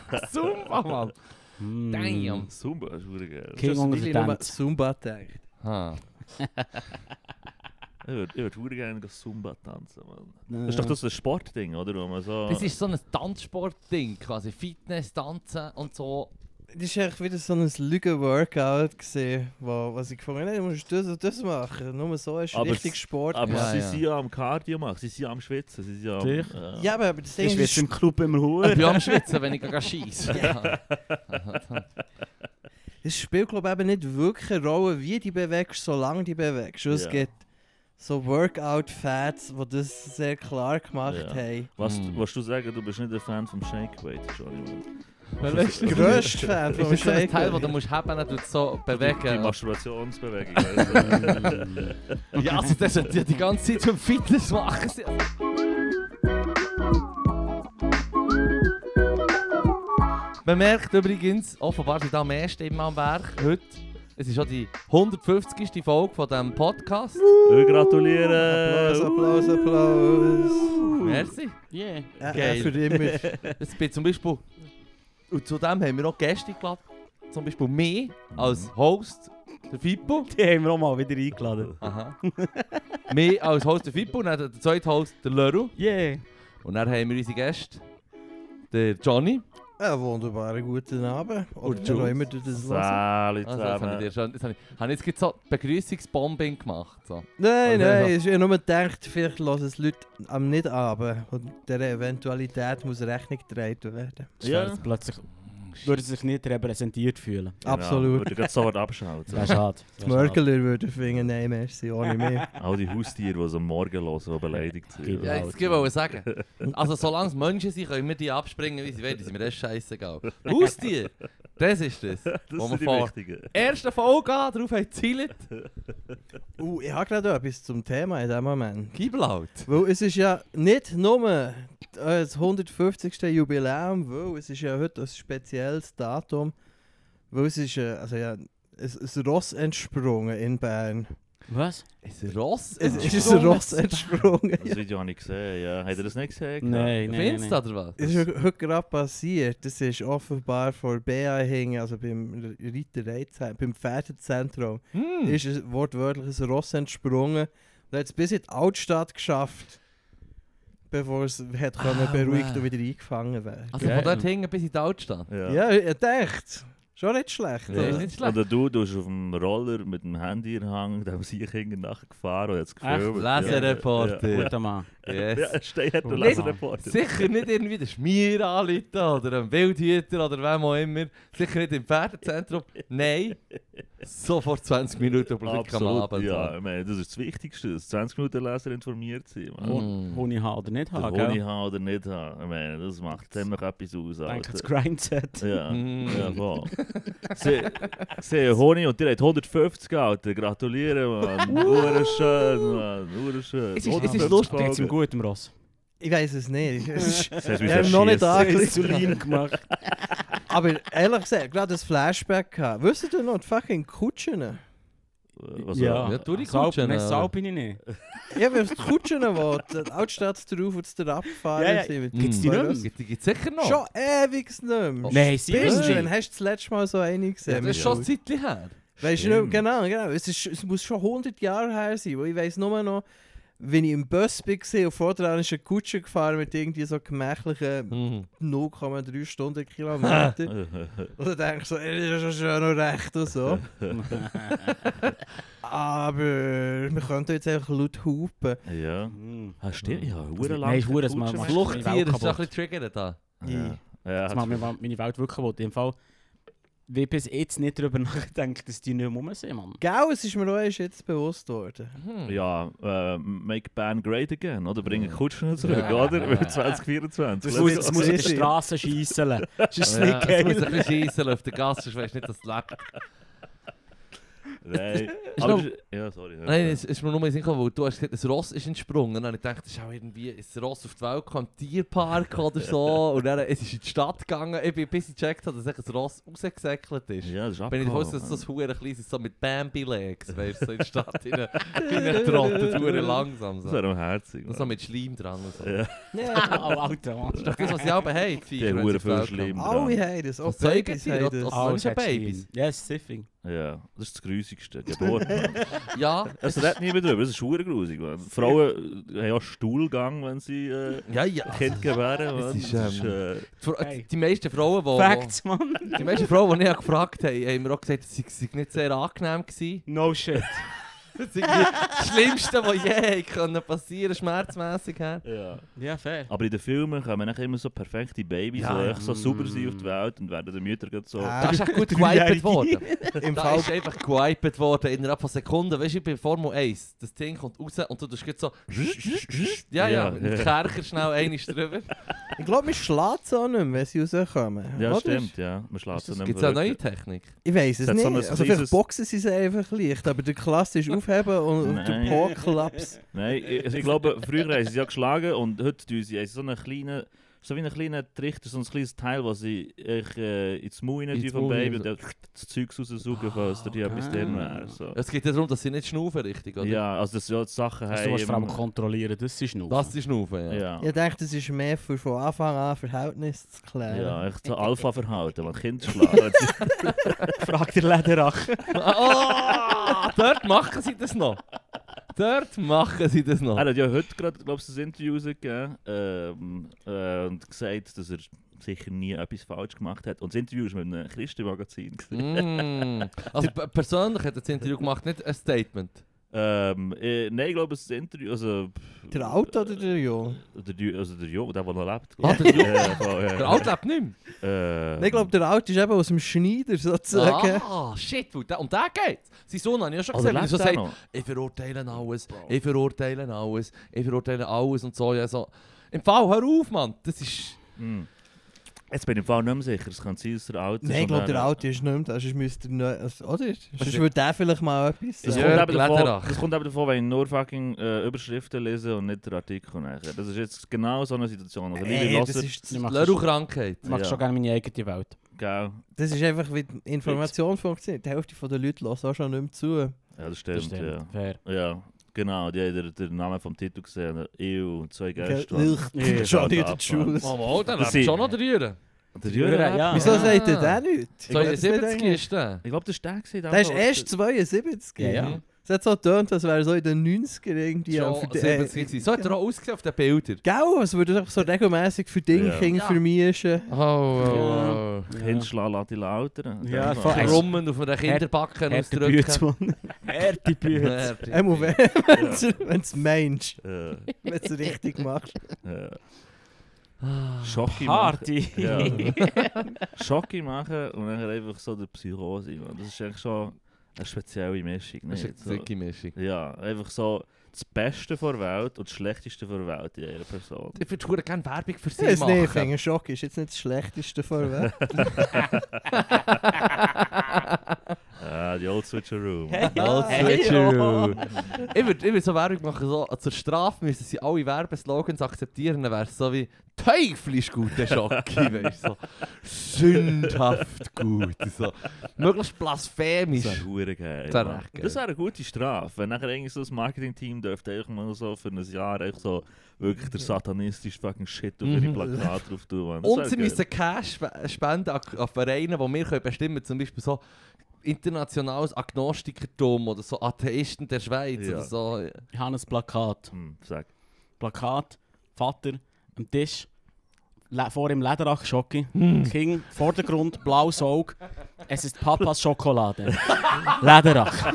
Zumba, Mann. Damn. Zumba ist verdammt geil. King unter den nur Tänzen. Zumba gedacht. Ha. Ich würde verdammt gerne Zumba tanzen, Mann. Das ist doch das ein Sportding, oder? Wo man so... Das ist so ein Tanzsportding, quasi Fitness, Tanzen und so. Das war echt wieder so ein Lügen-Workout gesehen, was ich gefunden habe, du musst das und das machen. Nur so ist Aber richtig Sport. Aber Ja, sie ja. sind ja am Cardio machen, sie sind ja am Schwitzen, sie sind ja am... Dich? Ja, aber das Ding Ich ist, schwitze im Club immer Ich Hure. bin am Schwitzen, wenn ich scheisse. Ja. es spielt glaube ich eben nicht wirklich eine Rolle, wie du bewegst, solange du bewegst. Und es Ja. gibt so Workout-Fans, die das sehr klar gemacht Ja. haben. Was du sagen, du bist nicht ein Fan vom Shake Weight, Entschuldigung. Grösster Fan Ist vom das so ein Shake. Teil, das du musst haben und du so Die bewegen? Masturbationsbewegung. weißt du. Ja, also das sollte ja die ganze Zeit zum Fitness machen. Man merkt übrigens, offenbar sind da mehr Stimmen am Werk heute. Es ist schon die 150. Folge von diesem Podcast. Gratuliere! Applaus, Applaus, Applaus. Merci. Yeah. Geil. Für immer. Es bin zum Beispiel... Und zudem haben wir auch Gäste geladen. Zum Beispiel mich als Host, der Fippo. Die haben wir auch mal wieder eingeladen. Aha. Mich als Host der Fippo und dann der zweite Host der Leru. Yeah. Und dann haben wir unsere Gäste, der Johnny. Einen wunderbaren guten Abend. Oder Und schon Jules. immer du das hörst. Salut Also, das habe ich zusammen. dir schon... Habe ich jetzt gerade so Begrüßungsbombing gemacht. So. Nein, Also, nein, ich habe nur gedacht, vielleicht hören es Leute am nicht ab. Und dieser Eventualität muss Rechnung getragen werden. Ja. Plötzlich würde sich nicht repräsentiert fühlen. Absolut. Würde gerade sofort abschauen. Wäre schade. Die Mörgler würden finden, nein, merci, ohne mich. All die Haustiere, die so am Morgen hören, die beleidigt sind. Gib Ja, ich wollte sagen. Also solange es Menschen sind, können wir die abspringen, wie sie wollen. Das ist mir das scheißegal. Haustier, das ist das. Das Wo wir sind die vor Wichtigen. ersten Folge darauf haben gezielt. Ich habe gerade etwas zum Thema in diesem Moment. Gib laut. Weil es ist ja nicht nur das 150. Jubiläum, weil es ist ja heute ein spezielles Datum, weil es ist also ja, ein Ross entsprungen in Bern. Was? Ist ein Ross? Es ist ein Ross entsprungen. Das Video habe ich gesehen, ja. Habt ihr das nicht gesehen? Nein, nein, Findest du nein. oder was? Es ist heute gerade passiert. Das ist offenbar vor BA hingen, also beim Reitereizentrum, beim Pferdezentrum, ist es wortwörtlich ein Ross entsprungen und hat es bis in die Altstadt geschafft, bevor es hat können beruhigt wow. und wieder eingefangen werden. Also Geil. von dort hinten bis in die Altstadt. Ja. Ja, ich dachte, schon nicht schlecht. Nee, oder? ist nicht schlecht. Oder du bist auf dem Roller mit dem Handy in der Hand, da sich hinten nachgefahren und hat es gefilmt. Lesereporter. Guter Mann. Yes. Ja, steht hat der Nicht- Lesereporter. Sicher nicht irgendwie den Schmier anrufen oder einen Wildhüter oder wem auch immer. Sicher nicht im Pferdezentrum. Nein. Sofort 20 Minuten Blick am Absolut, Abend. ja. Ich meine, das ist das Wichtigste, dass 20 Minuten Leser informiert sind. Man. Honig haben oder nicht Den haben, Honig gell? haben oder nicht haben. Ich meine, das macht ziemlich etwas aus. Denke das Alter. Grindset. Ja, Mm. ja, voll. Sie Honig und die hat 150 Alter. Gratulieren, Mann. Urschön, Mann. Urschön. Es ist 150 lustig, Geht's ihm Folgen. gut im Ross? Ich weiß es nicht. Es ist, Das heißt, wie wir haben so noch nicht schiessen. angeklickt. Insulin gemacht. Aber ehrlich gesagt, gerade das Flashback gehabt. Wisst ihr noch die fucking Kutschen? Was Ja, Ja, tu die Salb- Kutschen, Nein, oder? Salb bin ich nicht. Ja, aber die Kutschen, die die Altstadt drauf und der abgefahren Ja, ja. sind. mit Gibt's die zwei nicht mehr? Rossen. Die gibt es sicher noch. Schon ewig nicht mehr. Nein, Bist du, sicher wann nicht. hast du das letzte Mal so eine Ja, gesehen? das ist schon ein Zeitchen her. Weißt du nicht, genau. Es muss schon 100 Jahre her sein. Weil ich weiss nur noch, wenn ich im Bus war und vorher ist eine Kutsche gefahren mit irgendwie so gemächlichen 0,3 Stundenkilometer. Und dann denke ich so, das ist schon noch recht und so. Aber wir könnten jetzt einfach laut hupen. Ja. Hm. Ah, stimmt, ja. Nein, Hurenlang. Hure, das macht- Kutschen- Fluchttier, das ist Welt ein bisschen triggert da. Ja. Ja, Das macht mir meine Welt wirklich kaputt. Im Fall, wie bis jetzt nicht darüber nachgedacht, dass die nicht mehr rum sind, Mann. Gell, es ist mir auch erst jetzt bewusst worden. Ja, make Band great again, oder? Bringen Kutschen zurück, Ja. oder? Ja. Mit 2024. Das muss ich in der Richtig. Straße schiessen. Das ist Ja, nicht es muss ein geil. bisschen schiessen auf der Gasse, sonst weisst du nicht, dass es lebt. Nein. Ist Aber, noch- ja, sorry. Nein, es ist mir nur mal in den Sinn gekommen, weil du hast gesagt, ein Ross ist entsprungen. Und ich dachte, das ist auch irgendwie ein Ross auf die Welt gekommen, im Tierpark oder so. Und dann es ist in die Stadt gegangen, bis ich gecheckt habe, dass echt ein Ross rausgesäckelt ist. Ja, das ist Bin ich davon ausgegangen, dass das hure klein ist, so mit Bambi-Legs, weißt du, so in der Stadt trottet, hure langsam. Das So. wäre auch herzig. Und so mit Schleim dran und so. Ja, Oh, Alter, Mann. Das ist doch das, was sie auch haben, die die Viecher, haben wenn sie hure auf die viel Welt Schleim kommen. dran. Alle haben das, auch Was Babys sagen haben die? das. Oh, Menschenbabys. Ja, es ist Siffing. Ja, das ist das Grusigste. Geburt, Mann. Ja, Es redet niemand drüber, das ist verdammt grusig. Man. Frauen haben ja Stuhlgang, wenn sie ja. Kind gebären. Es Man. ist, Das ist, Hey. Die meisten Frauen, Facts, Mann. die meisten Frauen, die ich gefragt habe, haben mir auch gesagt, es sei nicht sehr angenehm gewesen. No shit. Das ist das Schlimmste, was je können passieren, schmerzmässig her. ja. Ja, fair. Aber in den Filmen kommen dann immer so perfekte Babys, Ja. die echt so sauber sind auf der Welt und werden den Müttern gerade so... Ah. Da ist echt gut gewiped worden. Im Da Fall ist einfach gewiped worden innerhalb von Sekunden. Weißt du, bei Formel 1, das Ding kommt raus und du tust so... Ja, mit dem Kercher schnell einmal drüber. ich glaube, man schlägt es auch nicht mehr, wenn sie rauskommen. Ja, oder? stimmt, ja. Man schlägt es nicht Gibt es auch mehr neue Technik? Ich weiß es Es hat nicht. so ein Also kleines- vielleicht boxen sie einfach leicht, aber der klassische Aufheben und der Nein. Po-Klaps. Nein, ich glaube, früher haben sie sie ja geschlagen und heute tun sie so einen kleinen... So wie ein kleiner Trichter, so ein kleines Teil, das sie ins Maul rein tun vom Maul Baby rein. und dann das Zeug raussaugen, falls da die etwas drin wäre. So. Es geht ja darum, dass sie nicht schnaufen, richtig, oder? Ja, also das sind ja die Sachen Also, du musst vor allem im- kontrollieren, das ist nur. Das ist schnaufen, ja. Ja. Ich dachte, das ist mehr für von Anfang an Verhältnis zu klären. Ja, echt so Alpha-Verhalten, wenn Kinder schlagen. Frag der Lederach. Oh, dort machen sie das noch. Dort machen sie das noch. Er hat ja heute gerade, glaube ich, ein Interview gegeben und gesagt, dass er sicher nie etwas falsch gemacht hat. Und das Interview war mit einem Christenmagazin. Also persönlich hat er das Interview gemacht, nicht ein Statement. Nein, ich glaube, das Interview... Also, Der Auto oder der Jo? der Jo, der noch lebt. Ah, der Jo? Ja. Der Alt lebt nicht Äh, Ich glaube, der Auto ist eben aus dem Schneider sozusagen. Ah, shit, um den geht's. Sein Sohn habe ich ja schon also gesehen, wie er so lebt er sagt, noch? ich verurteile alles, ich verurteile alles, ich verurteile alles und so. Ja, so. Im Fall, hör auf, Mann. Das ist... Hm. Jetzt bin ich im Fall nicht mehr sicher. Es kann sein, dass der Alte... Nein, ich glaube, der Auto ist nicht mehr da. Sonst müsste er nicht... Also, oder? Sonst würde der vielleicht mal etwas Das, Ja, kommt eben davon, Lederach. das kommt eben davon, wenn ich nur fucking Überschriften lese und nicht den Artikel nachher. Das ist jetzt genau so eine Situation. Also, liebe Nee, das Hörer, ist, Ich mache Leru-Krankheit. ich mache schon gerne meine eigene Welt. gell? das ist einfach, wie die Information funktioniert. Die Hälfte der Leute hören auch schon nicht mehr zu. Ja, das stimmt, ja. Fair. Ja, genau. Die haben den Namen vom Titel gesehen. EU, 2 Geister. Ich schon nicht in die Schule. Mama, dann Das lebt sind- schon noch der Jüre. Der Jürgen, Jürgen, ja. Wieso Ah. sagt ihr den nicht? 72 ist der. Ich glaube, das war der gewesen. Der ist erst 72. Ja, ja. Es hat so getönt, als wäre er so in den 90ern irgendwie. Schon für die- 70 gewesen. So hat er auch ausgesehen auf den Bildern. Gell, als würde er so regelmäßig für Dinge Ja. vermischen. Oh, Hinschlagen lässt die Lautern. Ja, Dann- voll. Rummen auf einer Kinderbacken Härte ausdrücken. Bütze, Mann. Härte Bütze. Einmal wenn es meinst, Äh, wenn du es richtig machst. Schocki machen. Party. Ja. Schocki machen und dann einfach so der Psychose. Man. Das ist eigentlich schon eine spezielle Mischung. Das ist Nicht? eine dicke Mischung. Ja, einfach so das Beste der Welt und das Schlechteste der Welt in einer Person. Ich würde gerne Werbung für sie Das machen. nicht, ein Schock ist jetzt nicht das Schlechteste vorweg. Ah, die Old Switcheroo. Old Hey, Switcheroo. yo. Ich würde so Werbung machen, so, zur Strafe müssen sie alle Werbeslogans akzeptieren, dann wäre es so wie «Teufel ist gut, der Schocki», weißt du, so «sündhaft gut», so «möglichst blasphemisch». Das wäre hure geil. Das wäre Mann. echt geil. Das wäre eine gute Strafe. Wenn nachher irgendwie so das Marketing-Team dürfte einfach mal so für ein Jahr echt so wirklich der satanistische fucking Shit auf ihre Plakate drauf tun. Mann. Das Und wäre sie geil. müssen Cash spenden an Vereine, die wir bestimmen können, zum Beispiel so internationales Agnostikertum oder so Atheisten der Schweiz Ja. oder so. Ich habe ein Plakat. Sag. Plakat, Vater am Tisch, vor ihm Lederach-Schocki, Hm. King, Vordergrund, blaues Auge. Es ist Papas Schokolade. Lederach.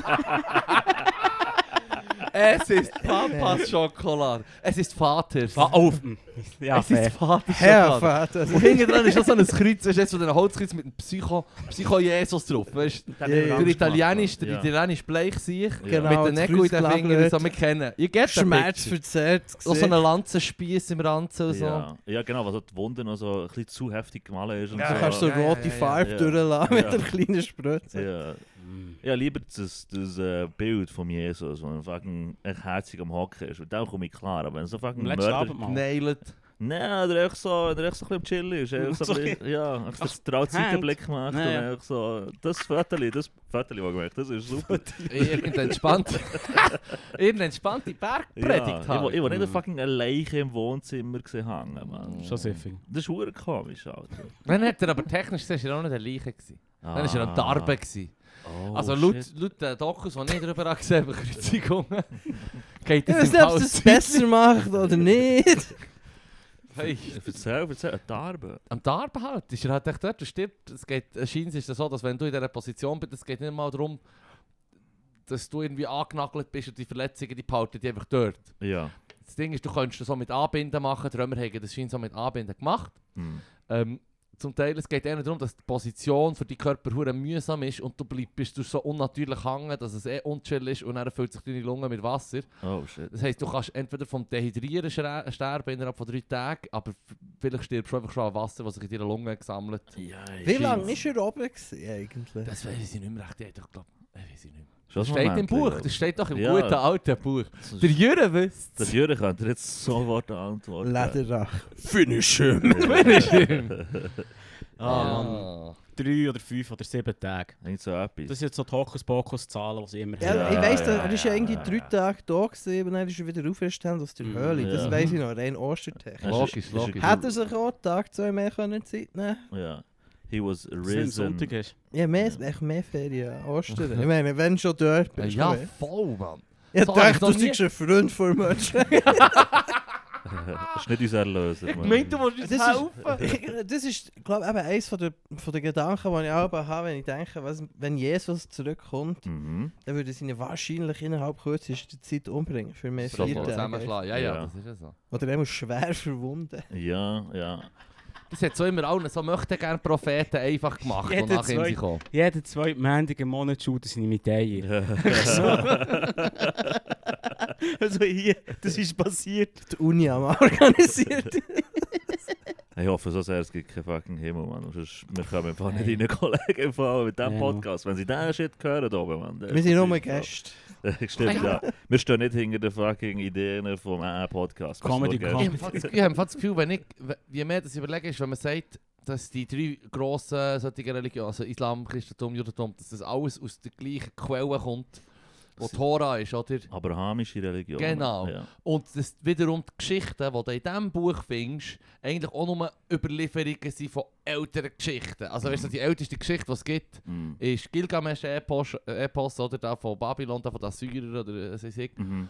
Es ist Papas Schokolade. Es ist Vaters. Oh, ja, es ist fair. Vaters Herr Schokolade. Vater. Und hinten dran ist noch so ein Kreuz, weißt du, so ein Holzkreuz mit einem Psycho-Jesus drauf. Weißt du? Der Der italienisch bleich sich Genau, mit den das Nägeln in den Kreuz Fingern, gelagert. so wir kennen. You get the Schmerz picture. verzerrt. So einen Lanzenspieß im Ranzen und so. Ja. Ja, genau, was die Wunde noch so ein bisschen zu heftig gemalt ist. Und Ja, Du so. kannst so ja, rote ja, Farbe ja. durchlassen mit Ja. der kleinen Spritze. Ja. Ja, lieber das Bild von Jesus, wo er fucking echt herzig am Hocken ist. Mit dem komme ich klar, aber wenn so fucking Letzten Mörder... Abendmahl. Nailed. Nein, der echt so ein bisschen am Chillen ist. Einfach so ein bisschen, ja, einfach so einen Trautseitenblick macht Ja, und ja. einfach so... Das Foto, das gemacht, das ist super. Irgendeine entspannte Bergpredigt Ja, ich will nicht eine halt. fucking eine Leiche im Wohnzimmer gesehen hängen, Mann. Schon siffig. Das ist verdammt komisch, Alter. Dann hat er aber technisch gesehen, ist er auch nicht der Leiche gewesen. Dann war er am Darben gewesen. Oh, Also laut den Dokus, die ich darüber gesehen habe, Kreuzigungen, geht Ich das weiß im nicht, ob Fall es das besser macht oder nicht. Hey, Erzähl, eine Darbe. am Darben halt, ist er halt echt dort, er stirbt. Es geht, scheint ist es so, dass wenn du in dieser Position bist, es geht nicht mal darum, dass du irgendwie angenagelt bist und die Verletzungen, die behalten die einfach dort. Ja. Das Ding ist, du könntest das so mit Anbinden machen, die Römer haben das scheint so mit Anbinden gemacht. Hm. Zum Teil es geht eher darum, dass die Position für die Körper hure mühsam ist und du bist so unnatürlich hängen, dass es unchill ist und dann füllt sich deine Lunge mit Wasser. Oh shit. Das heisst, du kannst entweder vom Dehydrieren sterben innerhalb von 3 Tagen, aber vielleicht stirbst du einfach schon an Wasser, das sich in deiner Lunge gesammelt. Ja, Wie lange war er oben gewesen, eigentlich? Das weiß ich nicht mehr recht, ich glaube, weiß ich nicht mehr. Schon Das ein steht im Moment, Buch, ja. das steht doch im Ja. guten alten Buch. Das ist- Der Jürgen wüsste Der Jürgen könnte jetzt sofort antworten. Lederach. Finish him. Ah, Mann. 3 oder 5 oder 7 Tage. Nicht so etwas. Das sind jetzt so die Hokuspokus-Zahlen, die sie immer Ja, haben. ich weiss, ja, er ist ja irgendwie ja, 3 ja. Tage da gewesen, und dann ist er wieder auferstanden aus der Höhle. Das Ja. weiss ich noch, rein ostertechnisch. Logisch, logisch. Hätte er sich auch Tag 2 mehr können Zeit nehmen? Ja. He was Dass es risen. Sonntag ist. Ja, echt mehr Ferien, Ostern. Ich meine, wenn du schon dort bist. Ja, komm her. voll, Mann. Ich so dachte, hab ich du noch nie- seist ein Freund von Menschen. Das ist nicht unser Erlöser. Ich Mann. meinte, du musst uns Das helfen. das ist, glaube ich, eines von der Gedanken, die ich auch habe, wenn ich denke, wenn Jesus zurückkommt, Mhm. dann würde sie ihn wahrscheinlich innerhalb kürzester Zeit umbringen. Für mehr 4 Sofort Tage. Zusammenschlagen. Ja, Ja. das ist ja so. Oder er muss schwer verwunden. Ja, ja. Das hat so immer allen so möchten gerne Propheten einfach gemacht, die Jeder nach ihm zwei- sind gekommen. Jeden zweiten Montag im Monat shooten seine Medaille. Also hier, das ist passiert. Die Uni am organisiert. Ich hoffe so sehr, es gibt keinen fucking Himmel, Mann. Sonst, wir kommen einfach nicht rein, Kollegen, im Fall mit diesem Ja. Podcast. Wenn sie diesen Shit hören, da oben, Mann. Wir sind nur Gäste. Stimmt, ja. Wir stehen nicht hinter den fucking Ideen vom Podcast. Wir sind Comedy nur Ich Gäste. habe das Gefühl, je mehr das überlege, ist, wenn man sagt, dass die 3 grossen solche Religionen, also Islam, Christentum, Judentum, dass das alles aus der gleichen Quelle kommt, wo die Tora ist, oder? Abrahamische Religion. Genau. Ja. Und das wiederum die Geschichten, die du in diesem Buch findest, eigentlich auch nur Überlieferungen sind von älteren Geschichten. Also weißt du, die älteste Geschichte, die es gibt, Mhm. ist Gilgamesch-Epos oder da von Babylon, da von den Assyrern oder was weiß ich. Mhm.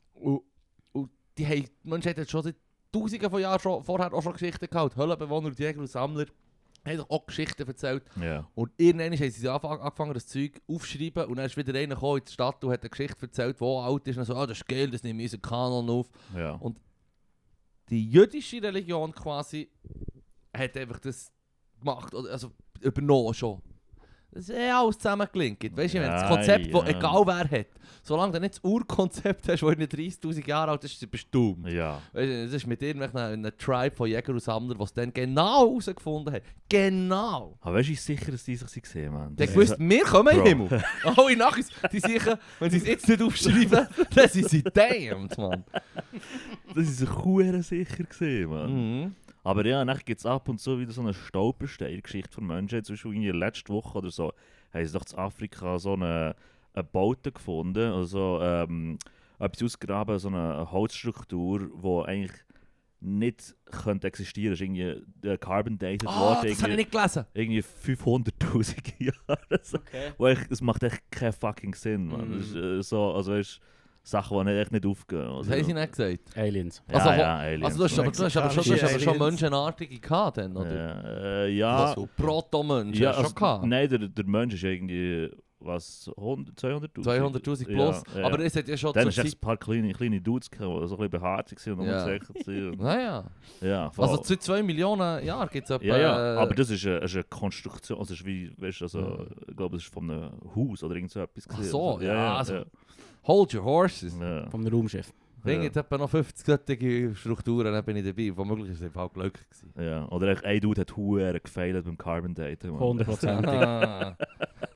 Und die Menschen haben schon seit Tausenden von Jahren vorher auch schon Geschichten gehabt. Höhlenbewohner und Jäger und Sammler haben doch auch Geschichten erzählt. Ja. Und irgendwann haben sie angefangen, das Zeug aufzuschreiben. Und dann ist wieder einer gekommen in die Stadt und hat eine Geschichte erzählt, die alt ist. Und so, das ist geil, das nehme ich in unseren Kanon auf. Ja. Die jüdische Religion quasi hat einfach das gemacht, also übernommen schon. Das ist alles zusammengelinkt. Weißt du, ich meine, das Ja, Konzept, das ja. egal wer hat, solange du nicht das Urkonzept hast, das 30'000 Jahre alt ist, bist du dumm. Ja. Weißt du, das ist mit irgendwelchen einem Tribe von Jäger und Sammler, die es dann genau herausgefunden haben. Genau! Aber weißt du, ich bin sicher, dass die sich gesehen haben. Der gewusst, wir kommen in Bro. den Himmel. Alle nachher, die sicher, wenn sie es jetzt nicht aufschreiben, dann sind sie damned, Mann. Das ist sich hure sicher gesehen, Mann. Mhm. Aber ja, dann gibt es ab und zu wieder so eine Stolperstein-Geschichte von Menschen. Zum Beispiel in der letzten Woche oder so haben sie doch in Afrika so eine Baute gefunden, also etwas ausgegraben, so eine Holzstruktur, die eigentlich nicht könnte existieren. Das ist irgendwie carbon-dated worden, Das habe ich nicht gelesen. irgendwie 500'000 Jahre. So. Okay. Wo es macht echt keinen fucking Sinn, man. Das ist, so, also weißt, Sachen, die echt nicht aufgehen. Das Also, haben sie nicht gesagt. Aliens. ja, Also, ja, Aliens. Also du hast aber Mexikanische schon Aliens. Menschenartige gehabt dann, oder? Ja, Also Proto-Menschen ja hast du schon also, gehabt. nein, der Mensch ist irgendwie, was, 200'000? 200'000 plus. Ja, ja. Aber es hat ja schon Dann zur ist echt Zeit... ein paar kleine Dudes gekommen, die so ein bisschen behaart waren und Ja. umgesichert sind. Naja. Ja, voll. Also seit 2 Millionen Jahren gibt es etwa... ja, ja, aber das ist eine Konstruktion, also das ist wie, weißt du, also, Ja. ich glaube, das ist von einem Haus oder irgend so etwas. Ach gewesen. so, Also, ja, also- Hold your horses. ja. Vom Raumschiff. Bring jetzt etwa noch 50 solche Strukturen, dann bin ich dabei. Womöglich ist es im Fall glücklich gewesen. Ja, oder echt, ein Dude hat Huren gefeilt beim Carbon Dating. 100%. Ah.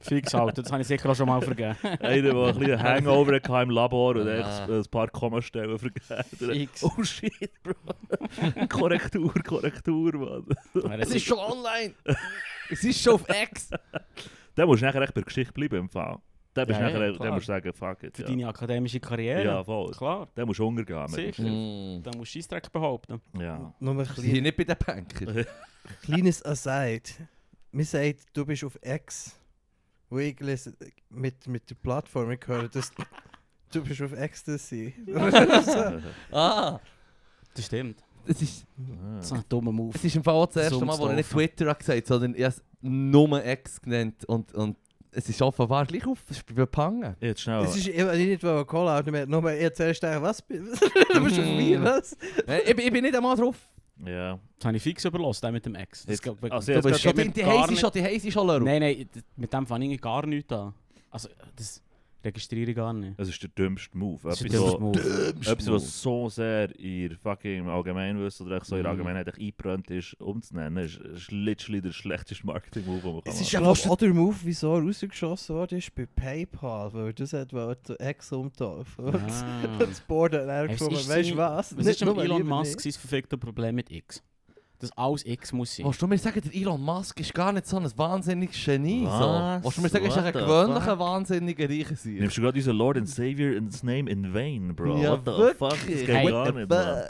Fix Alter, das habe ich sicher auch schon mal vergeben. Einer, der ein bisschen Hangover hatte im Labor und echt ein paar Kommastellen vergeben. Fix. Oh shit, Bro. Korrektur, Mann. Es ist schon online! Es ist schon auf X! Dann musst du nachher echt bei der Geschichte bleiben im Fall. Dann musst du Ja, ja, nachher klar. dann musst du sagen, fuck it. Für Ja, deine akademische Karriere. ja voll. Klar. Dann musst du untergehen. mit Sicher. dem Mm. Dann musst du Scheissdreck behaupten. Shit. Ja. Nur ein Hier nicht bei den Banker. kleines Aside. Mir sagt, du bist auf X. Wo ich lese, mit der Plattform, ich höre, dass du bist auf Ecstasy. Ah! Das stimmt. Es ist, Das ist ein dummer Move. es ist im Fall auch das erste Mal, wo ich nicht Twitter habe gesagt, sondern ich habe es nur X genannt. Und es ist offenbar gleich aufgehangen. Jetzt schnell. Es ist, ich nicht Cola, aber nur jetzt zuerst gedacht, was? Du bist auf mir, was? Ich bin nicht einmal drauf. Ja. Das habe ich fix überlassen, den mit dem Ex. Das Jetzt- geht- also das jetzt geht gerade- mir gar nicht- Die heisse schon Leru. Nein, mit dem fange ich gar nichts an. Also, das registriere ich gar nicht. Das ist der dümmste Move. Das ist Etwas, der so- Move. etwas, was so sehr in fucking Allgemeinwissen oder echt so in der Mhm. Allgemeinheit echt eingebrannt ist, umzunennen, ist literally der schlechteste Marketing-Move, den man Es machen ist, kann. glaube ich, auch der Move, wieso er rausgeschossen wurde, ist bei PayPal, weil das hat zu X umtaufen. Ah. Das Board hat er Was gefunden, ist weißt du sein- was? Was ist nur mit Elon lieber Musk nicht. sein verficktes Problem mit X? Dass alles X muss sein. Willst du mir sagen, der Elon Musk ist gar nicht so ein wahnsinniges Genie? So? Was? Willst du mir sagen, er ist What ein the gewöhnlicher, fuck? wahnsinniger Reicher sein? Nimmst du gerade unseren Lord and Savior in das Name in vain, Bro? Ja, What the wirklich? fuck? Das geht Hey, gar nicht, man.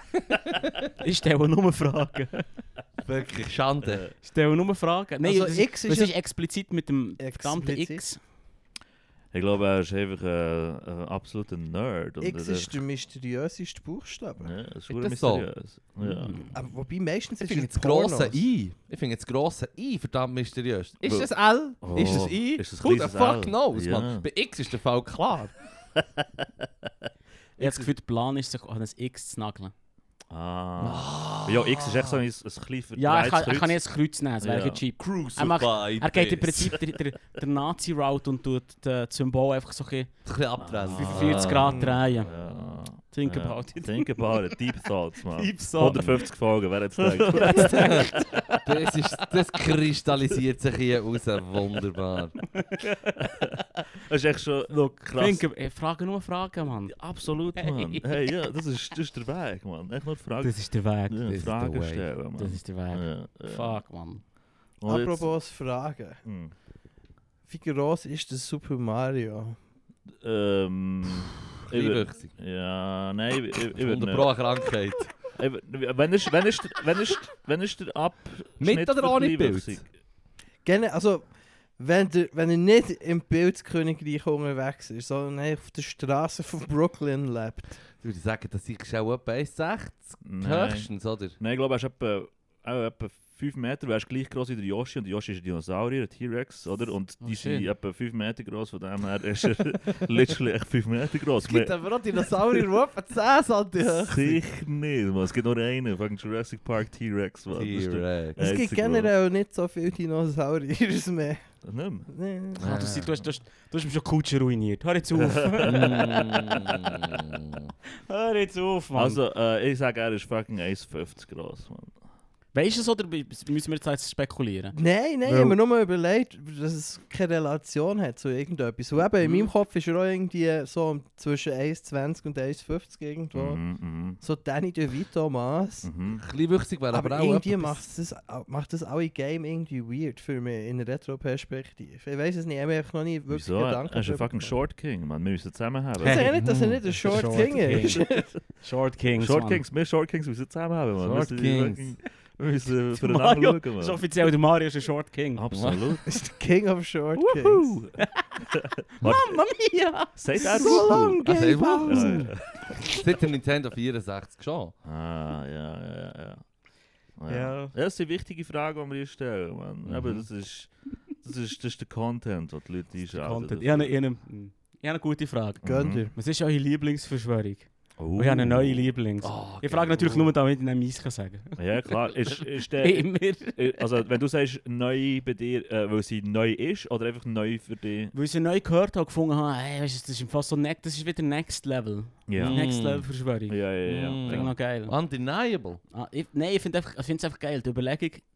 Ich stelle nur Fragen. Wirklich, Schande. Ich stelle nur Fragen. Nein, Also das X ist was ja- ist explizit mit dem verdammten Explizit. X? Ich glaube, er ist einfach ein absoluter Nerd. Und X er- ist der mysteriöseste Buchstabe. Ja, das ist Ist verdammt das so? mysteriös. Ja. Aber wobei meistens Ich ist finde es das grosse Pornos. I. Ich finde das grosse I verdammt mysteriös. Ist Wo- es L? Oh, Ist es I? ist es Who the kleines fuck L? knows, Ja. man? Bei X ist der Fall klar. Ich habe das Gefühl, der Plan ist, sich an ein X zu nageln. Ah. Ja, X ist echt so ein kleines Ja, ich verdrehtes kann Kreuz. jetzt Kreuz nehmen, das wäre Ja. ja. cheap. Crucified. Er geht im Prinzip der Nazi-Route und tut das Symbol einfach so ein Ein bisschen abtrennen. 45 Grad drehen. Ja. Think Ja. about it. Think about it. Deep Thoughts, man. Deep Thought. 150 Folgen, wer jetzt denkt. Das kristallisiert sich hier raus. Wunderbar. Das ist echt schon krass. Frage nur Fragen, Mann. Absolut, man. Hey, ja, das ist der Weg, man. Echt nur Fragen, Das ist der Weg. ja, is the Fragen way. stellen, man. Das ist der Weg. Ja, ja. Fuck, Mann. Und jetzt- Apropos Fragen. Hm. Wie groß ist der Super Mario? Ich würd- Kleinwüchsig. Ja, nein, ich würde Unter pro Krankheit. Wenn ist der Ab... Mit oder ohne Pilz? Also, wenn er nicht im Pilzkönigreich unterwegs ist, sondern einfach auf der Straße von Brooklyn lebt. Ich würde sagen, das ist auch etwa 1,60 Nein. höchstens, oder? Nein, ich glaube, er ist etwa 5 Meter, wärst gleich groß wie der Yoshi. Und der Yoshi ist ein Dinosaurier, ein T-Rex, oder? Und Oh, die shit. sind etwa 5 Meter groß, von dem her ist er literally echt 5 Meter groß. Es gibt aber auch Dinosaurier, die etwa 10 cm hoch sind. Sicher nicht, man. Es gibt nur einen, fucking Jurassic Park T-Rex, man. Das ist der T-Rex. Es gibt einzige, generell nicht so viele Dinosaurier mehr. Nicht mehr. Nee. Ah, du hast mir schon Kutsche ruiniert. Hör jetzt auf. Hör jetzt auf, Mann. Also, ich sage, er ist fucking 1,50 groß, man. Weißt du es oder müssen wir jetzt spekulieren? Nein, ich Weil- habe mir nur überlegt, dass es keine Relation hat zu irgendetwas. Und eben, in meinem Kopf ist er auch irgendwie so zwischen 1,20 und 1,50 irgendwo. Mhm, So Danny DeVito Maß. mhm. Kleinwüchsig wäre Aber aber auch irgendwie etwas- macht das alle Game irgendwie weird für mich in der Retro-Perspektive. Ich weiß es nicht, ich habe mir einfach noch nie wirklich Wieso? Gedanken Er ist ein darüber fucking gemacht. Short King, man. Wir müssen zusammen haben. Ich sage nicht, dass er nicht ein Short, Short King King. ist. Short Kings, Short Mann. Kings, wir Short Kings müssen zusammen haben, man. Short wir Kings. müssen wir müssen füreinander Mario, schauen, das ist man. offiziell der Mario ist ein Short King. Absolut. Das ist der King of Short Kings. Wuhu! Mamma mia! Sagt er So Wuhu? lang Also, Game wuhu. Pause. Seit dem Nintendo 64 schon. Ah, ja. Ja. Das sind wichtige Fragen, die wir hier stellen, man. Mhm. Aber das ist der Content, den die Leute einschalten. Content. Ich habe eine gute Frage. Gönn dir. Was ist eure Lieblingsverschwörung? Oh. Ich habe eine neue Lieblings. Oh, Ich frage natürlich nur, damit ich nicht Mies sagen kann. Ja, klar. Ist der, Immer. also, wenn du sagst, neu bei dir, weil sie neu ist, oder einfach neu für dich? Weil ich sie neu gehört habe, gefunden habe, hey, weißt du, das ist fast so das ist wieder Next Level. Ja. Mhm. Next Level Verschwörung. Ja. Mm. Finde ich noch geil. Undeniable. Nein, ich finde es einfach geil. Die Überlegung,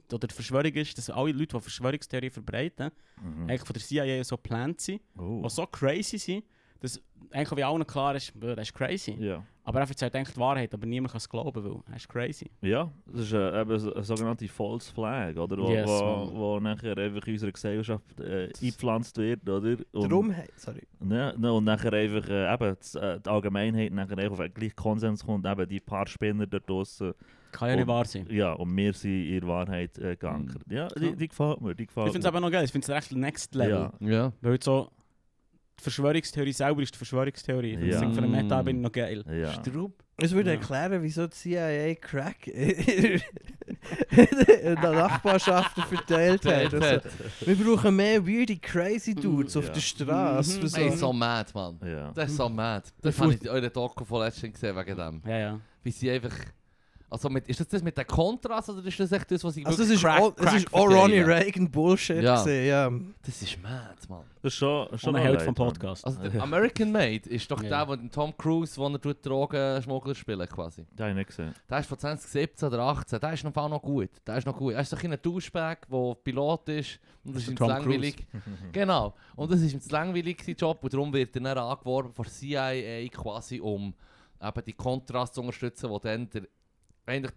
oder die Verschwörung ist, dass alle Leute, die Verschwörungstheorien verbreiten, eigentlich von der CIA so geplant sind, Oh. die so crazy sind, dass eigentlich wie allen klar ist, das ist crazy. Ja. Aber er erzählt eigentlich die Wahrheit, aber niemand kann es glauben, weil er ist crazy. Ja, das ist eben eine sogenannte False Flag, oder? Wo, Yes, wo nachher einfach in unserer Gesellschaft eingepflanzt wird, oder? Und, Darum, sorry. ja, und nachher einfach eben die Allgemeinheit nachher einfach auf gleich Konsens kommt, eben die paar Spinner da draussen. Kann ja nicht Und- wahr sein. Ja, und wir sind in der Wahrheit geankert. Ja, die gefällt mir, die gefällt Ich finde es aber noch geil, ich finde es recht next level. Ja. Ja. Weil so, die Verschwörungstheorie selber ist die Verschwörungstheorie. Ich finde Ja. das von der Meta-Ebene noch geil. Ja. Es würde Ja. erklären, wieso die CIA Crack in den Nachbarschaften verteilt hat. Also, wir brauchen mehr weirde, crazy Dudes auf Ja. der Straße. Mhm. für Ey, so- so mad, Mann. Ja. Das ist so mad. Das habe ich in eurer Doku von letztens gesehen wegen dem. Ja, ja. Wie sie einfach... Also ist das mit den Kontras oder ist das echt das, was sie Also es wirklich ist auch verteilen? Ronnie Reagan Bullshit Ja. gewesen, ja. Das ist mad, Mann. Das ist schon Und ein noch Held leid, vom Mann. Podcast. Also der Ja. American Made ist doch Ja. der, den Tom Cruise, wo er Drogenschmuggler spielen quasi. Den habe ich nicht gesehen. Der ist von 2017 oder 18, der ist noch noch gut. Der ist noch gut. Er ist doch ein Douchebag, der Pilot ist und das ist ihm zu Tom langweilig. Genau. Und das ist ihm zu langweilig sein Job und darum wird er dann angeworben von der CIA quasi, um eben die Kontrast zu unterstützen, wo dann eigentlich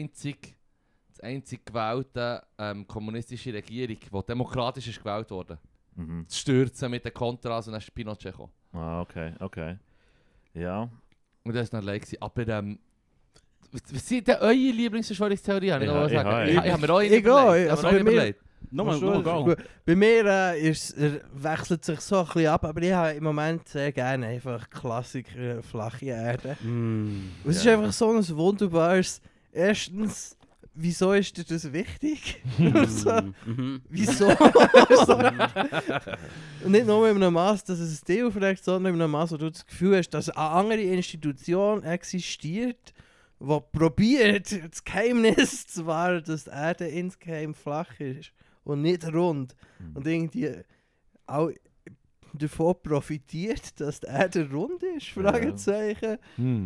das einzig gewählte kommunistische Regierung, die demokratisch ist gewählt wurde, Mhm. zu stürzen mit den Kontras und dann ist Pinochet gekommen. Ah, okay. Ja. Und das war dann leid. Aber was sind denn eure Lieblingsverschwörungstheorien? Habe ich noch Ja, was sagen? ich- Ich habe mir auch eine ich auch, überlegt. also Ich habe mir auch bei mir- überlegt. Nochmal, Schon, go. gut. Bei mir wechselt sich so ein bisschen ab, aber ich habe im Moment sehr gerne einfach Klassiker, flache Erde. Mm. Es ist Ja. einfach so ein wunderbares... Erstens, wieso ist dir das wichtig? so, Mhm. wieso? so. Und nicht nur in einem Maß, dass es dich aufregt, sondern in einem Maß, wo du das Gefühl hast, dass eine andere Institution existiert, die probiert, das Geheimnis zu wahren, dass die Erde insgeheim flach ist und nicht rund. Mhm. Und irgendwie auch davon profitiert, dass die Erde rund ist? Fragezeichen.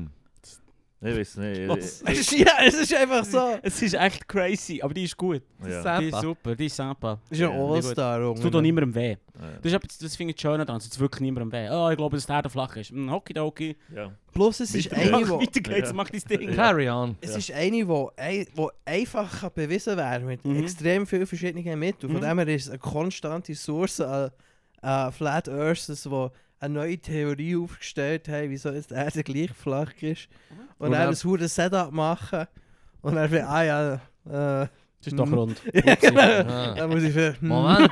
Ich weiß nicht. Ja, es ist einfach so. Es ist echt crazy, aber die ist gut. Ja. Die ist super, die ist super. Es ist ein Ja, All-Star. Es tut auch niemandem weh. Ja. Das finde ich schön daran, es tut wirklich niemandem weh. Oh, ich glaube, dass der Erde flach ist. Okidoki. Ja. Plus es ist Weiter eine, Mach wo, weiter geht's, Ja. mach dein Ding. Carry on. es ist eine, wo einfach kann bewiesen werden mit Mhm. extrem vielen verschiedenen Mitteln. Von Mhm. dem her ist es eine konstante Source an Flat Earthers, die eine neue Theorie aufgestellt haben, wieso jetzt die Erde gleich flach ist. Und Und dann dann- ein verdammtes Setup machen. Und dann wird, ja, Das ist doch rund. ja, genau. Ah. Dann muss ich für, Moment.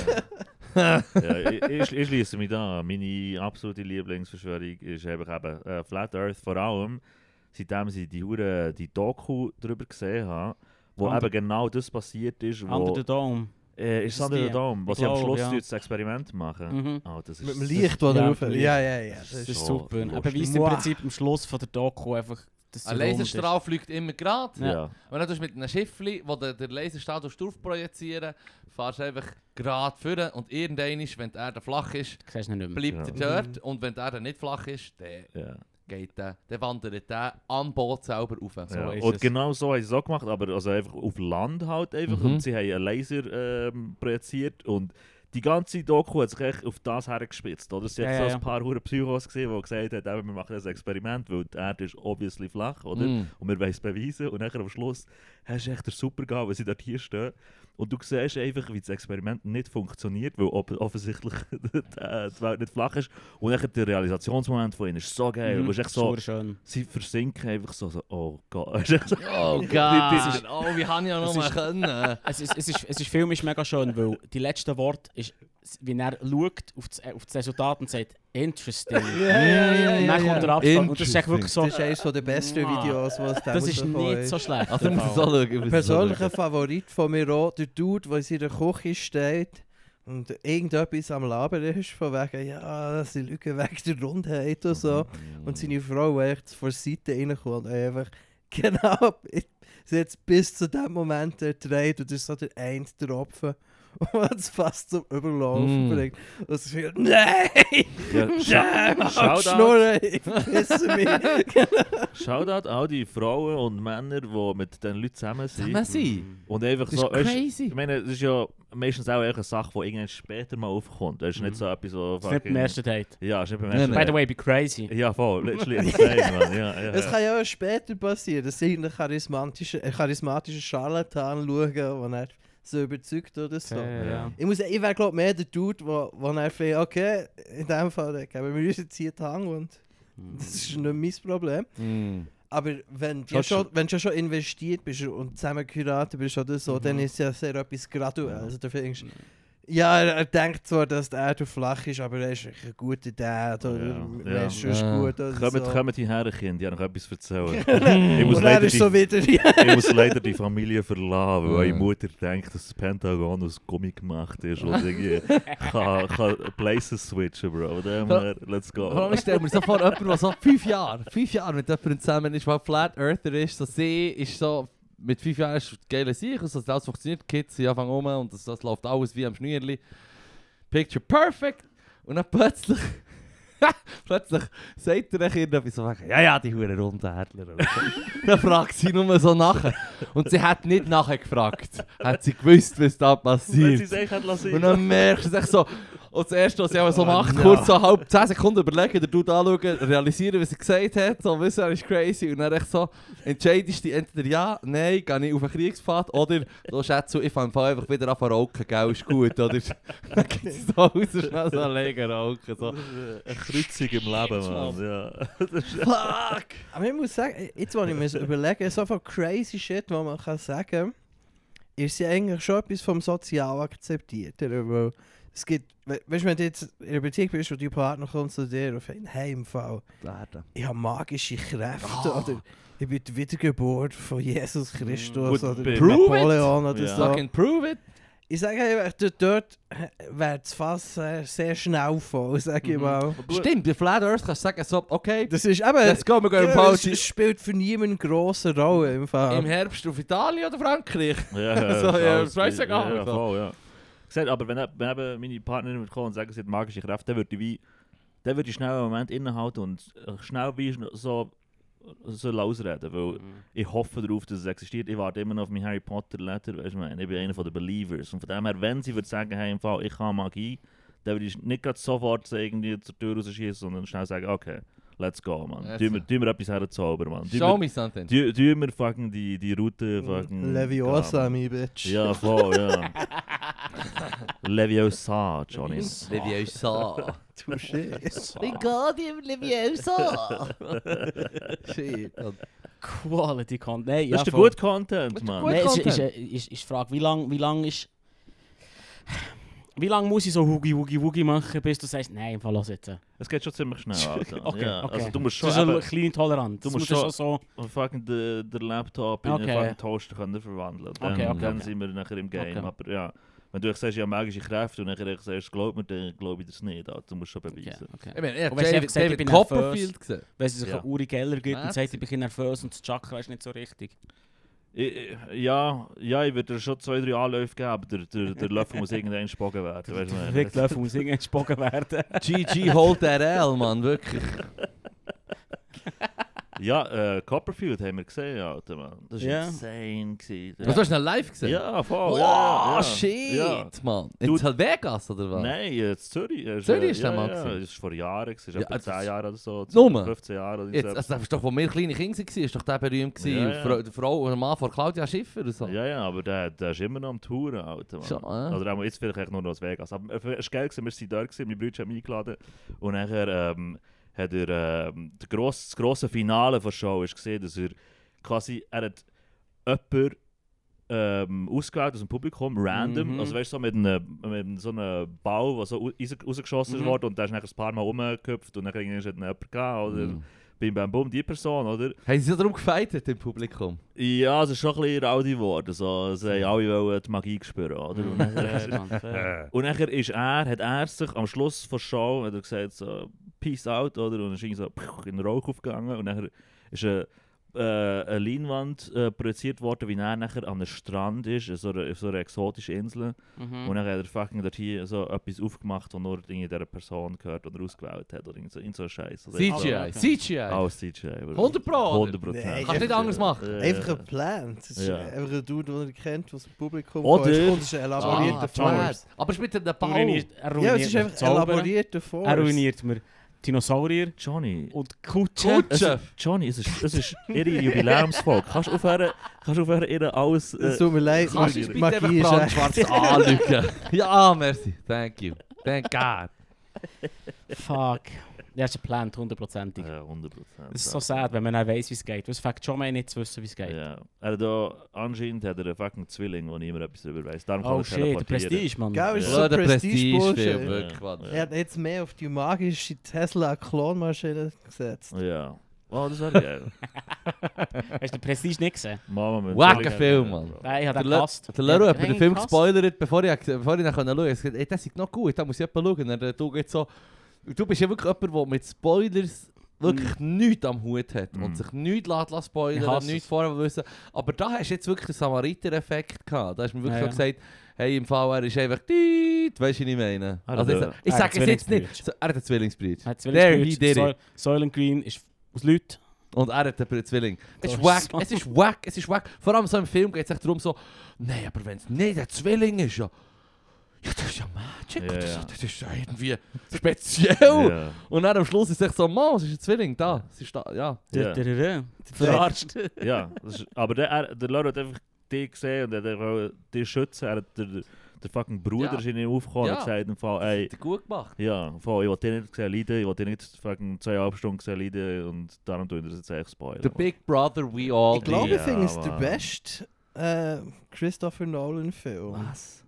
Ja, ich schließe mich da an. Meine absolute Lieblingsverschwörung ist einfach eben Flat Earth, vor allem seitdem sie die Doku darüber gesehen haben, wo Under- eben genau das passiert ist, Under wo the Dome. ist ist Under the die? Dome, wo Ich sie am glaube, Schluss ja. das Experiment machen. Mhm. Oh, das ist mit dem Licht, das ja, drauf. mit dem Ja, ja, ja. Das ist so super. Er lustig. beweist im Wow. Prinzip am Schluss von der Doku einfach, dass Ein sie rund Laserstrahl fliegt immer gerade. Ja. Und dann tust du mit einem Schiffli, wo der Laserstrahl drauf projizieren, fahrst du einfach gerade vorne und irgendwann, wenn die Erde flach ist, ist. Du siehst ihn nicht mehr. bleibt Ja. er dort. Und wenn die Erde nicht flach ist, Ja. dann wandert der am Boot selber rauf. So Ja. ist Und es. genau so haben sie es auch gemacht, aber also einfach auf Land halt einfach. Mhm. Und sie haben einen Laser projiziert und die ganze Doku hat sich echt auf das hergespitzt. Oder? Sie Ja, haben ja, so ja. ein paar hure Psychos gesehen, die gesagt haben, eben, wir machen das Experiment, weil die Erde ist obviously flach, oder? Mm. Und wir wollen es beweisen. Und dann am Schluss hast du echt der Supergau, wenn sie dort hier stehen. Und du siehst einfach, wie das Experiment nicht funktioniert, weil offensichtlich die Welt nicht flach ist. Und dann der Realisationsmoment von ihnen ist so geil. Du bist echt so, schön. sie versinken einfach so oh Gott. Es ist echt so- Oh Die- Gott! Oh, wie kann ich auch noch Es mal ist- können? Es ist filmisch mega schön, weil die letzte Wort ist, wie er schaut auf das Resultat und sagt, interesting. Ja, Und dann kommt der Abspann und das ist echt wirklich so, Das ist eines der besten Videos, die es das ist nicht so schlecht. Also, ich muss so schauen. ich muss so Persönlicher schauen. Favorit von mir auch, der Dude, der in seiner Küche steht und irgendetwas am Labern ist, von wegen, ja, sie lügen wegen der Rundheit und so. Und seine Frau, die echt von der Seite reinkommt und einfach genau sie hat es bis zu dem Moment erträgt und das ist so der eine Tropfen, und es fast zum Überlaufen bringt. Und es ist wieder, nein! Ja, Nein, Shoutout. Schnurren, ich vermisse mich. Shoutout all die Frauen und Männer, die mit den Leuten zusammen sind. Zusammen sein. Und einfach Das so, ist weisst, crazy. ich meine, das ist ja meistens auch eine Sache, die irgendwann später mal aufkommt. Das ist nicht so etwas so... Das ist nicht beim ersten Date. Ja, ist nicht beim Nein, ersten By the way, be crazy. Ja, voll. Literally insane, man. Ja, ja, Es ja. kann ja auch später passieren, dass sie einen charismatischen Scharlatan schauen, der er so überzeugt oder so. Ja. Ich wäre glaube mehr der Dude, wo er findet, okay, in dem Fall geben wir uns jetzt hier die Hand und das ist nicht mein Problem. Mm. Aber wenn du schon investiert bist und zusammen geheiratet bist oder so, dann ist es ja sehr etwas graduell. Also, du findest, ja, er denkt zwar, dass der flach ist, aber er ist ein guter Dad oder Ja. er ist schon gut oder so. Kommt hierher, Kind, ich habe noch etwas erzählen. ich, muss Und er leider ist so wieder... ich muss leider die Familie verlassen, weil Ja. meine Mutter denkt, dass das Pentagon aus Gummi gemacht ist und irgendwie kann Places switchen, Bro. Let's go. Vor allem stell mir so vor, jemand, der so 5 Jahre mit jemandem zusammen ist, der Flat Earther ist, so sie ist so, mit 5 Jahren ist geile Sicht, also alles funktioniert, die Kids sind anfangen um und das läuft alles wie am Schnürli. Picture perfect! Und dann plötzlich sagt er irgendetwas so, ja, die Huren Rundhändler. Dann fragt sie nur so nachher. Und sie hat nicht nachher gefragt. Hat sie gewusst, was da Wenn passiert. sie es echt hat lassen. Und dann merkst du es echt so. Und das Erste, was sie auch so macht, no. kurz so halb 10 Sekunden überlegen, der Dude anschauen, realisieren, was sie gesagt hat, so wissen, er ist crazy. Und dann echt so, entscheidest du dich entweder ja, nein, gehe ich auf einen Kriegspfad, oder du schätzt so, ich fange einfach wieder an zu rauchen, gell, ist gut, oder? Dann geht es so raus, schnell so legen, rauchen, so. Eine Kreuzung im Leben, Mann. Ja. Fuck! Aber ich muss sagen, jetzt wo ich mir so überlege, so viel crazy shit, was man kann sagen, ist ja eigentlich schon etwas vom Sozial akzeptiert. Weil es gibt, weißt du, wenn du jetzt in einer Beziehung bist und dein Partner kommt zu dir und findet, hey, im Fall, ich habe magische Kräfte oder ich bin die Wiedergeburt von Jesus Christus Gut, oder prove Napoleon oder Ja. so. Fucking prove it! Ich sage einfach, dort wäre es fast sehr schnell voll, sage ich mal. Stimmt, bei Flat Earth kannst du sagen, so, okay, Das ist eben... let's go, wir gehen im Ja, Fall es spielt für niemanden eine grosse Rolle im Fall. im Herbst auf Italien oder Frankreich. Ja, So, ja, alles- das weiss ich gar nicht. Ja, voll, ja. Gesagt, aber wenn eben meine Partnerin würde kommen und sagen, sie hat magische Kräfte, dann würde ich schnell einen Moment innehalten und schnell wie so ausreden, weil ich hoffe darauf, dass es existiert. Ich warte immer noch auf mein Harry Potter Letter, weißt du, ich bin einer der Believers. Und von dem her, wenn sie würde sagen, hey, im Fall, ich kann Magie, dann würde ich nicht gerade sofort irgendwie zur Tür rausschießen, sondern schnell sagen, okay, let's go, man. Yes. Tun wir etwas herzaubern, man. Show me something. Tun wir fucking die Route fucking... Leviosa, gehen, mein Bitch. ja, voll, ja. Leviosa, Johnny. Leviosa. Touché. Wingardium Leviosa. Shit. Quality Content. Nein, Das ist der voll. gute Content, Das ist der man. gute- Nein, Content. ist die Frage, wie lang muss ich so Hugi machen, bis du sagst, nein, im Fall lass jetzt. Es geht schon ziemlich schnell, Alter. Okay, ja, okay. Also du musst Das schon ist eine eben, kleine Toleranz. du Das musst muss schon- so... fucking den Laptop in Okay. einen fucking Toaster können verwandeln. Dann, Okay, dann okay. sind wir nachher im Game. Okay. Aber ja, wenn du sagst, ja, magische Kräfte und nachher sagst, glaub mir, dann glaube ich das nicht. Alter. Du musst schon beweisen. Okay. Ich meine, er Und hat wenn sie David, einfach sagt, ich David bin Copperfield gesehen. Wenn sie sich Ja. einen Uri Geller gibt und Was? sagt, ich bin nervös und das Chakra ist nicht so richtig. Ja, ich würde dir schon 2-3 Anläufe geben, aber der Löffel muss irgendwann gespogen werden. Weißt du, was ich Wirklich, meine? Löffel muss irgendwann gespogen werden. GG holt der L, Mann, wirklich. Ja, Copperfield haben wir gesehen, Alter, man. Das war Ja. insane. Gewesen. Was hast du noch live gesehen? Ja, voll. Oh, ja, ja. shit, Ja. Mann. Du- In Vegas oder was? Nein, jetzt Zürich. Zürich ist der mal ja, gewesen. das war vor Jahren, das ist Ja, etwa 10 das- Jahre oder so. Nummer? 15 Jahre oder Jetzt, so. also, das ist doch, wo wir kleine Kinder waren, ist doch der berühmt gewesen. Ja, ja. Die Frau und der Mann von Claudia Schiffer oder so. Ja, ja, aber der ist immer noch am Touren, Alter, Mann. Schon, ja. Oder auch jetzt vielleicht echt nur noch Las Vegas. Aber es war geil, gewesen, wir waren dort, gewesen, meine Brüder haben mich eingeladen. Und nachher hat er das grosse Finale der Show ist gesehen, dass er quasi, er hat jemanden ausgewählt aus dem Publikum, random, Mhm. also weißt du, so mit so einem Ball, der so rausgeschossen ist worden und der ist nachher ein paar Mal rumgehüpft und dann hat jemand gegeben, oder Mhm. bim bam bum, die Person, oder? Haben sie darum gefeitet im Publikum? Ja, es ist schon ein bisschen rowdy geworden, so, sie haben alle wollen die Magie spüren, oder? Und nachher, und nachher hat er sich am Schluss der Show hat er gesagt, so, Peace out, oder? Und dann ist irgendwie so in den Rauch aufgegangen und nachher ist eine Leinwand projiziert worden, wie er nachher an einem Strand ist, so einer exotischen Insel. Mhm. Und dann hat er fucking dort hier so etwas aufgemacht, das nur dieser Person gehört oder ausgewählt hat. Oder irgend so ein Scheiß. CGI, okay. CGI. Alles CGI. 100 Pro, oder? 100%. Nee, Kannst nicht anders machen. Einfach ein Plan. Das ist Ja. einfach ein Dude, den er kennt, was das Publikum Oder- kommt. Und es ist ein elaborierter Force. Aber es ist mit dem Bau. Ja, es ist einfach ein elaborierter Force. Er ruiniert mir Dinosaurier Johnny, und Kutsche. Johnny, es ist ihre Jubiläumsfolge. Kannst du aufhören, ihr alles... Es tut mir leid, Kannst du uns bitte einfach Magie ist echt. brandschwarz anlügen? Ja, merci. Thank you. Thank God. Fuck. Ja, ist geplant, 100%. Ja, 100%. Das ist so sad, wenn man nicht weiss, wie es geht. Es fängt schon mal nicht zu wissen, wie es geht. Ja. Anscheinend hat er einen fucking Zwilling, der niemand etwas darüber weiss. Darum kann Oh er shit, der teleportieren. Prestige, Mann. Gell, ist Ja. so der Prestige-Bullshit. Prestige-Film, Ja. wirklich. Mann. Er hat jetzt mehr auf die magische Tesla-Klonmaschine gesetzt. Ja. Oh, das wäre geil. Hast du den Prestige nicht gesehen? Mama, wir Wacker sollen- Film, Mann. Nein, ich habe Der den Le- gehasst. Der Leroy hat mir Ja, den Film gehasst. gespoilert, bevor ich dann schauen konnte. Er hat gesagt, ey, das ist noch gut, da muss ich jemand schauen. Du, jetzt so, du bist ja wirklich jemand, der mit Spoilers wirklich nichts am Hut hat und sich nichts Ich spoilern, hasse nichts es. vorher wissen. Aber da hast du jetzt wirklich einen Samariter-Effekt gehabt. Da hast du mir wirklich Ja, so gesagt, hey, im Fall, er ist einfach weißt du, was ich meine? Ah, Also, der- ich er sage hat es jetzt nicht. Zwillingsbruder. So, er hat einen Zwillingsbruder. Er hat There, he did Zwillingsbrüder. it. Soylent Green ist aus Leuten. Und er hat einen Zwilling. Es ist Das wack, ist so- es ist wack, es ist wack. Vor allem so im Film geht es echt darum so, nein, aber wenn es nicht ein Zwilling ist, ja, das ist ja Magic, Ja, das, ja. das ist ja irgendwie speziell. Ja. Und dann am Schluss ist es echt so, Mann, es ist ein Zwilling, da, es ist da, ja. Ja. Verarscht. Ja, das ist, aber der Leroy hat einfach dich gesehen und er wollte dich schützen. Er hat der fucking Bruder Ja. ist in ihm aufgekommen Ja. und gesagt, im Fall, ey, Hat er gut gemacht. ja, im Fall, ich will dich nicht sehen leiden, ich will dich nicht fucking 2,5 Stunden sehen leiden und darum tun wir das jetzt echt spoilern. The Big Brother we all Ich glaube, do. ich finde es der Mann. beste Christopher Nolan-Film. Was?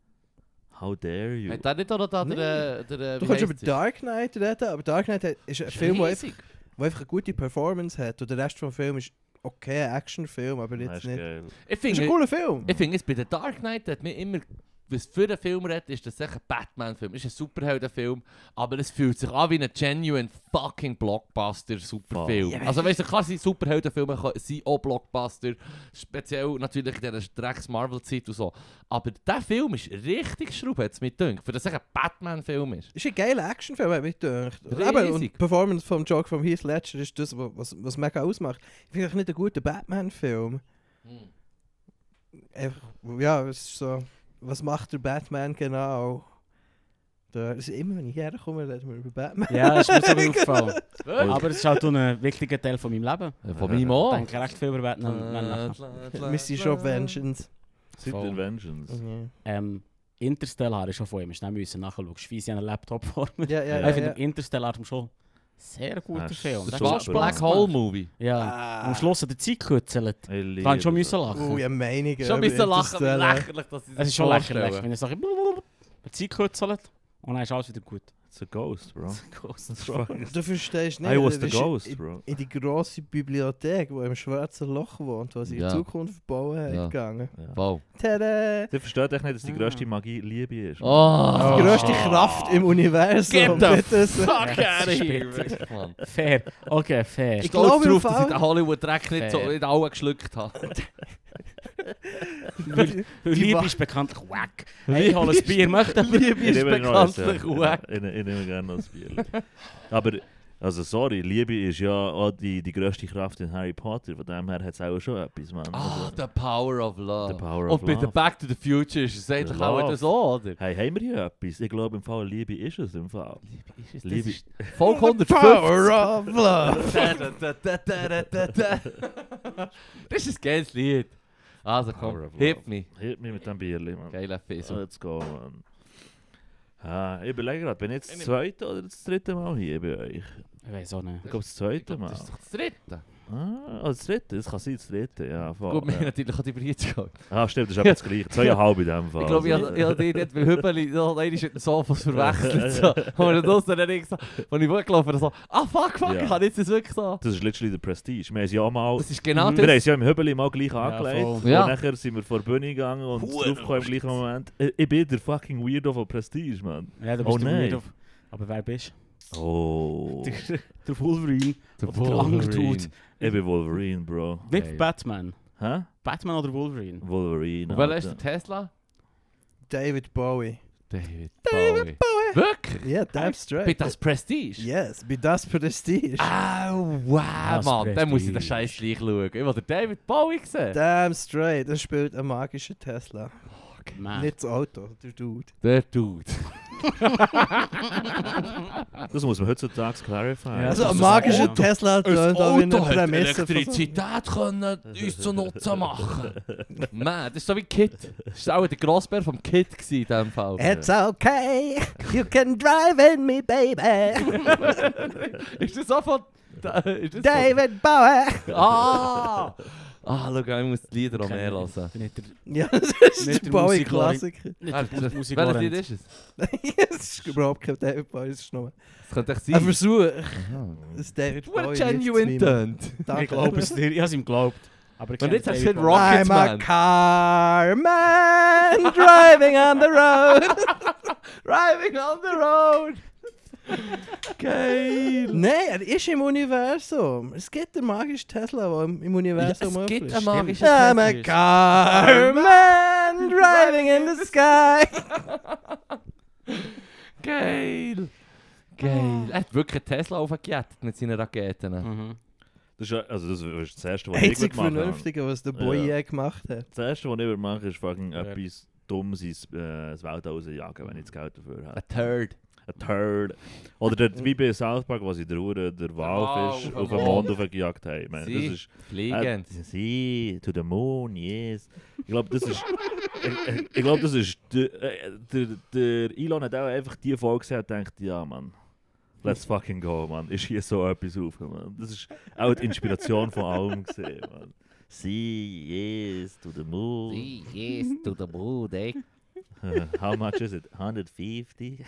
How dare you? Hat er nicht auch noch da Nee. der Du kannst über Dark Knight reden, aber Dark Knight ist ein Film, der riesig. einfach eine gute Performance hat. Und der Rest des Films ist okay, ein Actionfilm, aber Das jetzt ist nicht. geil. Ich Das ist ein finde, cooler Film. ich finde es bei der Dark Knight hat mir immer, was für den Film redet, ist das echt ein Batman-Film. Es ist ein Superheldenfilm, aber es fühlt sich an wie ein genuine fucking Blockbuster-Superfilm. Ja, Also weißt du, klar sind Superheldenfilme sind auch Blockbuster, speziell natürlich in dieser Drecks-Marvel-Zeit und so. Aber der Film ist richtig schraub, hat es mir gedacht, für das es ein Batman-Film ist. Ist ein geiler Actionfilm, hat mich gedacht. Riesig. Eben, und die Performance vom Joke von Heath Ledger ist das, was mega ausmacht. Ich finde auch nicht einen guten Batman-Film. Einfach, ja, es ist so, was macht der Batman genau? Das ist immer, wenn ich herkomme, reden wir über Batman. Ja, das ist mir so aufgefallen. Wirklich? Aber es ist halt auch ein wichtiger Teil von meinem Leben. Von meinem Ich auch. denke recht viel über Batman. Wir sind schon Vengeance. Seit Voll. der Vengeance. Interstellar ist schon von ihm. Schnell müssen nachschauen. Schweiss einen Laptop vor mir. Ja, ja, Ich ja. finde Interstellar schon sehr guter das ist Film. super. Das Schwarz hat Spaß Black gemacht. Hole Movie. Ja. Ah. Am Schluss hat der Zeit gekürzelt. Ich liebe Da habe ich schon das. müssen lachen. Ja, Meinungen. Schon ein über bisschen lachen, aber Interstellar. lächerlich, dass sie Es ist schon lächerlich, wenn ich sage, der Zeit gekürzelt und dann ist alles wieder gut. It's a ghost, bro. Ghost. Das ist fucking- Du verstehst nicht, I was das the ist ghost, bro. in die grosse Bibliothek, die im schwarzen Loch wohnt, die sie Ja. in Zukunft bauen hat, Ja. gegangen. Ja. Wow. Tada! Sie versteht echt nicht, dass die grösste Magie Liebe ist. Oh, Die grösste Kraft im Universum. Get the Bitte so. fuck Ja, out of spät. here, Mann. Fair. Okay, fair. Ich Ich glaube glaube darauf, im dass ich Fall- den Hollywood-Dreck nicht so Fair. in alle geschluckt habe. Weil Liebe Wa- ist bekanntlich wack. Hey, ich hole ein Bier, möchte Liebe Ich ist nehme noch eins, bekanntlich ja. wack. Ich nehme gerne noch ein Bier. Aber, also sorry, Liebe ist ja auch die grösste Kraft in Harry Potter. Von dem her hat es auch schon etwas, man. Ah, the power of love. The power Und of bei love. The Back to the Future ist es eigentlich auch Love. wieder so, oder? Hey, haben wir hier etwas? Ich glaube im Fall Liebe ist es im Fall. Liebe. Folge 150. Power of love! Das ist ein geiles Lied. Also komm, Power of hit love. me. Hit mich mit dem Bierli, man. Geiler Fiss. Let's go, man. Ah, ich überlege gerade, bin ich jetzt das zweite oder das dritte Mal hier bei euch? Ich weiß auch nicht. Ich glaube das zweite Mal. Das ist doch das dritte. Ah, das dritte? Das kann sein, das dritte, ja. Voll, Gut, wir haben ja. natürlich auch die Bridge gehabt. Ah, stimmt, das ist eben das gleiche. 2,5 in dem Fall. Ich glaube, ich Also, habe die nicht bei Hübeli noch einmal mit dem Sofas verwechselt. So. Und dann draussen dann ich so, als ich weggelaufen bin, so, ah fuck, Ja. ich habe jetzt das wirklich so. Das ist literally der Prestige. Wir haben es ja mal... Das ist genau Mhm. Wir haben das. es ja im Hübeli mal gleich angelegt. voll. Und Ja. nachher sind wir vor die Bühne gegangen und draufgekommen im gleichen Moment. Ich bin der fucking Weirdo von Prestige, man. Ja, du Oh bist der nein. Weirdo. Aber wer bist Oh. Der Wolverine. Der Oder der andere Dude. Ich bin Wolverine, Bro. Nicht Geil. Batman. Hä? Batman oder Wolverine? Wolverine. Und welcher ist Alter. der Tesla? David Bowie. David Bowie. Wirklich? Ja, damn straight. Bei das Prestige? Yes, bei das Prestige. Wow, Das Mann, dann muss ich den Prestige. Scheiß gleich schauen. Ich will den David Bowie sehen. Damn straight. Er spielt einen magischen Tesla. Man. Nicht das Auto, der Dude. Der Dude. Das muss man heutzutage clarifieren. Ja, Also das ein ist magischer ein Auto. Tesla, da wie eine Prämisse. können uns zu Nutzen machen. Man, das ist so wie Kid. Das war auch der Grossbär vom Kid in diesem Fall. It's okay, you can drive in me, baby. Ist das so von... Ist das David Bowie. Von, ah, schau, ich muss die Lieder auch mehr hören. Nicht der, Ja, das ist Nicht der der Bowie-Klassiker. nicht Ah, der Musik. welches Lied ist es? Das ist überhaupt kein David Bowie, das ist nur Das könnte echt ein sein. Versuch, Aha. das David What a Bowie genuine Lied zu mimen. Tönt. Ich Danke. glaube es dir. Ich habe es ihm geglaubt. Aber ich Und kenne jetzt hast du David den Bowie. Rock- I'm a Rocketman. car man driving on the road. Driving on the road. Geil. Nein, er ist im Universum. Es gibt einen magischen Tesla, der im Universum Ja, es gibt ist. einen magischen I'm a Tesla. car man driving in the sky. Geil. Geil. Er hat wirklich einen Tesla aufgejättet mit seinen Raketen. Mhm. Das ist, also das ist das Erste, was ich Einzig machen würde. Vernünftige, was der Boy Ja. je gemacht hat. Das Erste, was ich würde machen, ist fucking Ja. etwas Dummes ins Weltall rausjagen, wenn ich das Geld dafür habe. Ein Turd. Ein Turd. Oder der, wie bei South Park, was in der Uhr der Walfisch auf den Mond aufgejagt haben. Ich meine, das Sie ist... fliegen. Sie, to the moon, yes. Ich glaube, das ist... ich glaube, das ist... Der Elon hat auch einfach die Folge gesehen und denkt, ja, Mann. Let's fucking go, Mann. Ist hier so etwas auf, Mann. Das ist auch die Inspiration von allem gesehen, Mann. See, yes, to the moon. yes, to the moon, eh? How much is it? 150?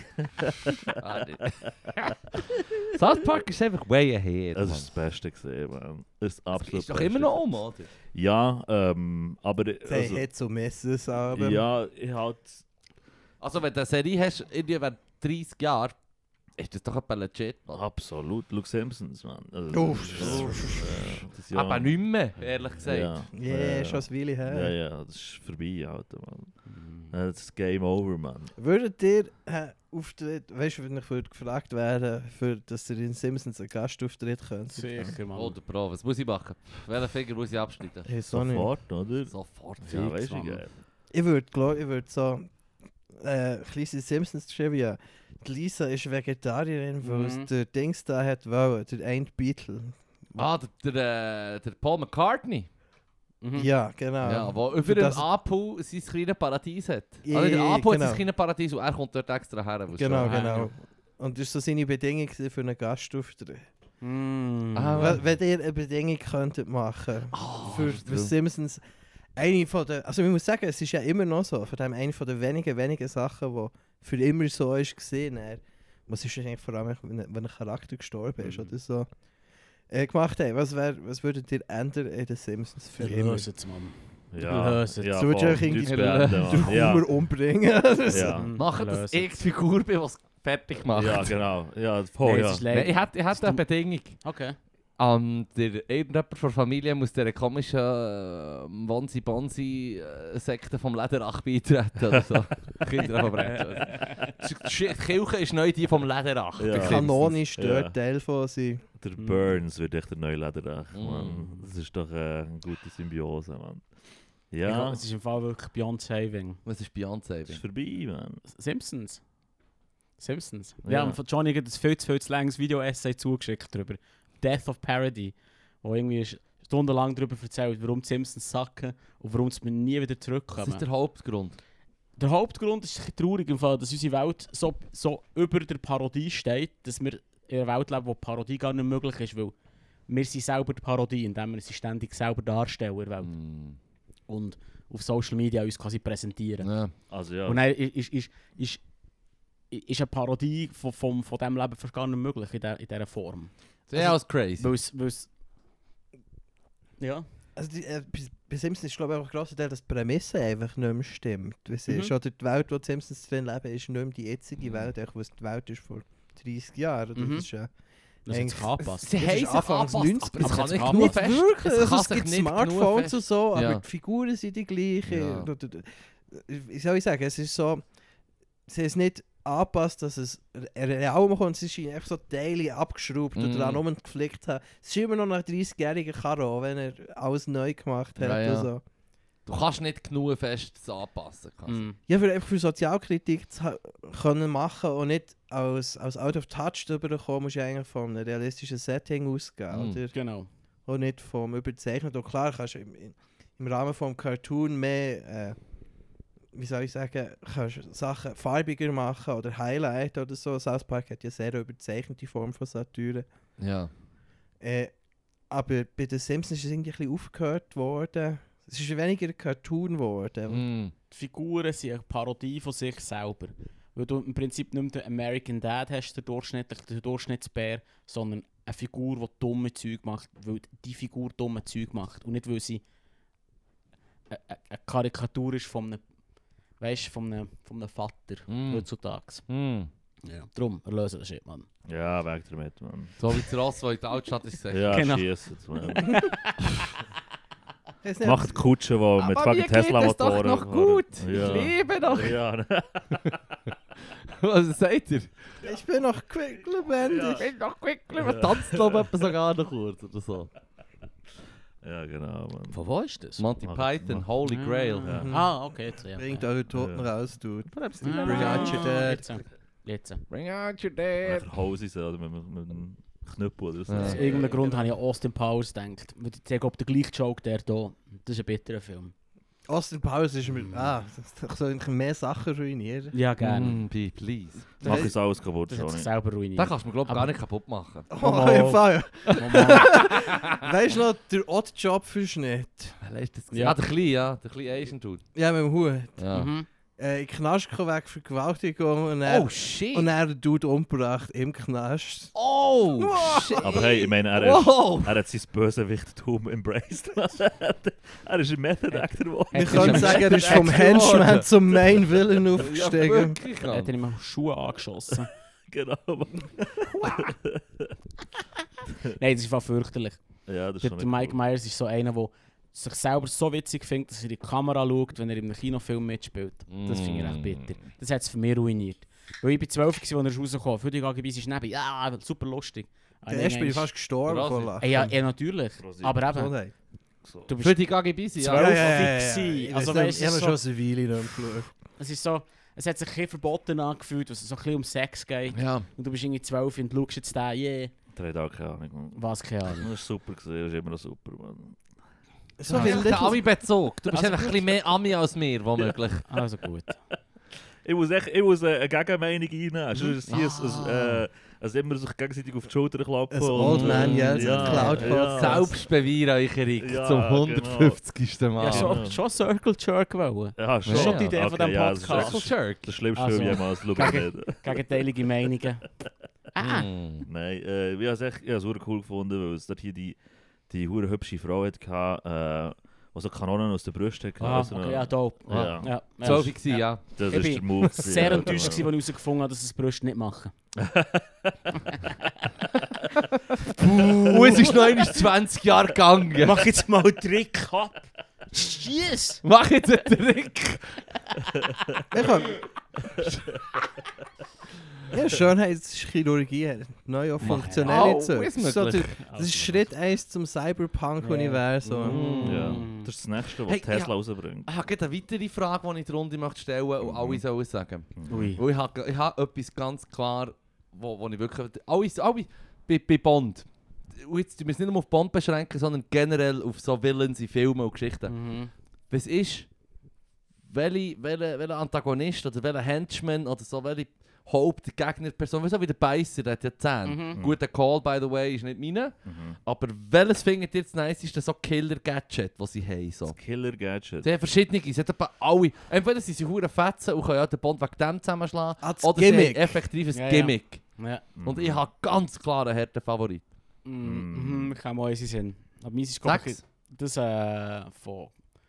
South Park ist einfach way ahead. Das Mann. ist das Beste gesehen, Mann. Das ist absolut Ist doch immer noch um, oder? Ja, aber... Sie Also, hat so Messes, aber... ja, ich halt... Also wenn du eine Serie hast, irgendwie während 30 Jahren, ist das doch etwa legit, Mann. Absolut, Luke Simpsons, Mann. Also, Uff. das Jahr- Aber nicht mehr, ehrlich gesagt. Ja, Yeah, schon ein Weile ja, her. ja, das ist vorbei, Alter, Mann. Das ist Game Over, Mann. Würdet ihr Auftritt, weißt du, wenn ich würde gefragt werden, dass ihr in Simpsons einen Gastauftritt könnt? Sicher, Mann. Oder Bro, was muss ich machen? Welchen Finger muss ich abschneiden? Hey, so nicht. Sofort, oder? Sofort. Ja, Fix, weißt du, Mann. geil. Ich würde so kleine Simpsons Trivia. Die Lisa ist Vegetarierin, weil es der Dings da hat wollen, der ein Beatle. Ah, der Paul McCartney. Mhm. Ja, genau. Ja, der über Für dem das- Apu sein kleines Paradies hat. Ja, Also der Apu hat genau. sein kleines Paradies und er kommt dort extra her. weil's Genau, schon- genau. Und das war so seine Bedingung gewesen für einen Gastauftritt. Mm. Ah, Wenn ihr eine Bedingung könntet machen für das ist true. Simpsons, eine von der, also ich muss sagen, es ist ja immer noch so, von dem eine von der wenigen Sachen, die für immer so ist gesehen. Was ist eigentlich vor allem, wenn ein Charakter gestorben ist oder so. Gemacht haben. Was würdet ihr ändern in den Simpsons für immer? Lösen es, Mann. Ja, Lösen. ja, Du würdest voll. euch irgendwie Nichts beenden, Den Mann. Ja, Humor umbringen. ja. Machen, dass ich die Figur bin, die es fertig macht. Ja, genau. Ja, voll, Nein, ja. es ist Nein, leid. ich hätte eine Bedingung. Okay. Irgendjemand von der Familie muss dieser komischen Bonzi-Bonzi-Sekte vom Lederach beitreten oder so. Kinder verbrechen. Die Kirche ist neu die vom Lederach. Ja. der Simpsons. Kanonisch dort Ja. Teil von sein. Der Burns wird echt der neue Lederach, Mm. Mann. Das ist doch eine gute Symbiose, Mann. Ich Ja, glaub, es ist im Fall wirklich Beyond Saving. Was ist Beyoncé? es ist vorbei, Mann. Simpsons. Simpsons. Ja. Ja, und von Johnny hat ein viel zu langes Video-Essay zugeschickt darüber. Death of Parody. Wo irgendwie stundenlang darüber erzählt, warum die Simpsons sacken und warum sie nie wieder Das zurückkommen. ist der Hauptgrund. Der Hauptgrund ist ein bisschen traurig, im Fall, dass unsere Welt so über der Parodie steht, dass wir in einer Welt leben, wo Parodie gar nicht möglich ist, weil wir sind selber die Parodie, indem wir sie ständig selber darstellen in der Welt. Mm. Und auf Social Media uns quasi präsentieren. Ja. Also ja, Und dann ist eine Parodie von diesem Leben fast gar nicht möglich in dieser Form. Das ist alles crazy. Weil es ja. Also bei Simpsons ist glaube ich auch ein grosser Teil, dass die Prämisse einfach nicht mehr stimmt. Wie sie ist. Oder die Welt, wo die Simpsons drin leben, ist nicht mehr die jetzige Welt, echt, was die Welt ist vor 30 Jahren. Oder? Mhm. Das ist ja Das hat sich Eigentlich- angepasst. Sie Das haben ist sich Anfangs angepasst, 90, aber es kann aber nicht es genug kann fest. nicht wirklich. Es kann Es sich gibt nicht genug Smartphones fest- und so, aber Ja. die Figuren sind die gleichen. Ja. Wie soll ich sagen? Es ist so, sie haben es nicht angepasst, dass es real kommt. Es ist einfach so Teile abgeschraubt Mhm. oder an geflickt haben. Es ist immer noch nach 30-jährigen Karo, wenn er alles neu gemacht hat. Ja, ja. Und so. Du kannst nicht genug fest das anpassen. Kannst. Mhm. Ja, einfach für Sozialkritik zu können machen und nicht als out of touch drüber kommen, musst du eigentlich von einem realistischen Setting ausgehen. Mhm. Oder? Genau. Und nicht vom Überzeichnen. Und klar kannst du im Rahmen vom Cartoon mehr, wie soll ich sagen, kannst du Sachen farbiger machen oder Highlight oder so. South Park hat ja sehr eine überzeichnete Form von Satire. Ja. Aber bei den Simpsons ist es irgendwie ein bisschen aufgehört worden. Es ist weniger ein Cartoon geworden. Mm. Die Figuren sind eine Parodie von sich selber. Weil du im Prinzip nicht mehr den American Dad hast, den Durchschnittsbär, sondern eine Figur, die dumme Zeug macht, weil die Figur dumme Zeug macht. Und nicht, weil sie eine Karikatur ist von einem, weißt, von einem Vater Mm. heutzutage. Mm. Ja. Darum, erlösen das Shit, Mann. Ja, weg damit, Mann. So wie der Ross, der in der Altstadt ist. Ja, Genau. schiessen. Mann. Ich weiss nicht, Macht Kutschen, die mit fucking Tesla-Motoren noch gut. Ja. Ich lebe noch. Ja, Was sagt ihr? ich bin noch quicklebendig. Ich bin noch quickly. Man tanzt glaube ich sogar noch kurz oder so. ja, genau, Mann. Von wo ist das? Monty Mach- Python, mach- Holy Grail. Ja. Ah, okay, jetzt ja. Bringt eure Toten Ja. raus, Dude. Bring out your dad. Jetzt. Bring out your dad. Einfach Hose so, oder mit einem Knüppel oder so. Ja. Aus irgendeinem Grund habe ich an Austin Powers gedacht. Ich glaube, der gleiche Joke, der hier. Das ist ein bitterer Film. Austin Powers ist mir... das soll ich mehr Sachen ruinieren. Ja, gerne. Mm, please. Mach uns alles kaputt, Das hat sich Johnny. selber ruiniert. Den kannst du mir glaube ich gar Aber- nicht kaputt machen. Oh, im Fall. Weißt du noch, der Odd-Job-Verschnitt? Wer ist das? Ja. Ah, der kleine, ja. Der kleine Asian Dude. Ja, mit dem Hut. Ja. Mhm. In Knast weg für Vergewaltigung und er... Oh shit! Und er den Dude umgebracht im Knast. Oh shit! Aber hey, ich meine, er hat sein Bösewichtum embraced. Er ist ein Method-Actor geworden. Wir Hat er können schon sagen, er ist vom Actor Henchman geworden? zum Main Villain Ja, aufgestiegen. wirklich, Er hat Mann. ihm mal Schuhe angeschossen. Genau, Mann. Nein, das ist einfach fürchterlich. Ja, das ist Der, schon der Mike Myers ist so einer, der sich selber so witzig findet, dass er in die Kamera schaut, wenn er in einem Kinofilm mitspielt. Das finde ich echt bitter. Das hat es für mich ruiniert. Weil ich war 12, als er rauskam. Für die AGB ist neben. Ja, super lustig. Der erste bin ich fast gestorben Rasi. von Lachen. Ja, natürlich. Rosi. Aber eben, Gesundheit. So. du Für bist die KGB sind, ja. 12 fix. Also, weißt ich du, habe so- schon Zivili noch geschaut. es ist so, es hat sich ein bisschen verboten angefühlt, dass es so ein bisschen um Sex geht. Ja. Und du bist irgendwie 12 und schaust jetzt da, Der hat auch keine Ahnung, Mann. was, keine Ahnung. Das ist super gesehen, das ist immer noch super, Mann. So Du viel bist der Little... Ami-Bezug. Du bist Also einfach ein bisschen mehr Ami als mir, womöglich. Also gut. Ich muss eine Gegenmeinung einnehmen. Sonst ist es hier als immer sich gegenseitig auf die Schulter klopfen. Ein Old Man Yells ja, Cloud Podcast. Selbstbeweihräucherung Ja, zum genau. 150. Mal. Ja, so- schon Circle Jerk wollen. Ja, schon. Das ist schon die Idee von diesem ja, das Podcast. ist Circle Jerk. das schlimmste Also, Film jemals. Schau ich nicht. Gegenteilige Meinungen. Mm. Nein, ich habe es super cool gefunden, weil es dort hier die hure hübsche Frau hatte, die so Kanonen aus der Brust hatte. Ah, Also, okay, ja, dope. Ja. Ja, So viel gewesen, ja. Das Ich ist bin der Move. sehr enttäuscht, als ich herausgefunden habe, dass es Brüste nicht machen. Und es ist noch einmal 20 Jahre gegangen. Mach jetzt mal einen Trick ab. Yes! Mach jetzt einen Trick. Ich kann... Ja, Schönheitschirurgie hat neu auch funktionelle Au, Züge. ist Das ist so möglich. das ist Schritt 1 zum Cyberpunk-Universum. Mm. Ja, das ist das Nächste, was Hey, Tesla rausbringt. Ich habe gerade eine weitere Frage, die ich die Runde möchte stellen und alle sollen sagen. Ui. Weil ich habe etwas ganz klar, wo ich wirklich... Alle bei Bond. Und jetzt tun wir es nicht nur auf Bond beschränken, sondern generell auf so Villains in Filmen und Geschichten. Mhm. Was ist... Welcher Antagonist oder welcher Henchman oder so, welche Hauptgegnerperson, so wie der Beißer, der hat ja 10. Mhm. Guter Call, by the way, ist nicht meine. Mhm. Aber welches findet ihr jetzt nice ist so Killer-Gadget, das sie haben? So. Das Killer-Gadget. Sie haben verschiedene, sie haben etwa alle. Entweder sind sie hure fetzen und können ja den Bond wegen dem zusammenschlagen, Das oder sie haben Gimmick. effektiv ein Ja, ja. Gimmick. Ja. Und ich habe ganz klar einen harten Favorit. Mhm. Ich kann mal unseren Sinn. Aber meins ist, glaub ich, Sechs? das von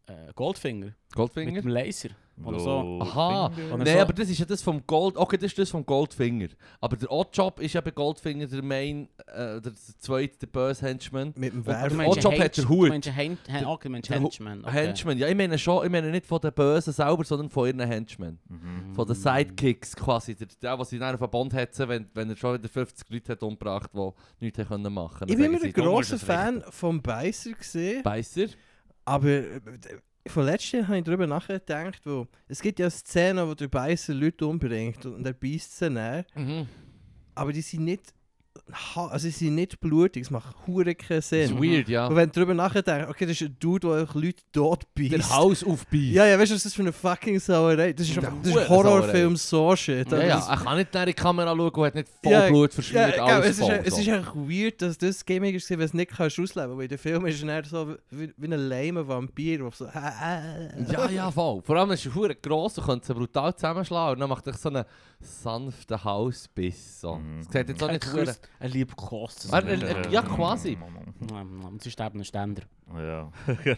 Goldfinger. Goldfinger? Mit dem Laser. Oder so. Aha. Oder Nein, so. aber das ist ja das vom Gold. Okay, das ist das vom Goldfinger. Aber der Oddjob ist ja bei Goldfinger der Main, der zweite, der böse Henchman. Mit dem der Du Werfer. meinst Oddjob einen hat den Hench- Hut. Du meinst einen Henchman. Okay. Henchman. Ja, ich meine schon, ich meine nicht von den Bösen selber, sondern von ihren Henchmen. Von den Sidekicks quasi. Der sie dann auf den Bond hetzen, wenn er schon wieder 50 Leute hat umgebracht, die nichts können machen können. Ich bin immer ein grosser Fan vom Beißer gesehen, Beisser? aber von letztem habe ich darüber nachgedacht, wo es gibt ja Szenen, wo der Beißer Leute umbringt und er beißt sie näher, aber die sind nicht, also sie sind nicht blutig, es macht hure keinen Das Sinn. ist weird, ja. Und wenn du darüber nachdenkst, okay, das ist ein Dude, der einfach Leute tot beißt. Der Haus aufbeißt. Ja, weißt du, was das für eine fucking Sauerei? Das ist Eine ein hure Horrorfilm, so shit. Ja, Das- er kann nicht in die Kamera schauen und hat nicht voll Ja, Blut verschmiert, ja, alles es ist, voll. es so. ist einfach weird, dass das Gaming ist, wenn es nicht kannst ausleben, weil der Film ist dann so wie ein lamer Vampir, der so Ja, voll. Vor allem ist er verdammt gross und könnte sie brutal zusammenschlagen und dann macht er so einen sanften Hausbiss. So. Mhm. Es sieht jetzt auch nicht verdammt... Ein Liebkost. Ja, quasi. Und sie sterben einen Ständer. Ja.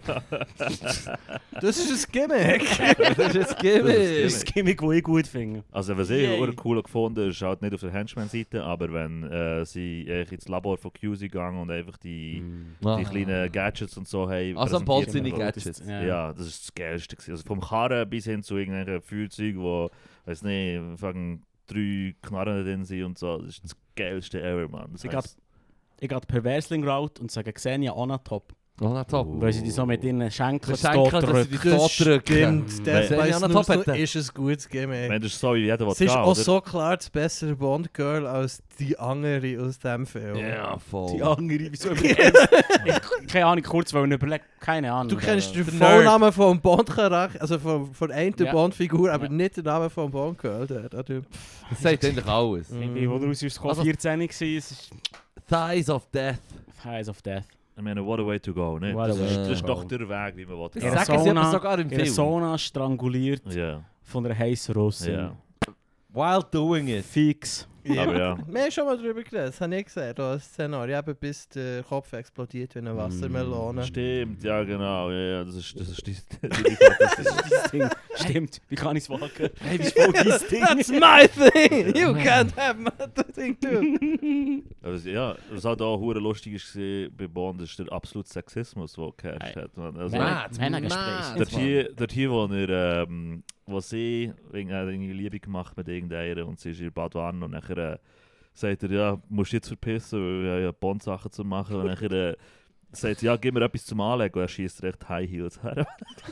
Das ist ein Gimmick. Das ist ein Gimmick. Das ist ein Gimmick, das ich gut finde. Also was ich auch cool gefunden ist halt nicht auf der Henchman-Seite, aber wenn sie ins Labor von QC gegangen und einfach die kleinen Gadgets und so haben Also ein präsentiert Bolt seine haben. Gadgets. Ja, das ist das Geilste gewesen. Also vom Karren bis hin zu irgendeinem Feuerzeug, wo, weiß nicht, fangen 3 Knarren drin sind und so. Das ist das Geilste ever, Mann. Das Ich heisst- gehe Perversling Route und sage Xenia Onatop. Oh, na top. Weil sie die so mit ihren Schenkeln Der Schenkel, dass sie drücken. die tot drücken. Stimmt, der Wenn- Spice Wenn- News Wenn- ist ein gutes Gimmick. Wenn das so wie jeder will Es ist gehen, auch oder? so klar das bessere Bond-Girl als die andere aus dem Film. Ja, voll. Die andere, wieso keine Ahnung, kurz, weil ich überlege, keine Ahnung. Du kennst den Der Vornamen vom Bond-Charakter, also von einer Ja. Bond-Figur, aber Ja. nicht den Namen vom Bond-Girl. Der Typ. Das sagt eigentlich alles. Wie wo du aus Also- 14 war, es ist Thighs of Death. Eyes of Death. Ich meine, what a way to go, ne? What a Das way ist, to das ist go. doch der Weg, wie man will. Das Ja, gehen. sagen sie aber Sauna- sogar im Ihre Film. Sona stranguliert Ja, von einer heißen Russin. ja. While doing it. Fix. Aber ja. Wir haben schon mal darüber geredet, das habe ich gesehen, da das Szenario, eben bis der Kopf explodiert wie eine Wassermelone. Stimmt, ja genau. Ja, das ist die Fantasie. Dieses Ding. Stimmt. Wie kann ich es wagen? Hey, wie ist voll dein Ding? That's my thing! You can't have my thing too! Also, ja, was halt auch hure lustig ist bei Bond, ist der absolute Sexismus, der geherrscht Hey. hat. Man. Also, Männergespräch. dort hier, wo sie irgendwie Liebe gemacht mit irgendeiner und sie ist in der Badwanne und nachher sagt er, ja, musst du jetzt verpissen, weil ich ja Bond-Sachen zu machen und nachher sagt sie, ja, gib mir etwas zum Anlegen und er schießt recht High Heels her.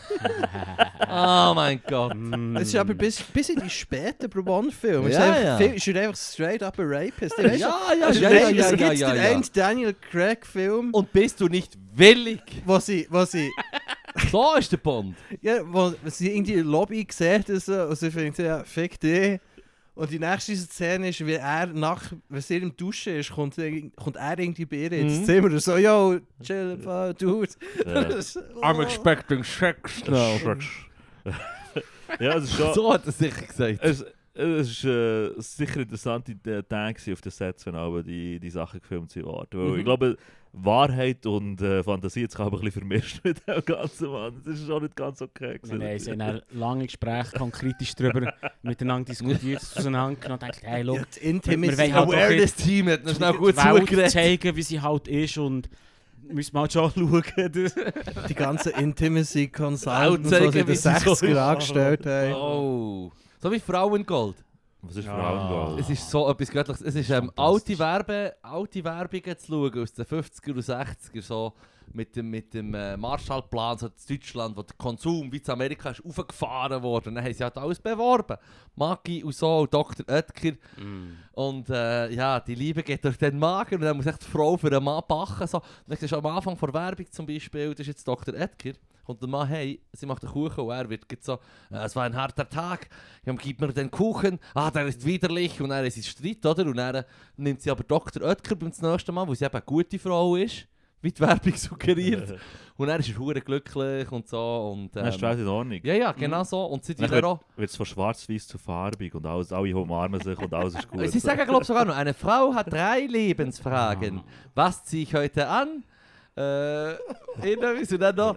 Oh mein Gott. Es ist aber bis in die späten Bond-Filme. Ja, ja. Es ist einfach straight up ein Rapist. Weißt du? Ja, Es gibt den einen Daniel Craig-Film, Und bist du nicht willig? wo sie So ist der Bond. ja, wo sie irgendwie in der Lobby sieht und so, und sie findet, ja, fick dich. Und die nächste Szene ist, wie er wenn sie im Duschen ist, kommt er irgendwie bei ihr ins Zimmer und so, yo, chill, dude. I'm expecting sex now. Ja, es ist schon... So hat er sicher gesagt. Es ist sicher interessante Tage auf den Sets, wenn aber die Sachen gefilmt worden. Weil ich glaube, Wahrheit und Fantasie jetzt aber ein bisschen vermischt mit dem Ganzen, Mann. Das ist schon nicht ganz okay. Nein, sie haben dann lange Gespräche kritisch darüber miteinander diskutiert, auseinandergenommen und gedacht, hey, look, Ja, die Intimacy. wir wollen halt doch Awareness Team hat noch schnell gut die Welt zugeredet. zeigen, wie sie halt ist und müssen wir halt schon schauen. Die ganzen Intimacy Consultants, Auch die sie in den zeigen, wie sie so 60er angestellt haben. Oh. So wie Frauengold. Was ist Ja. Frauengold? Es ist so etwas Göttliches. Es ist alte Werbungen zu schauen aus den 50er und 60er, so mit dem Marshallplan so in Deutschland, wo der Konsum wie in Amerika ist aufgefahren worden. Dann haben sie halt alles beworben. Maggi und so, und Dr. Oetker. Und ja, die Liebe geht durch den Magen und dann muss echt die Frau für einen Mann backen. So. Dann ist am Anfang der Werbung zum Beispiel, das ist jetzt Dr. Oetker. Und der Mann, hey, sie macht einen Kuchen und er wird so, es war ein harter Tag, gib mir den Kuchen, der ist widerlich und er ist ein Streit, oder? Und dann nimmt sie aber Dr. Oetker beim nächsten Mal, weil sie eben eine gute Frau ist, wie die Werbung suggeriert. Und er ist er verdammt glücklich und so. Und, Das ist alles in Ordnung. ja, genau so. Und sie Dann dann auch... wird es von schwarz-weiß zu farbig und alles, alle umarmen sich und alles ist gut. Sie sagen, glaube ich, sogar noch, eine Frau hat 3 Lebensfragen. Was ziehe ich heute an? Und dann noch,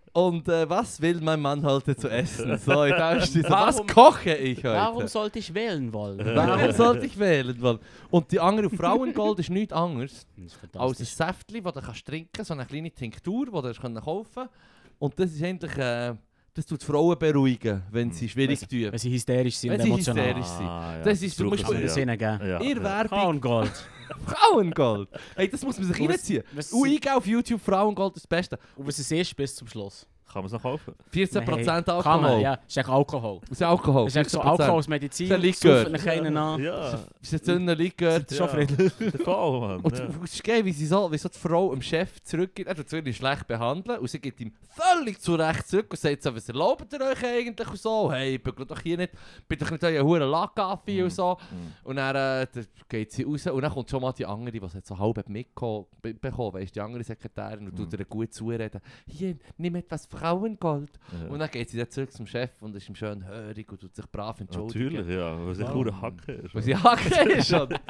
Und was will mein Mann heute zu essen? So, was Warum- koche ich heute? Warum sollte ich wählen wollen? Warum sollte ich wählen wollen? Und die andere Frauengold ist nichts anderes Das ist als ein fantastisch. Säftchen, das du kannst trinken, so eine kleine Tinktur, die du kaufen kannst. Und das ist eigentlich, das tut die Frauen beruhigen, wenn sie schwierig tun. Wenn sie hysterisch sind Wenn und sie emotional. hysterisch sind. Ja, Das ist- du brauchen musst- sie, Kann es ihnen geben. Ja. Ihr Werbung, Frauengold. Frauengold. Hey, das muss man sich Und reinziehen. was- Eingehen auf YouTube, Frauengold ist das Beste. Und was es ist bis zum Schluss. Kann man es noch kaufen? 14% Kann Alkohol. man, ja. Das ist echt Alkohol. Das ist Alkohol. Das ist echt so 14%. Alkohol als Medizin. Das ist ein Likör. Saufen einen an. Ja. Das ist ein dünner Likör. Das ist schon friedlich. Voll, Mann. Und Ja. es ist geil, wie so die Frau dem Chef zurückgeht. Er tut sie wirklich schlecht behandeln und sie gibt ihm völlig zu Recht zurück und sagt so, was erlaubt ihr euch eigentlich und so. Hey, ich bin doch hier nicht, bin doch nicht euer huren Lackaffi und so. Und dann dann geht sie raus und dann kommt schon mal die andere, die hat so halb mitbekommen, weißt, die andere Sekretärin und tut ihr gut zureden. Hier, nimm etwas Frauengold. Ja. Und dann geht sie dann zurück zum Chef und ist ihm schön hörig und tut sich brav entschuldigen. Natürlich, ja. Was ich Wow. pure Hacke ist. Weil sie Hacke ist. Oder?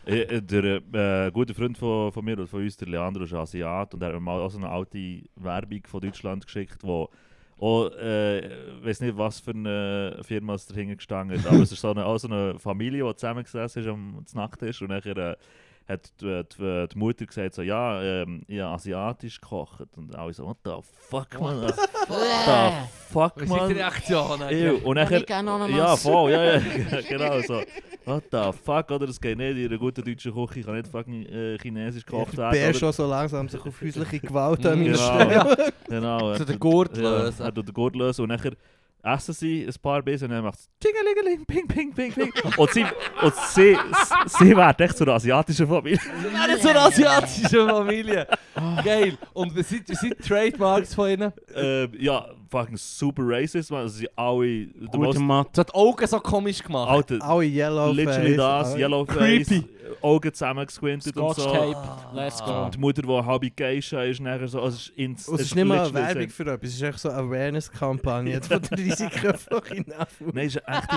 Der gute Freund von mir oder von uns, der Leandro, ist Asiat und er hat mir mal auch so eine alte Werbung von Deutschland geschickt, wo auch, ich weiß nicht, was für eine Firma es dahinter gestanden ist, aber es ist so eine, auch so eine Familie, die zusammengesessen ist am Nachttisch und nachher hat die Mutter gesagt so, ja, ich habe asiatisch gekocht und alle so, what the fuck, man, what the fuck, Was sind die man. Reaktionen? Ew. Und nachher, gerne Ananas? ja, voll, ja, genau so. What the fuck, oder? Das geht nicht in einer guten deutschen Küche, kann nicht fucking chinesisch gekocht Der werden. Bär oder? schon so langsam sich auf häusliche Gewalt Genau. stellen. Genau. Zu den Gurt lösen. Er tut den Gurt lösen und nachher essen sie ein paar Bissen und dann macht es Tschingelingeling, ping, ping, ping, ping. und sie werden echt zu einer asiatischen Familie. Ja, nicht so eine asiatische Familie. Geil. Und was sind Trademarks von ihnen? Ja, fucking super racist, man. Also sie alle... Gute Mathe. So hat die Augen so komisch gemacht. Alter, Alle Yellowface. literally das, alle- Yellowface, Creepy. Augen zusammengesquintet und Scotch so. Tape. Let's go. Und die Mutter, die halbe Geisha ist, nachher so... Also Und es ist nicht mal eine literally Werbung für etwas, es ist echt so eine Awareness-Kampagne von den Risiken von Chinafu. Nein, es ist eine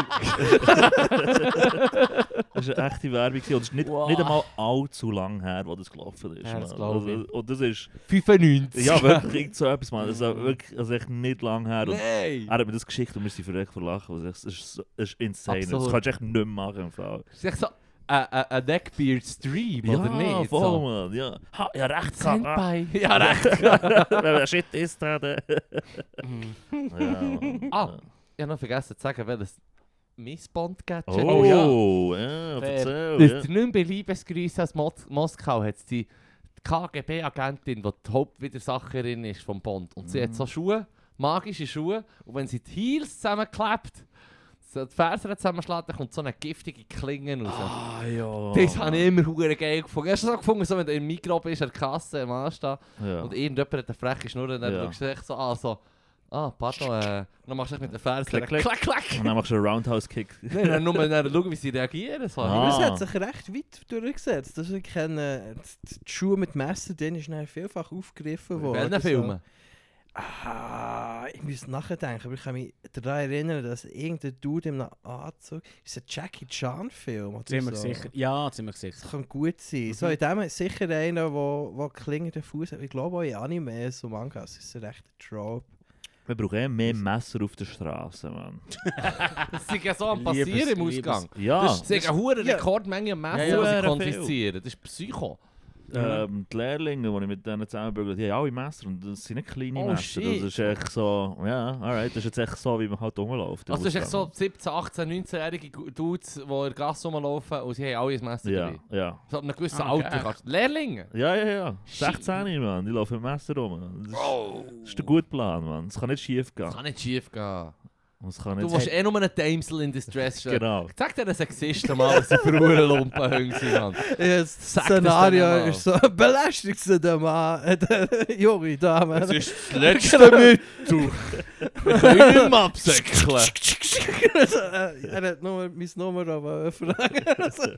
echte Werbung gewesen. Und es ist nicht einmal allzu lang her, wo das gelaufen ist. Ja, das man. glaub ich. Und das ist... 95. Ja, wirklich irgend so etwas, man. Das ist wirklich also echt nicht lang her. Und Nein. er hat mir das geschickt und wir sind verreckt vor Lachen. Also es ist insane. Absolut. Das kannst du echt nicht mehr machen im Fall. Das ist echt so ein Neckbeard-Stream, oder nicht? voll, So. man. Ja, ha, ja recht gehabt. Senpai. Ja, recht. Wenn der Shit ist, dann... ja, man. Ah. Ich habe noch vergessen zu sagen, welches Missband-Gadget Oh, ja, erzähl. Das Ja. ist nicht mehr bei Liebesgrüße aus Moskau hat es die KGB-Agentin, die die Hauptwidersacherin ist vom Bond. Und sie hat so Schuhe, magische Schuhe, und wenn sie die Heels zusammenklebt, so die Fersen zusammenschlägt, dann kommt so eine giftige Klinge raus. Ah, ja. Das habe ich immer verdammt geil gefunden. Hast du so gefunden, so, wenn du im Mikro bist, an der Kasse, am Anstehen, Ja. und irgendjemand hat eine freche Schnur, und dann Ja. schaust du echt so an, so, pardon, dann machst du echt mit den Fersen, Klick, klick. klack, klack. Und dann machst du einen Roundhouse-Kick. Nein, dann nur dann schauen, wie sie reagieren. So. Ah. Das hat sich recht weit durchgesetzt. Das ich kenne, die Schuhe mit Messer, denen ist dann vielfach aufgegriffen In worden. welchen Filmen? Ich muss nachdenken, aber ich kann mich daran erinnern, dass irgendein Dude in einem Anzug... Ist ein Jackie Chan-Film oder Ziemlich so? sicher. Ja, ziemlich sicher. Das kann gut sein. So, in dem ist sicher einer, der klingenden Fuß hat. Ich glaube auch in Animes und Mangas ist es recht ein Trope. Wir brauchen mehr Messer auf der Straße, Mann. Das ist ja so am Passieren im Ausgang. Ja. Das ist eine hohe Ja. Rekordmenge an Messer, Ja, die sie ja. konfiszieren. Das ist Psycho. Die Lehrlinge, die ich mit denen zusammenbügele, die haben alle Messer und das sind nicht kleine Oh, Messer. shit. Das ist echt so, ja, alright, das ist jetzt echt so, wie man halt rumläuft. im Also das ist echt so Ausgang. 17, 18, 19-jährige Dudes, die in der Gasse rumlaufen und sie haben alle ein Messer Ja, dabei. ja. So ab einem gewissen Ah, okay. Alter. Kannst du- Lehrlinge? Ja. Shit. 16, Mann, die laufen mit Messer rum. Das Bro! ist der gute Plan, Mann. Das kann nicht schief gehen. Das kann nicht schief gehen. Das kann Du nicht willst eh nur eine Damsel in Distress. Genau. Sag dir den Sexisten mal, dass sie für Lumpenhunde sind, Mann. Das Sag das Szenario denen mal. ist so, belästigst du den Mann, die junge Dame. Das ist das letzte Mittel. Wir können nicht mehr absäckeln. Er hat nur mein Nummer fragen.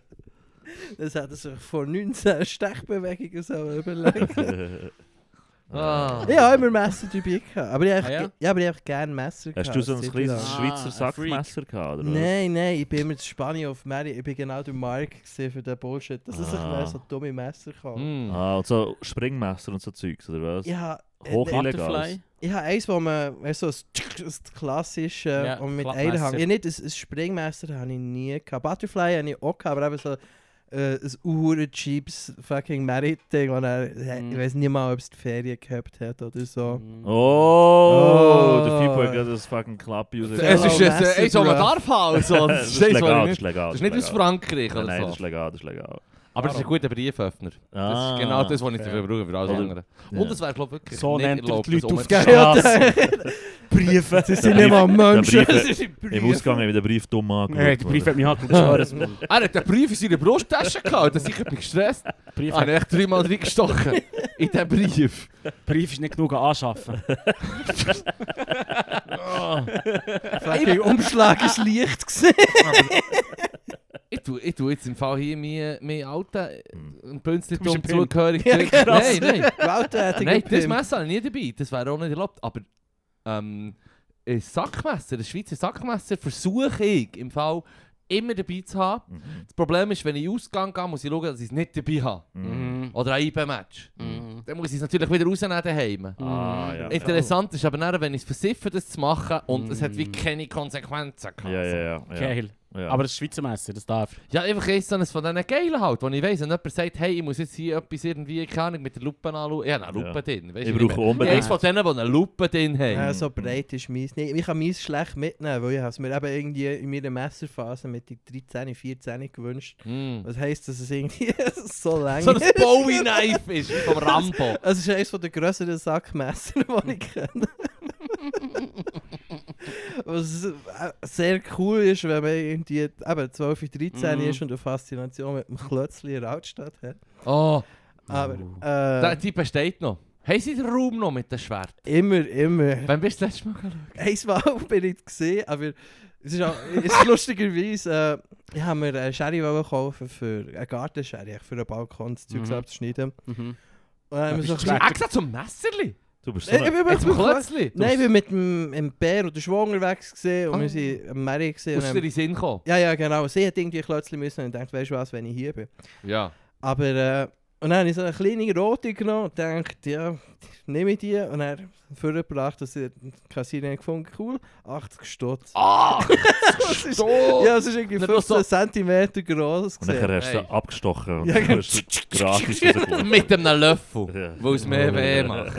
Das hat er sich vor 19 Stechbewegungen so überlegt. Ah. Ich habe immer Messer dabei gehabt. Aber ich habe Ah, ja? aber ich habe gerne Messer gehabt. Hast du so ein Zeit kleines lang. Schweizer ein Sackmesser gehabt, oder was? Nein, ich bin immer in Spanien auf Mary. Ich bin genau der Mark gewesen für den Bullshit. Dass es sich Ah. mehr so dumme Messer kann. Mm. Ah, und so Springmesser und so Zeugs, oder was? Ich habe Hochillegal. Butterfly. ich habe eins, wo man, weißt du, so das klassische, Ja, und mit Klappmesser. Einhang. Ja, nicht ein Springmesser habe ich nie gehabt. Butterfly habe ich auch gehabt, aber eben so ein cheapes fucking Merit-Ding, wo ich weiß nicht mal, ob es die Ferien gehabt hat oder so. Mhm. Oh, Oh. der Fipo hat gerade das fucking Klappe Es rausgekommen. ist eins, was man darf haben. Also, Das das ist legal, nicht, das ist nicht aus legal. Frankreich Nein, oder nein, so. das ist legal, das ist legal. Aber das ist ein guter Brieföffner. Das ist genau das, was ich dafür brauche, für alles Oder- andere. Und es wäre, glaube ich, wirklich So nicht nennt er erlaubt, die Leute das auf der umzuschreiben. Straße. Briefe. Das sind nicht mal Menschen. Briefe- Das sind Briefe. Im Ausgang habe ich den Brief dumm angeschaut. Nein, der Brief hat mich angeschaut. Er hat den Brief in seiner Brusttasche gehabt, dass ich mich gestresst habe. Brief Ich habe echt 3-mal reingestochen in diesen Brief. Brief ist nicht genug anschaffen. Fucking Umschlag ist leicht gewesen. Ich tue jetzt im Fall hier mein alten Bünzli Du bist dumm ein Pimp. zugehörig. Ja, Nein, nein. Gewalttätig. Nein, das Messer habe ich nie dabei. Das wäre auch nicht erlaubt. Aber ein Sackmesser, ein Schweizer Sackmesser, versuche ich im Fall immer dabei zu haben. Mhm. Das Problem ist, wenn ich in den Ausgang gehe, muss ich schauen, dass ich es nicht dabei habe. Mhm. Oder ein IB-Match. Mhm. Dann muss ich es natürlich wieder rausnehmen daheim. Ah, ja. Interessant ist aber dann, wenn ich es versiffe, das zu machen und es hat wie Mm. keine Konsequenzen gehabt. Ja. Geil. Ja. Aber das Schweizer Messer, das darf. Ja, einfach eins so eines von diesen Geilen halt, wo ich weiss, wenn jemand sagt, hey, ich muss jetzt hier etwas irgendwie, keine Ahnung, mit der Lupe anschauen. Ja, eine Lupe Ja. drin. Weißt Ich du, brauche ich unbedingt- eins von denen, die eine Lupe drin haben. Ja, so breit ist meins nicht. Ich kann meins schlecht mitnehmen, weil ich es mir eben irgendwie in meiner Messerphase mit den 13, 14 gewünscht. Mm. Was heisst, dass es irgendwie so lang So ein ist? Bowie-Knife ist, wie vom Rambo. Es ist eines der grösseren Sackmesser, die ich kenne. Was sehr cool ist, wenn man irgendwie eben 12, 13 ist und eine Faszination mit dem Klötzli in der Altstadt hat. Oh, Aber die besteht noch. Haben sie den Raum noch mit dem Schwert? immer. Wann bist du das letzte Mal geschaut? Einmal bin ich gesehen, aber es ist, auch, ist lustigerweise, ich habe mir eine Sherry kaufen für eine Gartensherry, für einen Balkon, das Zeug abzuschneiden. Mhm. Und dann haben wir so ein bist du bisschen... Extra zum Messerli? Du bist so Ich eine... bin Jetzt zum Klötzli? Nein, ich bin mit dem Bär oder Schwung unterwegs gesehen und Ah. wir sind am Mary gesehen. Musst du dir in den Sinn kommen? Ja, genau. Sie hat irgendwie Klötzli müssen und dachte, weißt du was, wenn ich hier bin. Ja. Aber, und dann habe ich so eine kleine rote genommen und dachte, ja, nehme ich die. Und dann vorgebracht, dass ich die Kassiererin gefunden, cool, 80 Stutz. Ah! Das ist- So! Ja, es ist irgendwie Nicht 15 so- cm groß. Und dann hast du Hey. sie abgestochen und Ja, dann genau. hast du gratis rausgeholt. Mit einem Löffel, Ja. weil es mehr weh macht.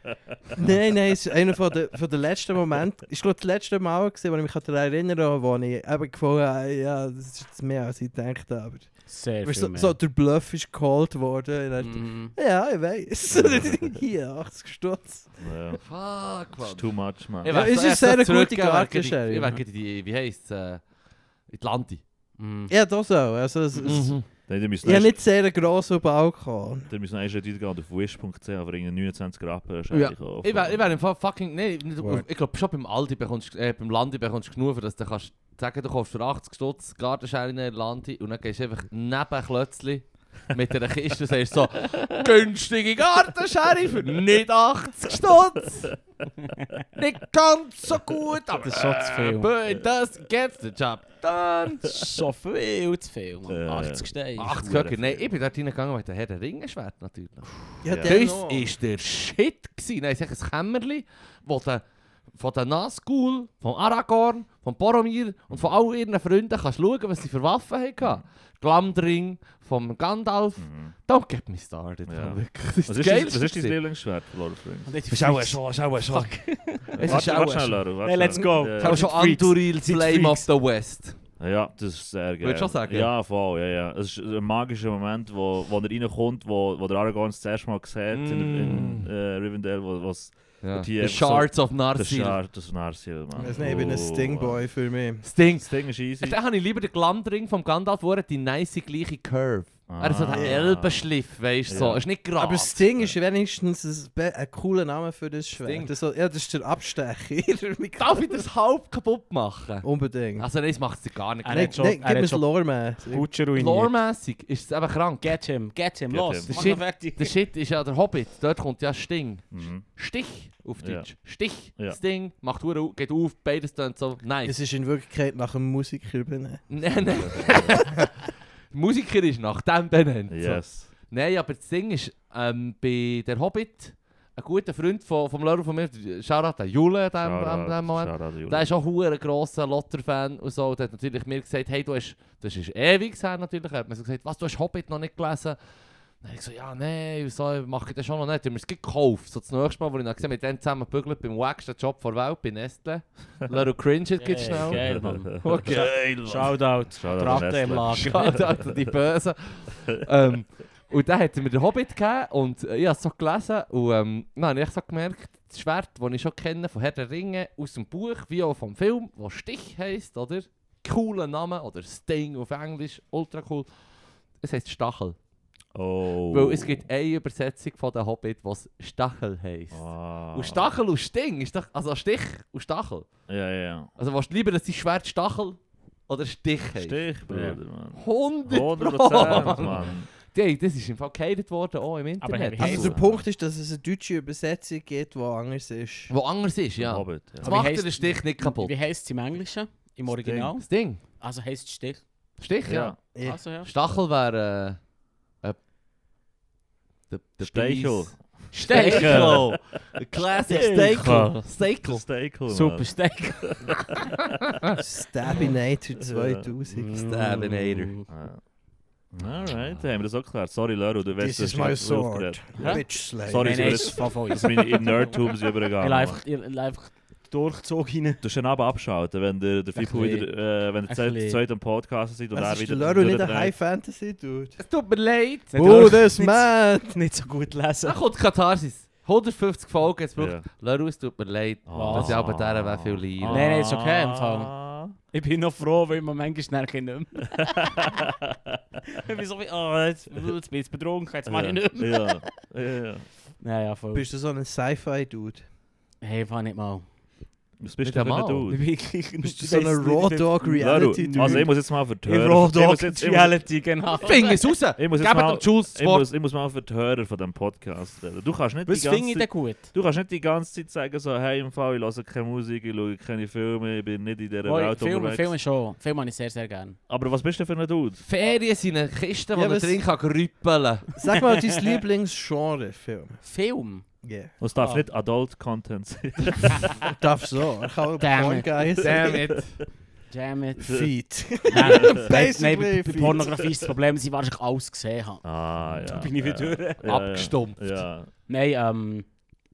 Nein, es ist einer von den letzten Momenten. Ich glaube, das letzte Mal, gewesen, wo ich mich daran erinnere, wo ich eben gefunden habe, ja, das ist jetzt mehr als ich gedacht habe. Sehr Weißt, viel so, mehr. so der Bluff ist geholt worden. Und dann, Mhm. ja, ich weiß. Hier, 80 Stutz. Ja. Fuck, Das ist too much, man. Ja, es ist sehr eine gute Gartensherry. Ich werde die, wie heisst es, in die Landi. Mhm. Ja, das so. Also, Mhm. Nein, ich habe nicht sehr einen grossen Balkon. Dann müssen wir eigentlich weitergehen auf wish.ch, aber in 29 Rappen Ja. Ich wäre im Fall fucking, nein, Word. ich glaube schon beim Aldi bekommst, beim Landi bekommst du genug, für dass du kannst sagen, du kaufst für 80 Stutz Gartenschere in der Landi und dann gehst du einfach neben Klötzli mit einer Kiste und sagst so, günstige Gartenschere für nicht 80 Stutz. Nicht ganz so gut, aber Das ist schon zu viel. but das gets the job done. Das ist schon viel zu viel, Mann. Ja. 80 Steine. 80 Höcker, nein, ich bin dort reingegangen mit dem Herr der Ringenschwert natürlich. Ja, Ja. der Das noch. war der Shit. Nein, es ist ein Kämmerli, wo der von den Nazgul, von Aragorn, von Boromir und von all ihren Freunden kannst du schauen, was sie für Waffen hatten. Glamdring, vom Gandalf. Mhm. Don't get me started. Ja. Wirklich. Das ist Was das ist dein Geilste. Lieblingsschwert von Lord of the Rings? Und jetzt Es ist auch schon. Es ist auch Warte schnell, schon. Laru, warte Hey, let's schnell. go. Ja, Es ist auch schon Freaks. Anduril, Sind Flame of Freaks. the West. Ja, das ist sehr geil. Würdest du auch sagen? Ja, voll, ja. Es ist ein magischer Moment, wo er reinkommt, wo der Aragorn das erste Mal sieht in Rivendell, wo Ja. Und The hier Shards of das Narsil. Schart, das Narsil, Mann. Ich weiß nicht, ich bin ein Stingboy für mich. Sting. Das Ding ist easy. Dann habe ich lieber den Glamdring vom Gandalf, wo er die nice gleiche Curve. Er hat so den Elbenschliff, weißt du, so. Ist nicht gerade. Aber Sting ist wenigstens ein cooler Name für das Sting. Schwert. Das ist der Abstecher. Darf ich das halb kaputt machen? Unbedingt. Also nein, das macht sie gar nicht. Er Nein, hat schon- gib er mir hat das schon- Lore-Man. Gucci ruiniert. Loremässig ist es eben krank. Get him, los. him. Mach Shit. noch fertig. Der Shit ist ja der Hobbit, dort kommt ja Sting. Mhm. Stich auf Ja. Deutsch. Stich, Ja. Sting, macht Hure, geht auf, beides dann so, nice. Es ist in Wirklichkeit nach einem Musiker benannt. Nein, nein. Der Musiker ist nach dem benannt. Yes. So. Nein, aber das Ding ist, bei der Hobbit, ein guter Freund vom Lehrer von mir, Shoutout an Jule in dem Moment, der ist auch ein grosser Lotter-Fan und so. Der hat natürlich mir gesagt, hey, das ist ewig her natürlich. Er hat mir so gesagt, was, du hast Hobbit noch nicht gelesen? Dann habe ich gesagt, ja, nein, wieso mache ich das schon noch nicht? Dann haben wir es gekauft. So das nächste Mal, wo ich dann gesehen habe, mit denen zusammen gebügelt beim wacksten Job der Welt, bei Nestle. Little Cringe geht schnell. Geil, Mann. Okay. Geil, Shoutout. Shoutout Ratte an im Nestle. Lager. Shoutout an die Bösen. Und dann hat er mir den Hobbit gegeben und ich habe es so gelesen und dann habe ich echt so gemerkt, das Schwert, das ich schon kenne von Herr der Ringe aus dem Buch, wie auch vom Film, wo Stich heisst, oder? Cooler Name, oder Sting auf Englisch, ultra cool. Es heisst Stachel. Oh. Weil es gibt eine Übersetzung von der Hobbit, was Stachel heisst. Ah. Und Stachel und Sting ist doch, also Stich und Stachel. Ja. Also willst du lieber, dass dein Schwert Stachel oder Stich heisst? Stich, Bruder, Mann. 100%, 100%, Mann. Hey, das ist im Fall gehatet worden, auch im Internet. Aber Also der Punkt ist, dass es eine deutsche Übersetzung gibt, die anders ist. Wo anders ist, ja. Hobbit, ja. Das Aber wie macht heisst- den Stich nicht kaputt. Wie heisst es im Englischen? Im Original? Das Ding. Also heisst es Stich. Stich, ja. Ja. Also ja. Stachel wäre der Steichel. Steichel. Classic Steichel. Steichel. Steichel, Super Steak. Stabinator 2000. Stabinator. Alright, haben wir das auch geklärt. Sorry, Leru, du weißt, This is my sword. Hä? Bitch Slay. Sorry, Nein, so nein, jetzt- ist von uns. dass meine in Nerdtum sind Ich übergegangen. will einfach durchgezogen rein. Du musst dann aber abschalten, wenn der Fipu bisschen. wieder, wenn der Ein bisschen. zweite am Podcast ist und Was er ist wieder... der Lero nicht durchdreht. ein High Fantasy Dude? Es tut mir leid. Oh, das man! Nicht so gut lesen. Da kommt Katharsis. 150 Folgen, jetzt braucht Ja. Leru, es tut mir leid. Ah. Dass ich aber dieser wäre viel lieber. Nein, nein, ist okay im Fall. Ich bin noch froh, weil man manchmal schnell nicht mehr. Ich bin so wie, oh, jetzt bin ich jetzt betrunken, jetzt mache ich nicht mehr. Ja. Naja, voll. Bist du so ein Sci-Fi-Dude? Hey, fahr nicht mal. Was bist Nicht du für ein einmal. Dude? Bist du so ein Raw Dog Reality Leru, Dude? also ich muss jetzt mal für die In Hörer... Raw ich Dog muss jetzt- Reality, genau. Fing es raus. Ich muss jetzt Gebt mal... dem Jules das Wort. Ich muss mal für die Hörer von diesem Podcast reden. Du kannst nicht Was die finde ich ganze denn Zeit... gut? Du kannst nicht die ganze Zeit sagen so, hey, im Fall, ich höre keine Musik, ich schaue keine Filme, ich bin nicht in dieser Welt unterwegs. Filme schon. Filme habe ich sehr, sehr gerne. Aber was bist du für ein Dude? Ferien sind eine Kiste, wo Ja, man was- drin kann grüppeln. Sag mal dein Lieblingsgenre-Film. Film? Yeah. Es darf Ah. nicht Adult-Content sein. Darf so. Er kann auch Damn Porn it. Guys. Damn it. Damn it. Feet. Nein, Basically bei fit. Pornografie ist das Problem, dass ich wahrscheinlich alles gesehen habe. Ah, ja. Da bin ich wieder durch. Ja, Abgestumpft. Ja. Nein,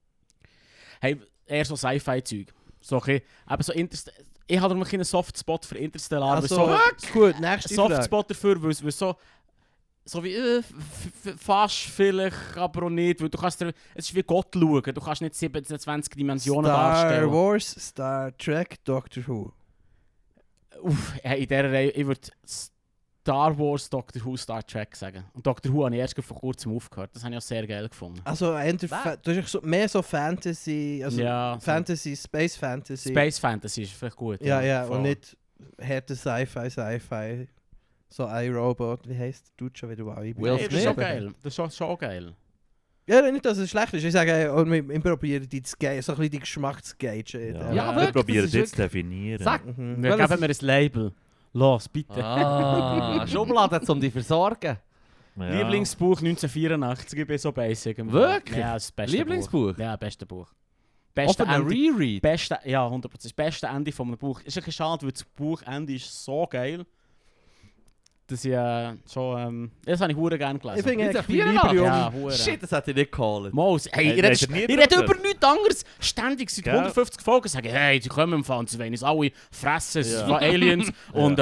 hey, eher so Sci-Fi-Zeug. So, okay, eben so ich habe noch einen Softspot für Interstellar. Also, so, gut, nächste Frage. Softspot dafür, weil es so wie fast vielleicht, aber auch nicht. Weil du kannst es ist wie Gott schauen. Du kannst nicht 27 Dimensionen Star darstellen. Wars, Star Trek, Doctor Who. Uff, hey, in dieser Reihe, ich würde Star Wars, Doctor Who, Star Trek sagen. Und Doctor Who habe ich erst vor kurzem aufgehört. Das habe ich auch sehr geil gefunden. Also, du hast so, mehr so Fantasy, also Ja, so. Fantasy, Space Fantasy. Space Fantasy ist vielleicht gut. Ja, voll. und nicht härte Sci-Fi. So iRobot, wie heisst der schon wieder? Wow, ich bin- Will Hey, das ist schon Smith. geil. Das ist schon geil. Ja, nicht, dass es schlecht ist. Ich sage, wir probieren die zu gaugen, so ein bisschen die Geschmack zu gaugen. Ja, Wir wirklich, probieren das es ist jetzt zu definieren. Sag. Mhm. Wir Welches geben mir ein Label. Los, bitte. Ah, Schublade, um dich zu versorgen. Ja. Lieblingsbuch 1984, ich bin so basic. Wirklich? Ja, das beste Lieblingsbuch? Buch. Ja, beste Buch. Auch Beste für einen Ende. Reread. Beste, ja, 100%. Das beste Ende von einem Buch. Ist ein bisschen schade, weil das Buchende ist so geil. Dass ich schon... das habe ich verdammt gerne gelesen. Ich finde Jetzt Equilibrium. ja, hure. Shit, das hätte ich nicht geholt. Maus, hey, Hey, ihr das redet hast du nie ihr redet getroffen. über nichts anderes. Ständig seit Gell? 150 Folgen sagen, hey, sie kommen im Fall, sie wollen uns alle fressen, es Ja. sind Aliens. Und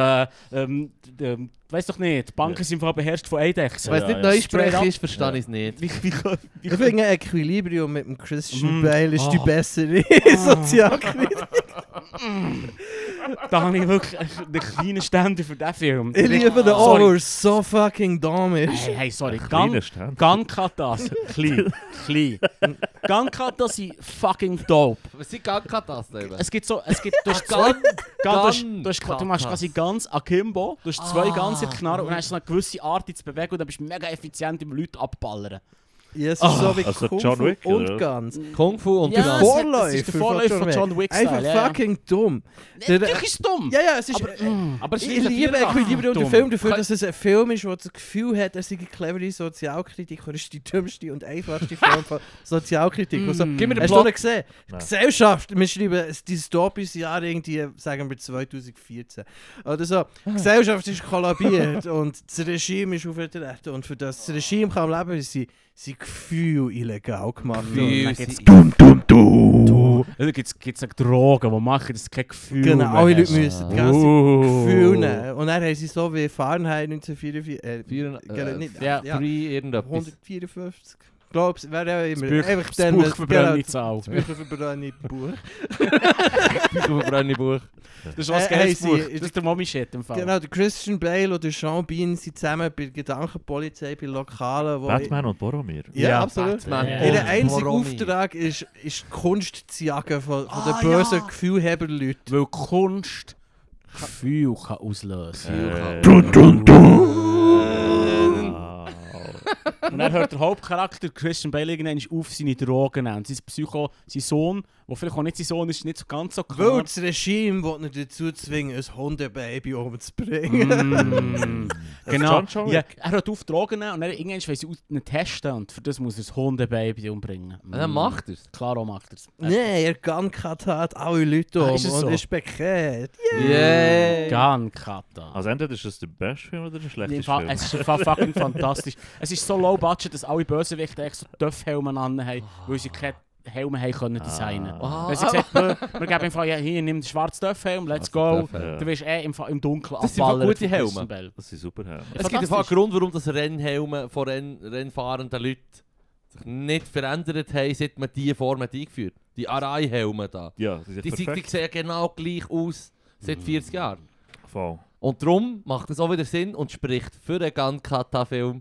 weiss doch nicht, die Banken sind voll beherrscht von Eidechsen. Wenn es Ja, nicht ja. Neusprech Straight up. ist, verstehe ich es nicht. Ich finde Equilibrium mit dem Christian Mm. Bale ist die Oh. bessere Sozialkritik. Da habe ich wirklich einen kleinen Ständer für diesen Film. Ich liebe den Sorry. Over, so fucking dumm ist. Hey, sorry. Kleiner Stand. Gankatas. Klein. Gankatas sind fucking dope. Was sind Gankatas eben? Du hast du machst quasi ganz akimbo, du hast zwei ganze Knarren und hast so eine gewisse Art zu bewegen und dann bist du mega effizient im Leute abballern. Ja, es ist so wie also Kung John Fu Wick, und oder? ganz. Kung Fu und Ja, Der es ist Vorläufer der Vorläufer von John Wick. Einfach fucking dumm. Natürlich ist es dumm. Ja, es ist... Aber es ist Ich nicht liebe den dumm. Film dafür, dass es ein Film ist, wo das Gefühl hat, er sei eine clevere Sozialkritik. Er ist die dümmste und einfachste Form von Sozialkritik. Also, Gib mir den hast du Plot. noch gesehen? Nein. Gesellschaft, wir schreiben ein dystopisches Jahr irgendwie, sagen wir 2014. Oder so. Die Gesellschaft ist kollabiert und das Regime ist aufgetreten. Und für das Regime kann leben, sind Gefühle illegal gemacht. Gefühle Dann sind- Da gibt es Drogen, die machen, dass es kein Gefühl Genau, mehr alle hast. Leute müssen die ganze Gefühle nehmen. Und dann haben sie so wie Fahrenheit 1944, nicht, ja, 3 irgendetwas. 154. Ich glaube, es wäre ja immer. Das Buch verbrennt Zahl. Das Buch verbrennt Buch. Buch. Das ist was Hey, geiles sie- Buch. Das ist der Mommy-Shit im Fall. Genau, der Christian Bale und der Sean Bean sind zusammen bei der Gedankenpolizei, bei Lokalen, wo... Batman und Boromir. Ja, Ja, absolut. Batman. Ja. Ihr einziger Boromir. Auftrag ist die Kunst zu jagen von den bösen Gefühlheberleuten. Weil Kunst Gefühl kann auslösen. Und dann hört der Hauptcharakter Christian Bale irgendwann auf, seine Drogen nehmen. Sein Psycho, sein Sohn, der vielleicht auch nicht sein Sohn ist, nicht so ganz so Weil klar. das Regime will ihn dazu zwingen, ein Hundebaby umzubringen. Genau. John Ja, Wick. er hört auf Drogen nehmen und dann irgendwann will sie ihn testen und für das muss er ein Hundebaby umbringen. Dann macht er es. Klar macht er es. Nein, er Guncut hat alle Leute Ah, um ist es so? und ist bekehrt. Yeah. Gankata. Also entweder ist das der beste Film oder der Im schlechteste Fall, Film. es ist im Fall fucking fantastisch. Es ist so low budget, dass alle Bösewichte echt so Töpfhelme an haben, weil sie keine Helme haben können designen. Ah. Wenn sie gesagt haben, wir geben im Fall, ja, hier, nimm den schwarzen Töpfhelm, let's go. Ja. Du wirst im Dunkeln Das sind voll abballern gute von Helme. Christian Bale. Das sind super Helme. Es gibt einfach einen Grund, warum das Rennhelme von rennfahrenden Leuten sich nicht verändert haben, seit man diese Form hat eingeführt. Die Arai-Helme da. Ja, die sind Die perfekt. sehen genau gleich aus seit 40 Jahren. Voll. Und darum macht es auch wieder Sinn und spricht für den Gankata-Film.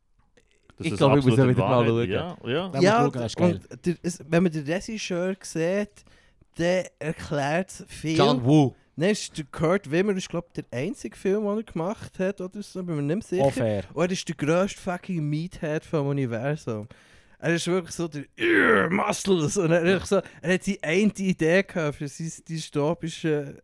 Das Ich ist glaube, ich muss absolute ja wieder mal Wahrheit. schauen. Ja. Wenn Ja, man schaut, das ist geil. und wenn man den Regisseur sieht, der erklärt viel. John Woo. Nein, ist der Kurt Wimmer, ist glaube ich der einzige Film, den er gemacht hat oder so, bin mir nicht mehr Auch sicher. fair. Und er ist der grösste fucking Meathead vom Universum. Er ist wirklich so der Muscles und er hat seine eine Idee gehabt für sein dystopische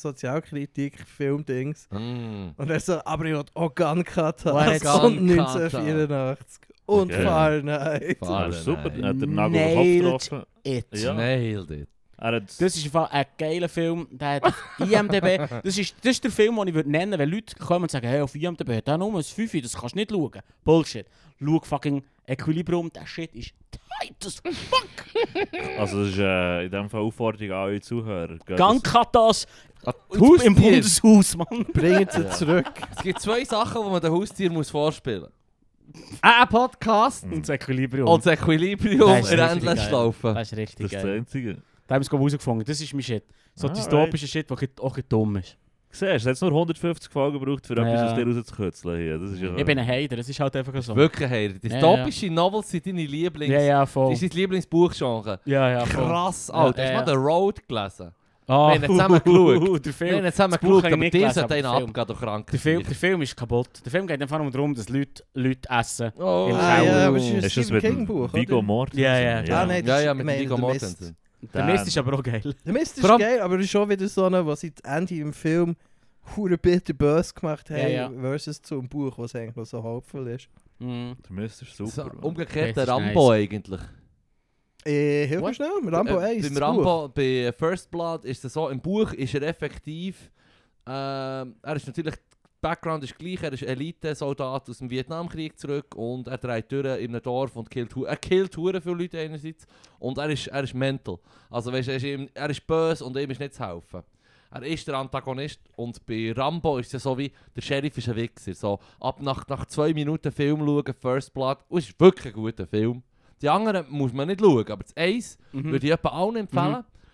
Sozialkritik-Film-Dings. Und er so, aber ich will auch Guncut Oh, er haben. hat Und Gun 1984. Und Okay. Fahrenheit. Das ist super. Er hat den Nagel auf Nailed den Kopf getroffen. It. Ja. Nailed it. Er hat... Das ist einfach ein geiler Film. Der hat auf IMDb. Das ist der Film, den ich würde nennen, wenn Leute kommen und sagen, hey, auf IMDb hat der nur ein 5, das kannst du nicht schauen. Bullshit. Schau fucking Equilibrium, der Shit ist tight as fuck. Also das ist in dem Fall Aufforderung an alle Zuhörer. Geht Gankatas Haustier. im Bundeshaus, Mann. Bringt sie zurück. Es gibt zwei Sachen, die man den Haustier muss vorspielen muss. Ein Podcast Und das Equilibrium. und das Equilibrium Das ist in richtig endless geil. laufen. Das ist richtig Das ist das geil. Einzige. Da haben wir es herausgefunden. Das ist mein Shit. So Alright. dystopischer Shit, der auch ein dumm ist. Siehst du, es hat nur 150 Folgen gebraucht, für Ja. etwas aus dir rauszukürzeln hier. Das ist ja... Ich bin ein Heider, das ist halt einfach so. Wirklich, hey. Dystopische Novels sind deine Lieblings... Ja, ja, voll. Das ist dein Lieblingsbuchgenre. Ja, ja, voll. Krass, Ja, Alter. Hast du ja. mal The Road gelesen? Ah, Wir haben ihn zusammen geschaut. Der Wir Film, haben ihn zusammen das Buch geschaut, habe ich aber nicht dir gelesen, sollte aber einen der Film. abgehen, du krank. der Film ist kaputt. Der Film geht einfach nur darum, dass Leute essen. Oh, Im Ah, ja, aber es ist ein Ist das Stephen mit King Buch, Viggo oder? Mortensen? Ja, ja. Ah, nein, Ja, das ja, ist mit gemein, Viggo der Mist. Mortensen. Der Mist ist aber auch geil. Der Mist ist Vor allem- geil, aber es ist schon wieder so eine, was sie das Ende im Film hure bitter böse gemacht haben, Ja, ja. versus zum Buch, was eigentlich noch so halbvoll ist. Mhm. Der Mist ist So, super. Mann. umgekehrt Das der ist Rambo eigentlich. Hilf mir What? schnell, Rambo 1, Beim das Rambo, bei First Blood ist es so, im Buch ist er effektiv, er ist natürlich, Background ist gleich, er ist Elite-Soldat aus dem Vietnamkrieg zurück und er dreht durch in einem Dorf und killt hure viele Leute einerseits und er ist mental. Also weißt, er ist böse und ihm ist nicht zu helfen. Er ist der Antagonist und bei Rambo ist es ja so wie, der Sheriff ist ein Wichser. So, nach 2 Minuten Film schauen, First Blood, und es ist wirklich ein guter Film. Die anderen muss man nicht schauen, aber das Eis würde ich etwa allen empfehlen.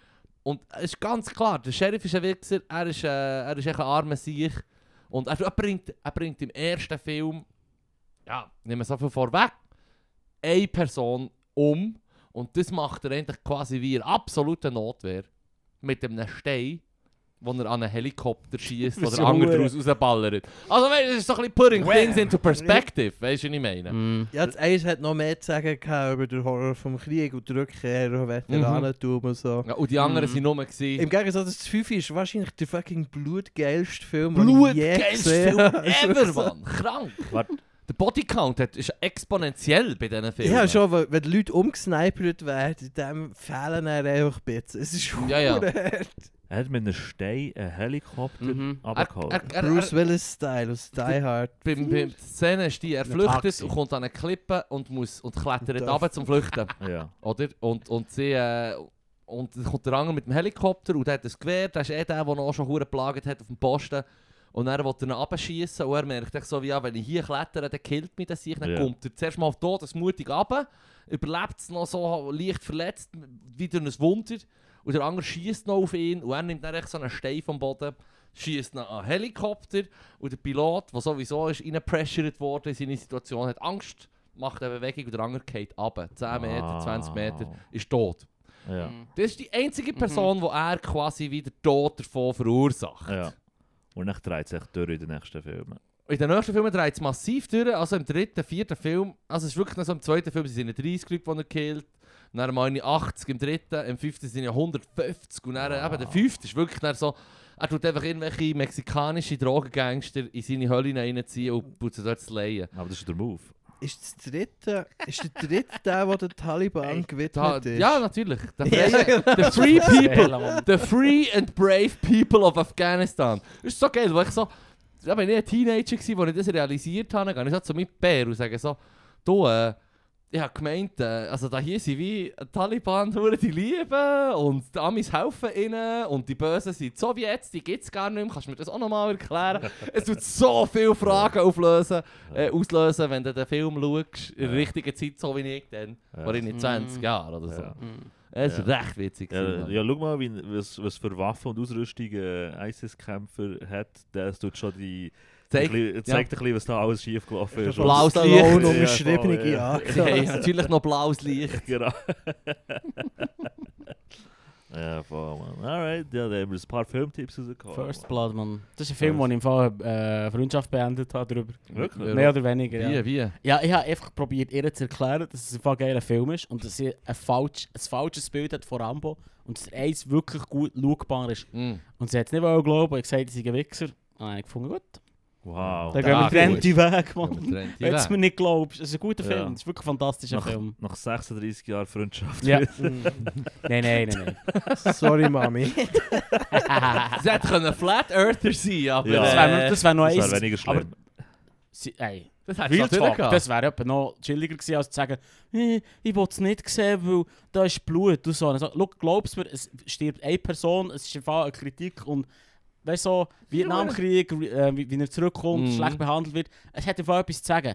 Und es ist ganz klar, der Sheriff ist ein Wichser, er ist echt ein armer Sieg. Und er bringt im ersten Film, ja, nehmen wir so viel vorweg, eine Person um. Und das macht er eigentlich quasi wie eine absolute Notwehr. Mit einem Stein, wo er an einen Helikopter schießt oder andere rausballert. Also weißt, das ist so ein bisschen putting things into perspective, weißt du, was ich meine? Ja, das Eis hat noch mehr zu sagen gehabt über den Horror vom Krieg und die Rückkehr und Veteranentum und so. Ja, und die anderen waren nur gewesen. Im Gegensatz, das 5 ist wahrscheinlich der fucking blutgeilste Film, den ich je Blutgeilste gesehen Film habe. ever, Mann! Krank! Warte. Der Bodycount ist exponentiell bei diesen Filmen. Ja, schon, wenn die Leute umgesnipert werden, dann fehlen dann einfach Bits. Es ist Ja. hart. Er hat mit einem Stein einen Helikopter runtergeholt. Bruce Willis-Style aus Die Hard. Beim Szene ist die, er Ein flüchtet Taxi. und kommt an eine Klippe und klettert Und runter zum Flüchten. Ja. Oder? Und sie... und dann kommt der andere mit dem Helikopter und der hat ein Gewehr, der ist der noch schon verdammt geplagt hat auf dem Posten. Und dann will er ihn runterschiessen und er merkt echt so, wie, ja, wenn ich hier klettere, dann killt mich das sich. Dann kommt er zuerst mal auf todesmutig runter, überlebt es noch so leicht verletzt, wie durch ein Wunder. Und der andere schießt noch auf ihn und er nimmt dann echt so einen Stein vom Boden, schießt noch an einen Helikopter und der Pilot, der sowieso ist reingepressured worden in seine Situation, hat Angst, macht eine Bewegung und der andere geht runter. 10 Meter, 20 Meter, ist tot. Ja. Das ist die einzige Person, wo er quasi wieder Tod davon verursacht. Ja. Und dann dreht es sich durch in den nächsten Filmen. In den nächsten Filmen dreht es massiv durch, also im dritten, vierten Film, also es ist wirklich noch so im zweiten Film sind 30 Leute, die er killt, dann meine 80 im dritten, im fünften sind ja 150 und dann eben der fünfte ist wirklich dann so, er tut einfach irgendwelche mexikanische Drogengangster in seine Hölle reinziehen und putzt dort zu leihen. Aber das ist der Move. Ist der dritte der den Taliban gewidmet ist? Ja, natürlich. Ja, The free people, Mann. the free and brave people of Afghanistan. Das ist so geil, weil ich so, ja, wenn ich ein Teenager war, als ich das realisiert habe, gehe ich so zu meinem Bär und sage so, du, ich habe gemeint, also da hier sind wie Taliban, die lieben und die Amis helfen ihnen und die Bösen sind die Sowjets, die gibt es gar nicht mehr. Kannst du mir das auch nochmal erklären? Es tut so viele Fragen auslösen, wenn du den Film schaust, in der richtigen Zeit, so wie ich dann, vor in 20 Jahren oder so. Ja. Es ist recht witzig. Ja, schau mal, was für Waffen und Ausrüstung ISIS-Kämpfer hat. Das tut schon zeigt ein bisschen, was da alles schief gelaufen ist. Blaues Licht. Stallone Ja, umschriebene voll, ja. Sie haben natürlich noch blaues Licht. Genau. Ja, voll, man. Alright, ja, da haben wir ein paar Filmtipps rausgekommen. First Blood, Mann. Das ist ein Film, wo ich im Fall Freundschaft beendet habe darüber. Wirklich? Mehr oder weniger, ja. Wie? Ja, ich habe einfach probiert, ihr zu erklären, dass es ein geiler Film ist und dass sie ein falsches Bild hat von Rambo und dass eins wirklich gut schaubar ist. Mm. Und sie hat es nicht glauben, ich habe gesagt, sie sind ein Wichser. Und dann habe ich gefunden, gut. Wow. Dann gehen wir getrennte Weg, Ja, Mann. wir Wenn du es mir nicht glaubst, es ist ein guter Ja. Film, es ist wirklich ein fantastischer Film. Nach 36 Jahren Freundschaft. Ja. Nein. Sorry, Mami. Sie hätte können Flat Earther sein, aber Ja. Das wär noch Das eins. wäre weniger schlimm. Ey, das hätte Real natürlich Talk, gehabt. das wäre etwa noch chilliger gewesen, als zu sagen, ich will es nicht sehen, weil da ist Blut und so. Also, glaubst du mir, es stirbt eine Person, es ist einfach eine Kritik und weißt du, so, Vietnamkrieg, wie er zurückkommt, schlecht behandelt wird, es hat einfach etwas zu sagen.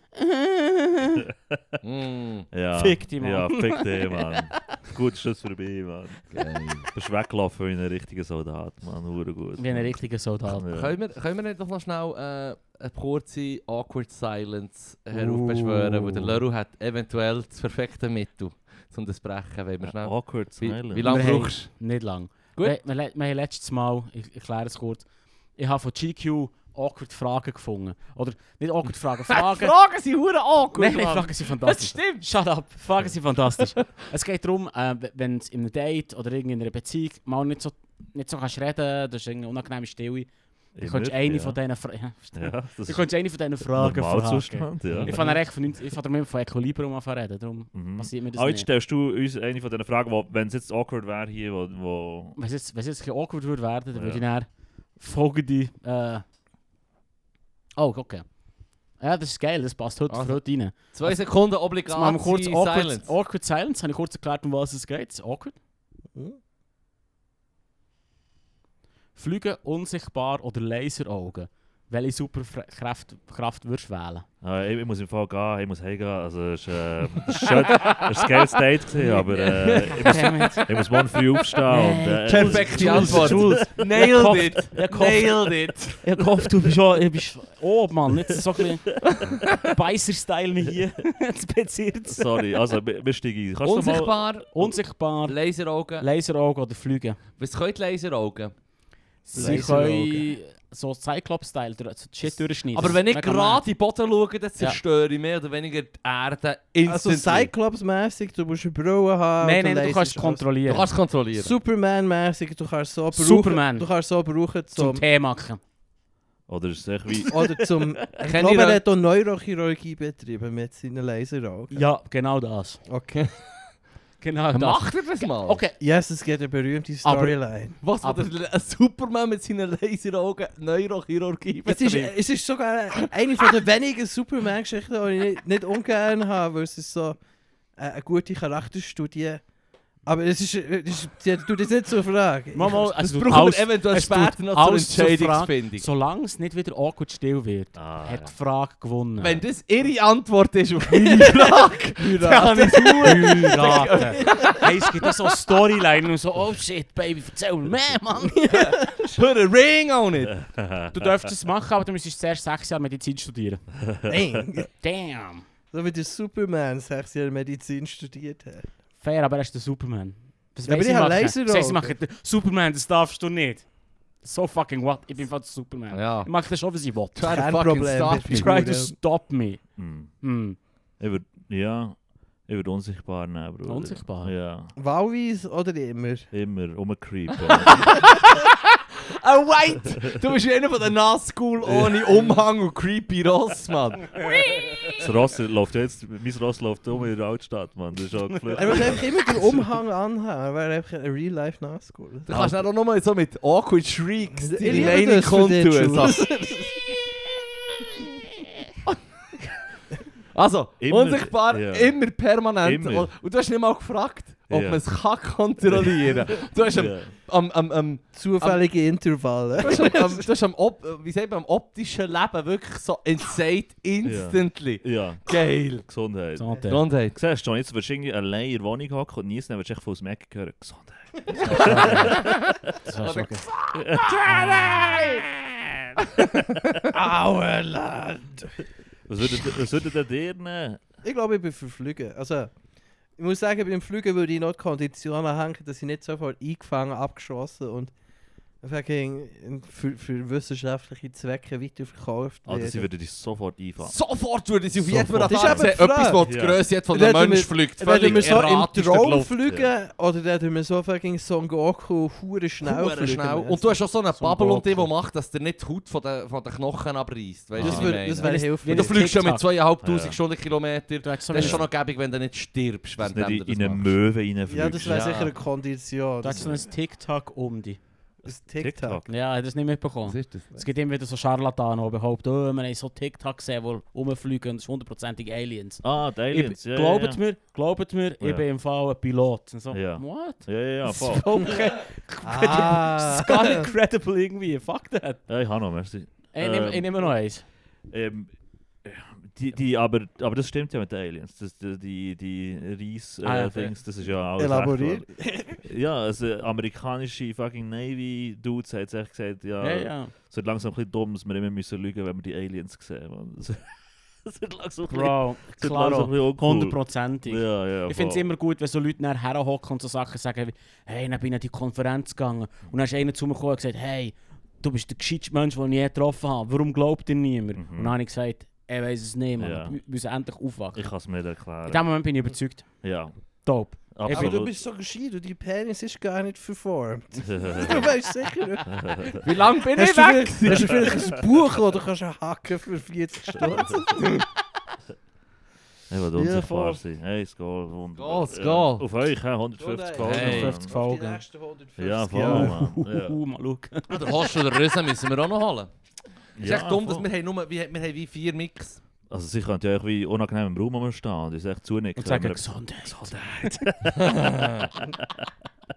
Ja. Fick dich, Mann. Ja, fick dich, Mann. Gut ist das vorbei, Mann. Du bist weggelaufen wie ein richtiger Soldat, Mann. Hure gut. Wie ein richtiger Soldat. Ja. Können wir nicht doch noch schnell eine kurze Awkward Silence heraufbeschwören, weil der Leru hat eventuell das perfekte Mittel, um das zu brechen. Wollen wir schnell. Awkward Silence. Wie lange Wir haben- brauchst Nicht lang. Gut. Wir haben letztes Mal, ich erkläre es kurz, ich habe von GQ awkward Fragen gefunden. Oder nicht awkward Fragen, du? Fragen... Fragen sind hure awkward, Nein, Mann. Fragen sind Das fantastisch. stimmt. Shut up, Fragen sind fantastisch. Es geht darum, wenn du in einem Date oder in einer Beziehung mal nicht so kannst reden, das ist eine unangenehme Stille. Du kannst eine von diesen Fragen... Ja, das Du kannst eine von diesen Fragen fragen. Normalzustand, ja. Ich fange recht von Equilibrium an zu reden, darum Mhm. passiert mir das Ah, jetzt nicht. stellst du uns eine von diesen Fragen, wenn es jetzt awkward wäre hier, wo... Wenn es jetzt ein bisschen awkward würde werden, dann Ja. würde ich dann folgende... Oh, okay. Ja, das ist geil, das passt heute Also, rein. 2 Sekunden Jetzt obligat machen wir kurz Silence. awkward Silence. Habe ich kurz erklärt, um was es geht. Das ist awkward. Fliegen, unsichtbar oder Laseraugen. welche Superkraft würdest du wählen? Ich muss im Fall gehen, ich muss heimgehen. Also, es war ein geiles Date gewesen, aber ich muss morgen früh aufstehen. Und, Perfekte Antwort. Nailed it. Nailed it. Ich hoffe, du bist Mann, nicht so ein bisschen Beißer-Style hier. Speziert. sorry, also wir steigen ein. Kannst du mal... Unsichtbar, Unsichtbar, Laseraugen. Laseraugen oder Fliegen. Was können die Laseraugen? Sie können so Cyclops-Style Shit durchschneiden. Aber wenn ich Mega gerade mad. in den Boden schaue, dann zerstöre ich mehr oder weniger die Erde Also instantly. Cyclops-mässig, du musst eine Brille haben. Nein, du du kannst es Du kontrollieren. kannst es kontrollieren. Superman-mässig, du kannst so brauchen. Superman. Du kannst so brauchen Zum Tee machen. Oder ist es echt wie... Oder zum... Ich Kenn ich glaube, er noch- hat auch Neurochirurgie betrieben mit seinen Laseraugen. Ja, genau das. Okay. Genau das. Macht er das mal? Okay, Yes, es gibt eine berühmte Storyline. Was, wo Aber- der Superman mit seinen Laseraugen Neurochirurgie Es ist, betreibt? es ist sogar eine von der wenigen Superman-Geschichten, die ich nicht ungern habe, weil es ist so eine gute Charakterstudie. Aber es ist, du das nicht so fragen. Mama, Das also brauchen wir eventuell es tut später noch alles zur zur Entscheidungsfindung. solange es nicht wieder awkward still wird, hat die Frage gewonnen. Wenn das ihre Antwort ist auf meine Frage, dann habe ich Heiraten. Hey, es gibt auch so eine Storyline und so, oh shit, Baby, erzähl mir mehr, Mann. Put a ring on it. Du dürftest es machen, aber du müsstest zuerst 6 Jahre Medizin studieren. Dang. Damn. So wie der Superman 6 Jahre Medizin studiert hat. Fair, aber er ist der Superman. Was Ja, aber weiss ich habe machen? Laseraugen. Sagst du, machen, Superman, das darfst du nicht. So fucking what? Ich bin fast Superman. Ja. Ich mache das schon, was ich will. Try to Kein fucking Problem stop mit me. Try to stop me. Hm. Hm. Ich würde unsichtbar nehmen, Bruder. Unsichtbar? Ja, Wahlweise oder immer? immer rumcreepen. Oh wait! Du bist einer von den Nazgul ohne Umhang und creepy Ross, Mann. Das Ross läuft jetzt, mein Ross läuft in der Altstadt, Mann. Das ist auch Er geflüchtet. muss einfach immer den Umhang anhaben. Er wäre einfach ein Real-Life-Nazgul. Du kannst dann auch nochmal so mit awkward Shrieks Ich deine liebe Meinung das für dich, kundtun. Jules. So. Also, Immer- unsichtbar, ja. immer permanent. Immer. Und du hast nicht mal gefragt, ob Ja. man es kann kontrollieren kann. Du hast Ja. Zufällige Intervalle. wie sagt man, am optischen Leben wirklich so inside instantly. Ja, Geil. Gesundheit. So, der. Gesundheit. Siehst du, jetzt wirst du irgendwie allein in der Wohnung hocken und niesen, dann wirst du echt von dem Mac hören. Gesundheit. Das war schon Auerland! Was würdet ihr dir nehmen? Ich glaube, ich bin für Flüge. Also, ich muss sagen, beim Flügen würde ich noch die Konditionen hängen, dass ich nicht sofort eingefangen, abgeschossen und fucking für wissenschaftliche Zwecke weiterverkauft Alter, sie werde. würden dich sofort einfahren. Sofort würde sie auf jeden Sofort. Fall Das ist eben die etwas, was die Frage. Grösse hat von Reden einem wir- Mensch fliegt. Werden wir so im erratisch durch die Traum Luft. fliegen oder werden wir so fucking Son Goku hure schnell Hure fliegen? schnell. Und du hast auch so eine So ein Bubble um dich, die Goku. macht, dass dir nicht die Haut von den Knochen abreißt. Weißt du, Das was ich wäre meine? das wär Wie hilfreich. Du fliegst schon mit TikTok. 2500 Ja. Stundenkilometer. Du hast so Das ist eine- schon noch gäbig, wenn du nicht stirbst, Dass während du du nicht das in eine machst. Möwe reinfliegst. Ja, das wäre Ja. sicher eine Kondition. Du hast so ein TikTok um dich. Das TikTok. Ja, ich habe das nicht mitbekommen. Was ist das? Es gibt immer wieder so Scharlatanen, die behaupten, oh, wir haben so TikTok gesehen, die rumfliegen und es ist 100%ig Aliens. Ah, die Aliens. Ja, Glaubt ja, mir, Ja. ich bin im Fall ein Pilot. Und so, Ja. what? ja. Ja, Das voll. ist okay. Das ist gar nicht credible irgendwie. Fuck that. Ja, ich habe noch, merci. Ich nehme noch eins. Aber das stimmt ja mit den Aliens. Die Reis-Dings, ja, das ist ja alles Elaboriert. echt wahr. Ja, also amerikanische fucking Navy-Dudes haben jetzt echt gesagt, ja, Ja. es wird langsam ein bisschen dumm, dass wir immer müssen lügen, wenn wir die Aliens sehen. Man. Es wird langsam ein bisschen, Bro, es wird langsam ein klaro. bisschen uncool. 100%ig. Ja, Ich finde es immer gut, wenn so Leute nachher herhocken und so Sachen sagen wie, hey, dann bin ich an die Konferenz gegangen und dann ist einer zu mir gekommen und gesagt, hey, du bist der gescheiteste Mensch, den ich je getroffen habe, warum glaubt dir niemand? Mhm. Und dann habe ich gesagt, er weiß es nicht, man. Ja. Wir müssen endlich aufwachen. Ich kann es mir nicht erklären. In dem Moment bin ich überzeugt. Ja, Top. Aber du absolut. bist so gescheit und dein Penis ist gar nicht verformt. Du weißt sicher. Wie lange bin Hast ich du, weg? hast du vielleicht ein Buch, wo du kannst hacken für 40 Stunden? Ich will unsichtbar sein. Hey, es geht wunderbar. Geht's, geht. Auf euch, 150 Gold. Hey. 50 Folgen. Die nächsten 150 Ja, voll, Jahre. Mann. Ja. Mal schauen. Der Host oder Röse müssen wir auch noch holen. Es ist Ja, echt dumm, dass voll. wir haben nur wir haben wie 4 Mix. Also sie könnte ja wie unangenehm im Raum rumstehen und ist echt zunicken. Und sagen wenn wir- Gesundheit. Gesundheit.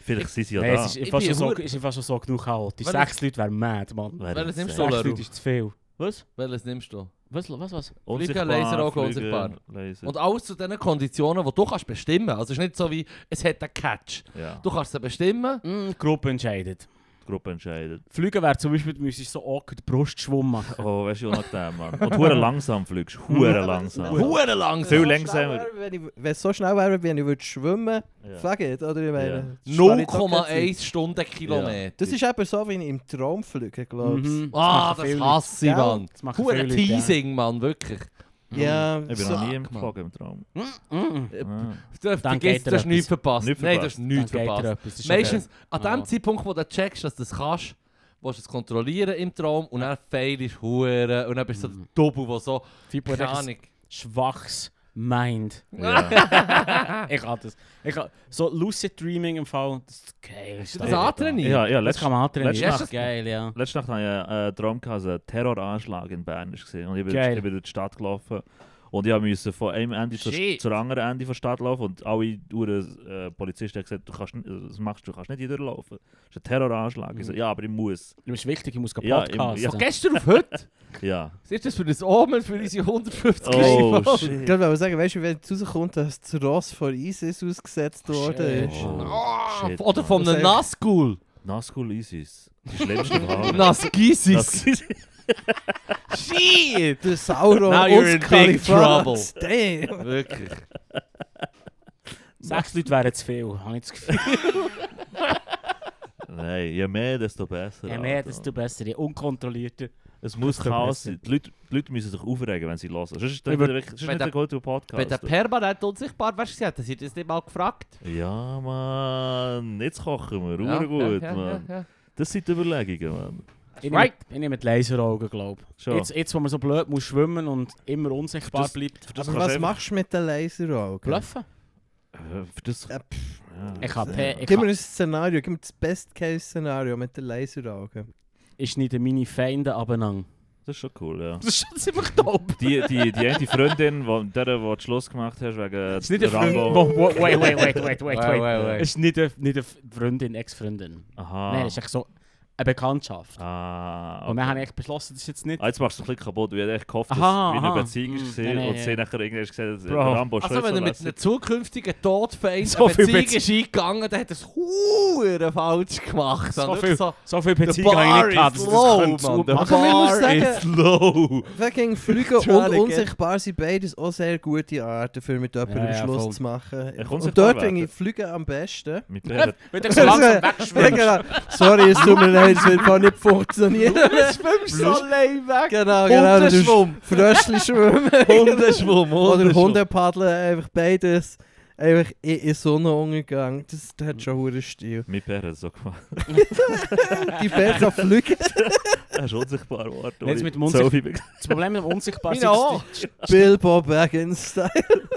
Vielleicht sind sie ja Nein, da. es Ich ist fast bin schon so, hu- ist fast schon so genug chaotisch. Wenn 6 Leute wären mad, Mann. Wäre Welches insane. nimmst 6 du, Leru? Leute ist zu viel. Was? Welches nimmst du? Was? Unsichtbar, Laserauge, fliegen, unsichtbar. Laser. Und alles zu den Konditionen, die du kannst bestimmen. Also es ist nicht so wie, es hat einen Catch. Ja, Du kannst sie bestimmen. Die Gruppe entscheidet. die Gruppe entscheidet. Fliegen wäre zum Beispiel, du müsstest so awkward Brustschwumm machen. Oh, weißt du, auch nach dem, Mann. Und hure langsam fliegst. Hure langsam. Hure langsam. Viel So langsamer. schnell wäre, wenn es so schnell wäre, wenn ich würde schwimmen Ja. fuck it, oder? Ich meine, das spare ich doch keine 0,1 Zeit. Stundenkilometer. Das ist eben so, wie ich im Traum fliege, glaube ich. Mhm. Ah, machen das viele hasse ich, Leute. Mann. Das machen Hure viele Leute, ja. Teasing, Mann, wirklich. Ja, Ich bin so, noch nie im Mann. Geflogen im Traum. Mhm. Ah. Du Dann vergisst, geht du dir hast nichts etwas. verpasst. Nichts Nein, du hast verpasst. nichts Dann geht dir verpasst. etwas. Das ist schon Meistens, an dem Ja. Zeitpunkt, wo du checkst, dass du das kannst, willst du es kontrollieren im Traum und dann failst hure und dann bist du so der Double, der so, Fippo hat keine echt Ahnung. ein schwaches Mind. Ja. Ich habe das. So Lucid Dreaming im Fall, das ist geil. Hast du das antrainiert? Ja, Das kann man antrainieren. letzte Das ist Nacht- geil, ja. Letzte Nacht hatte ich einen Traum, dass ein Terroranschlag in Bern war. Und ich bin Geil. durch die Stadt gelaufen. Und ich musste von einem Ende Shit. zur anderen Ende der Stadt laufen. Und alle Polizisten haben gesagt, das machst du kannst nicht hier durchlaufen. Das ist ein Terroranschlag. Ich so, ja, aber ich muss. Das ist wichtig, ich muss Ja, Podcast. ja. Von gestern auf heute? Ja. Was ist das für ein Omen für unsere 150 Oh, Leute? shit. ich wollte sagen, weißt du, wenn es rauskommt, dass das Ross von ISIS ausgesetzt worden ist. Oh, shit, Oder von Mann. einem Nazgul. Nazgul ISIS. Die schlimmste Frage. Nazgisis. Shit! Der Sauron Now you're und in das big Kalifat. trouble. Damn. Wirklich. 6 Leute wären zu viel, habe ich das Gefühl. Nein, je mehr, desto besser. Je mehr, Alter. desto besser. Je unkontrollierter. Es muss desto Chaos besser. sein. Die Leute müssen sich aufregen, wenn sie hören. Sonst ist das Ich nicht würd- sonst ist wenn nicht der- ein guter Podcast. Wenn du permanent unsichtbar wärst, hätten sie das nicht mal gefragt. Ja, Mann. Jetzt kochen wir. Ja, Gut, ja, Mann. ja. Das sind die Überlegungen, Mann. Right. Ich nehme die Laseraugen, glaube ich. Schon. Jetzt, wo man so blöd muss schwimmen und immer unsichtbar Das- bleibt. das Aber kannst was du machst du mit den Laseraugen? Bluffen? Für das... Ja, Ja. Ich habe Gib mir ein Szenario, gib mir das Best-Case-Szenario mit den Laseraugen. Ich schneide meine Feinde abeinander. Das ist schon cool, ja. Das ist schon ziemlich dope. Die eine Freundin, die den Schluss gemacht hast wegen Es ist nicht eine Freundin. Rambo... Wait. Es ist nicht eine Freundin, Ex-Freundin. Aha. Nein, es ist echt so eine Bekanntschaft. Ah, Und dann habe ich echt beschlossen, das ist jetzt nicht... Ah, jetzt machst du es ein bisschen kaputt, weil ich echt gehofft, dass Aha, es wie eine aha. Beziehung Hm, war nein, und nein, sie ja. nachher irgendwie hast gesagt, Bro. Rambo ist Also schon wenn so er mit lässig. einem zukünftigen Todfeind So eine viel Beziehung ist eingegangen, dann hat er es hure falsch gemacht. So Dann viel- wirklich so, So viele the Beziehungen habe ich bar nicht gehabt, is dass ich das low, könnte man. gut The machen. Aber ich muss bar sagen- is low. Wegen Fliegen und Trying to get- unsichtbar sind beides auch sehr gute Arten, für mit jemandem Ja, ja, Schluss voll. zu machen. Ja, Und unsichtbar dort finde ich werden. Fliegen am besten. Mit der Wenn du so langsam Ja, wegschwimmst. genau. Sorry, es tut mir leid, es wird gar nicht funktionieren. Du schwimmst so allein weg. Genau, genau. Du Hundeschwumm. Fröschli schwimmen. Hundeschwumm. Oder Hundepaddeln, einfach beides. Einfach in Sonnenuntergang. Das hat schon einen Stil. Mit Bär hat es so gemacht. Die Bär kann fliegen. Er ist unsichtbar geworden. Jetzt mit dem Das Problem mit dem Unsichtbarsein Meine auch. Bilbo Baggins-Style.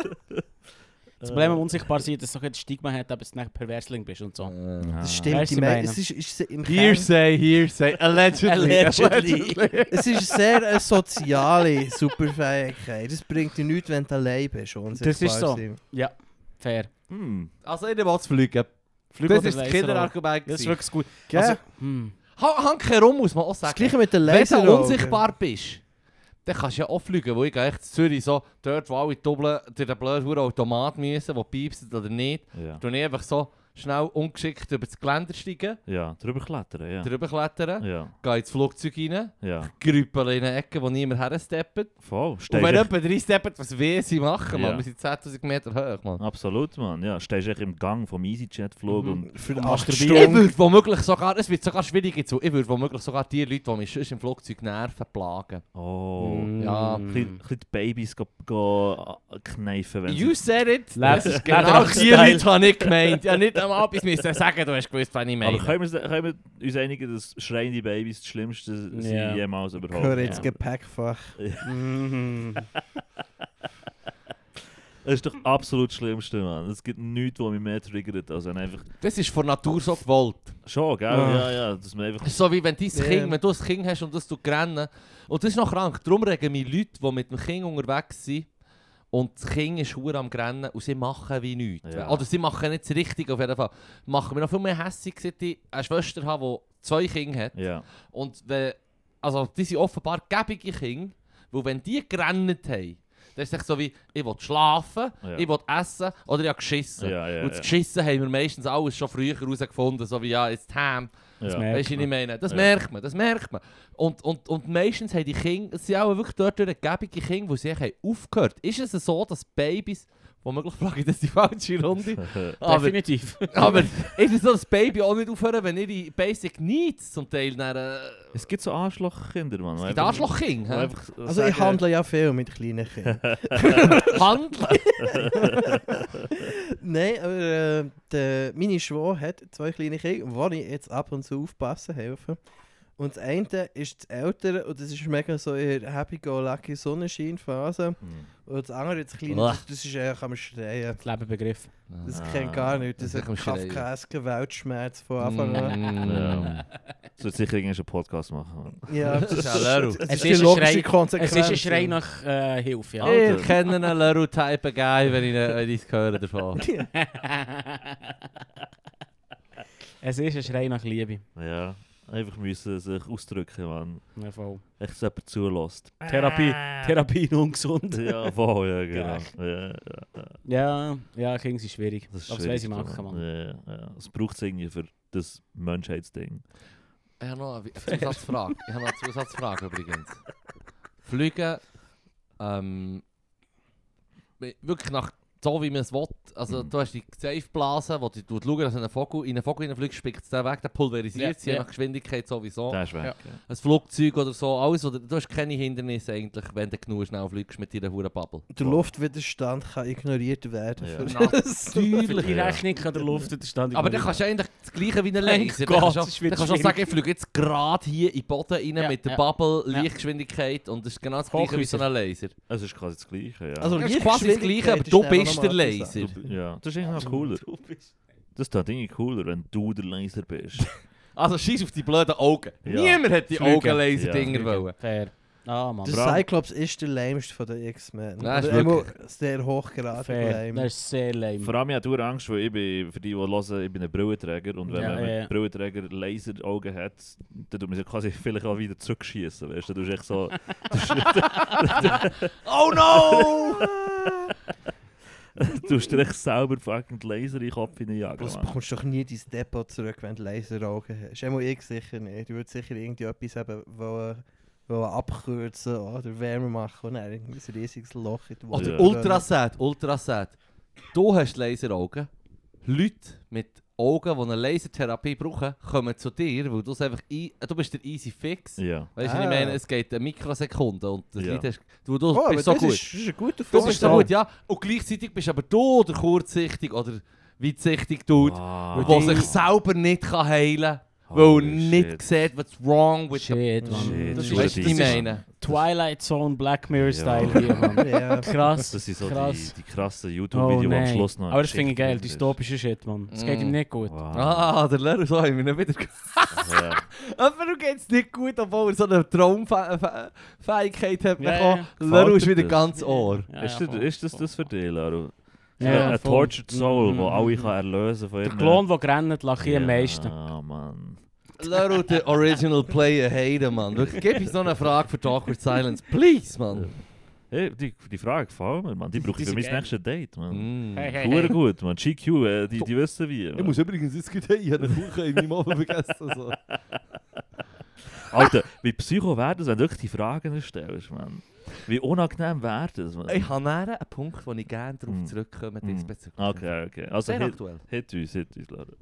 das Problem mit dem Unsichtbarsein, dass du so ein Stigma hat, dass du nicht Perversling bist und so. Das Weißt stimmt. du, Die meine? es ist im Kern, Hearsay. Allegedly. Allegedly. es ist sehr eine soziale Superfähigkeit. Das bringt dir nichts, wenn du allein bist. Das ist so. sein. Ja, fair. Also ich will fliegen. Flüge Das oder ist das Laseraugen. Kinderargument. Das ist gewesen. wirklich gut. Gell? Also, Hank herum muss man auch Das sagen. gleiche mit den Wenn du Laseraugen. unsichtbar bist, dann kannst du ja auch fliegen, wo ich gehe echt in Zürich so, dort wo alle Doppeln durch den blöden Automat müssen, der piepst oder nicht, Ja. tue ich einfach so schnell ungeschickt über das Geländer steigen, Ja, drüber klettern, ja. drüber klettern, Ja, gehe ins Flugzeug rein, ja. grüppel in eine Ecke, wo niemand hersteppt. Voll. Und wenn jemand reinsteppt, was will sie machen, Ja. man? Wir sind 10'000 Meter hoch, man. Absolut, Mann. Ja, stehst du im Gang vom EasyJet-Flug und... Für Und 8 masturbieren. Ich Stunden. würde womöglich sogar, es wird sogar schwierig jetzt, ich würde womöglich sogar die Leute, die mich sonst im Flugzeug nerven, plagen. Oh. Ja, Ein bisschen die Babys go kneifen, wenn You said it! Das Das ist ist genau genau die Leute habe ich gemeint. Ja, nicht einmal etwas müssen sagen, du hast gewusst, was ich meine. Aber können wir uns einigen, dass schreiende Babys das Schlimmste sind Ja. jemals überhaupt? Gehör ins Ja. Gepäckfach. Mhm. Das ist doch absolut das Schlimmste, Mann. Es gibt nichts, was mich mehr triggert, als wenn einfach... Das ist von Natur so gewollt. Schon, gell? Ah. Ja, ja. Dass man einfach... Das ist so wie wenn dein Ja. Kind, wenn du ein Kind hast und das rennen. Und das ist noch krank. Darum regen mich Leute, die mit dem Kind unterwegs sind und das Kind ist verdammt am Rennen und sie machen wie nichts. Ja. Oder sie machen nicht das Richtige auf jeden Fall. Machen wir noch viel mehr hässig, seit ich eine Schwester habe, die 2 Kinder hat. Ja. Und also die sind offenbar gäbige Kinder, weil wenn die gerannt haben, dann ist es so wie, ich will schlafen, Ja. ich will essen oder ich habe geschissen. Ja, ja, Und das ja. Geschissen haben wir meistens alles schon früher herausgefunden, so wie ja, jetzt Ham. Das Ja. merkt Weißt du, was ich meine? Das Ja. merkt man, das merkt man. Und meistens haben die Kinder, es sind auch wirklich dort gäbige Kinder, die sich haben aufgehört. Ist es so, dass Babys, womöglich frage ich das die falsche Runde, aber Definitiv. ist es so, dass Baby auch nicht aufhören, wenn ihre Basic Needs zum Teil dann... Es gibt so Arschlochkinder, Mann. Es gibt Arschlochkinder, hä? Also ich handle ja viel mit kleinen Kindern. Handeln. Nein, aber meine Schwester hat 2 kleine Kinder, wo ich jetzt ab und zu aufpassen helfe. Und das eine ist das Ältere und das ist mega so in der happy-go-lucky Sonnenscheinphase. Und das andere, das Kleine, das ist kann man schreien. Das Lebenbegriff. Das kennt gar nicht. Das Das ist kann ein man schreien. kafkaesker Weltschmerz von Anfang an. Ja. Du sollst sicher irgendeinen Podcast machen. Ja, Das ist ja Leru. das Es ist die ist ein logische Schrei- Konsequenz. Es ist ein Schrei nach Hilfe, ja. Ich kenne einen Leru-Type Guy, wenn ich es höre davon. Es ist ein Schrei nach Liebe. Ja. Einfach müssen sich ausdrücken, Mann. Ja, voll. Echt, dass jemand zulässt. Therapie ungesund. Ja, voll, ja, genau. Ja, Kinder sind schwierig. Das ist Aber das weiss ich schwierig, machen, Mann. Ja. Es braucht es irgendwie für das Menschheitsding. Ich habe noch eine Zusatzfrage übrigens. Fliegen, wirklich nach so wie man es will. Also du hast die Safe-Blase, wo du schaust, dass in einen Vogel hineinfliegst, spickt es den weg, der pulverisiert sie, Ja. nach Geschwindigkeit sowieso. Der ist weg. Ja. Ein Flugzeug oder so, alles, oder du hast keine Hindernisse eigentlich, wenn du genug schnell fliegst mit deiner verdammten Bubble. Der Luftwiderstand kann ignoriert werden. Ja. Für das. Für Natürlich. die Rechnung kann der Luftwiderstand Aber dann kannst du eigentlich das Gleiche wie ein Thank Laser. God, Dann das ist kannst wieder du auch schwierig. sagen, ich fliege jetzt gerade hier in den Boden rein Ja, mit der ja. Bubble, Ja. Lichtgeschwindigkeit und das ist genau das Gleiche wie so ein Laser. Es ist quasi das Gleiche, ja. Also Das ist quasi das Gleiche, aber Lichtgeschwindigkeit du ist dann bist noch der mal etwas Laser. Ja, das ist irgendwie noch cooler. Das ist irgendwie cooler, wenn du der Laser bist. Also scheiß auf die blöden Augen. Ja. Niemand hat die Fliegen. Augenlaser-Dinger Ja. wollen. Fair. Ah, Mann. Der Vor allem- Cyclops ist der lämste von den X-Men. Ja, ist Oder immer wirklich. sehr hochgradig Fair. lame. Das ist sehr lame. Vor allem, ich habe Angst, weil ich bin, für die hören, ich bin ein Brillenträger und wenn Ja, man mit ja. Brillenträger Laseraugen hat, dann tut man sich quasi vielleicht auch wieder zurückschießen, weißt du? Du bist echt so... Oh no! Du hast dir echt selber fucking die Laser in den Kopf hineinjagen, Du Mann. bekommst doch nie dein Depot zurück, wenn du Laseraugen hast. Einmal ich sicher nicht. Du würdest sicher irgendwie etwas eben wollen abkürzen oder wärmer machen und dann irgendwie ein riesiges Loch in die Wand. Oder Ja. Ultrasat. Du hast Laseraugen. Leute mit Augen, die eine Lasertherapie brauchen, kommen zu dir, weil du es einfach du bist der easy fix. Ja. Weißt du, was ich meine? Es geht eine Mikrosekunden und das Ja. Lied hast, du Oh, aber bist so das gut. ist ein guter Du bist so Vorschlag. gut, ja. Und gleichzeitig bist aber du der kurzsichtig oder weitsichtig Dude, Wow. der sich selber nicht kann heilen kann, weil Holy er nicht shit. sieht, what's wrong with Shit, the... Mann. Shit, Das shit. ist Weißt du, was ich Das ist- meine? Twilight Zone Black Mirror Style Ja. hier, Mann. Ja. Krass. Das sind so krass. die krassen Oh YouTube-Videos, die am nein. Schluss noch... Aber das finde ich geil, Geschichte dystopischer Shit, Mann. Es geht Mm. ihm nicht gut. Wow. Ah, der Lehrer, so haben wir ihn wieder... Ja. Aber du geht's nicht gut, obwohl er so eine Traumfähigkeit hat Ja, bekommen. ja. Lehrer ist Gefällt wieder dir ganz Ohr. Ja, Ist, ja, das, voll, ist das voll. das für dich, Laro? Ja, Eine voll. Tortured Soul, die Mhm. alle kann erlösen von Der ihren... Klon, der rennt, lacht hier am meisten. Ah, Mann. Lehrer, der Original Player haten, Mann. Wirklich, gib uns noch eine Frage für Awkward Silence. Please, Mann. Hey, die Frage gefällt mir, Mann. Die brauche ich für sind mein geil. nächstes Date, Mann. Mm. Hey, hey, Hure hey. gut, Mann. GQ, die wissen wie. Ich Mann. muss übrigens jetzt gleich ich habe eine Kuchen in meinem Ofen vergessen. So. Alter, wie psycho wäre das, wenn du wirklich die Fragen stellst, Mann? Wie unangenehm wäre das, Mann? Ich habe näher einen Punkt, wo ich gerne darauf Mm. zurückkomme. Mm. diesbezüglich. Okay. Also, Sehr hit aktuell. uns, Laro.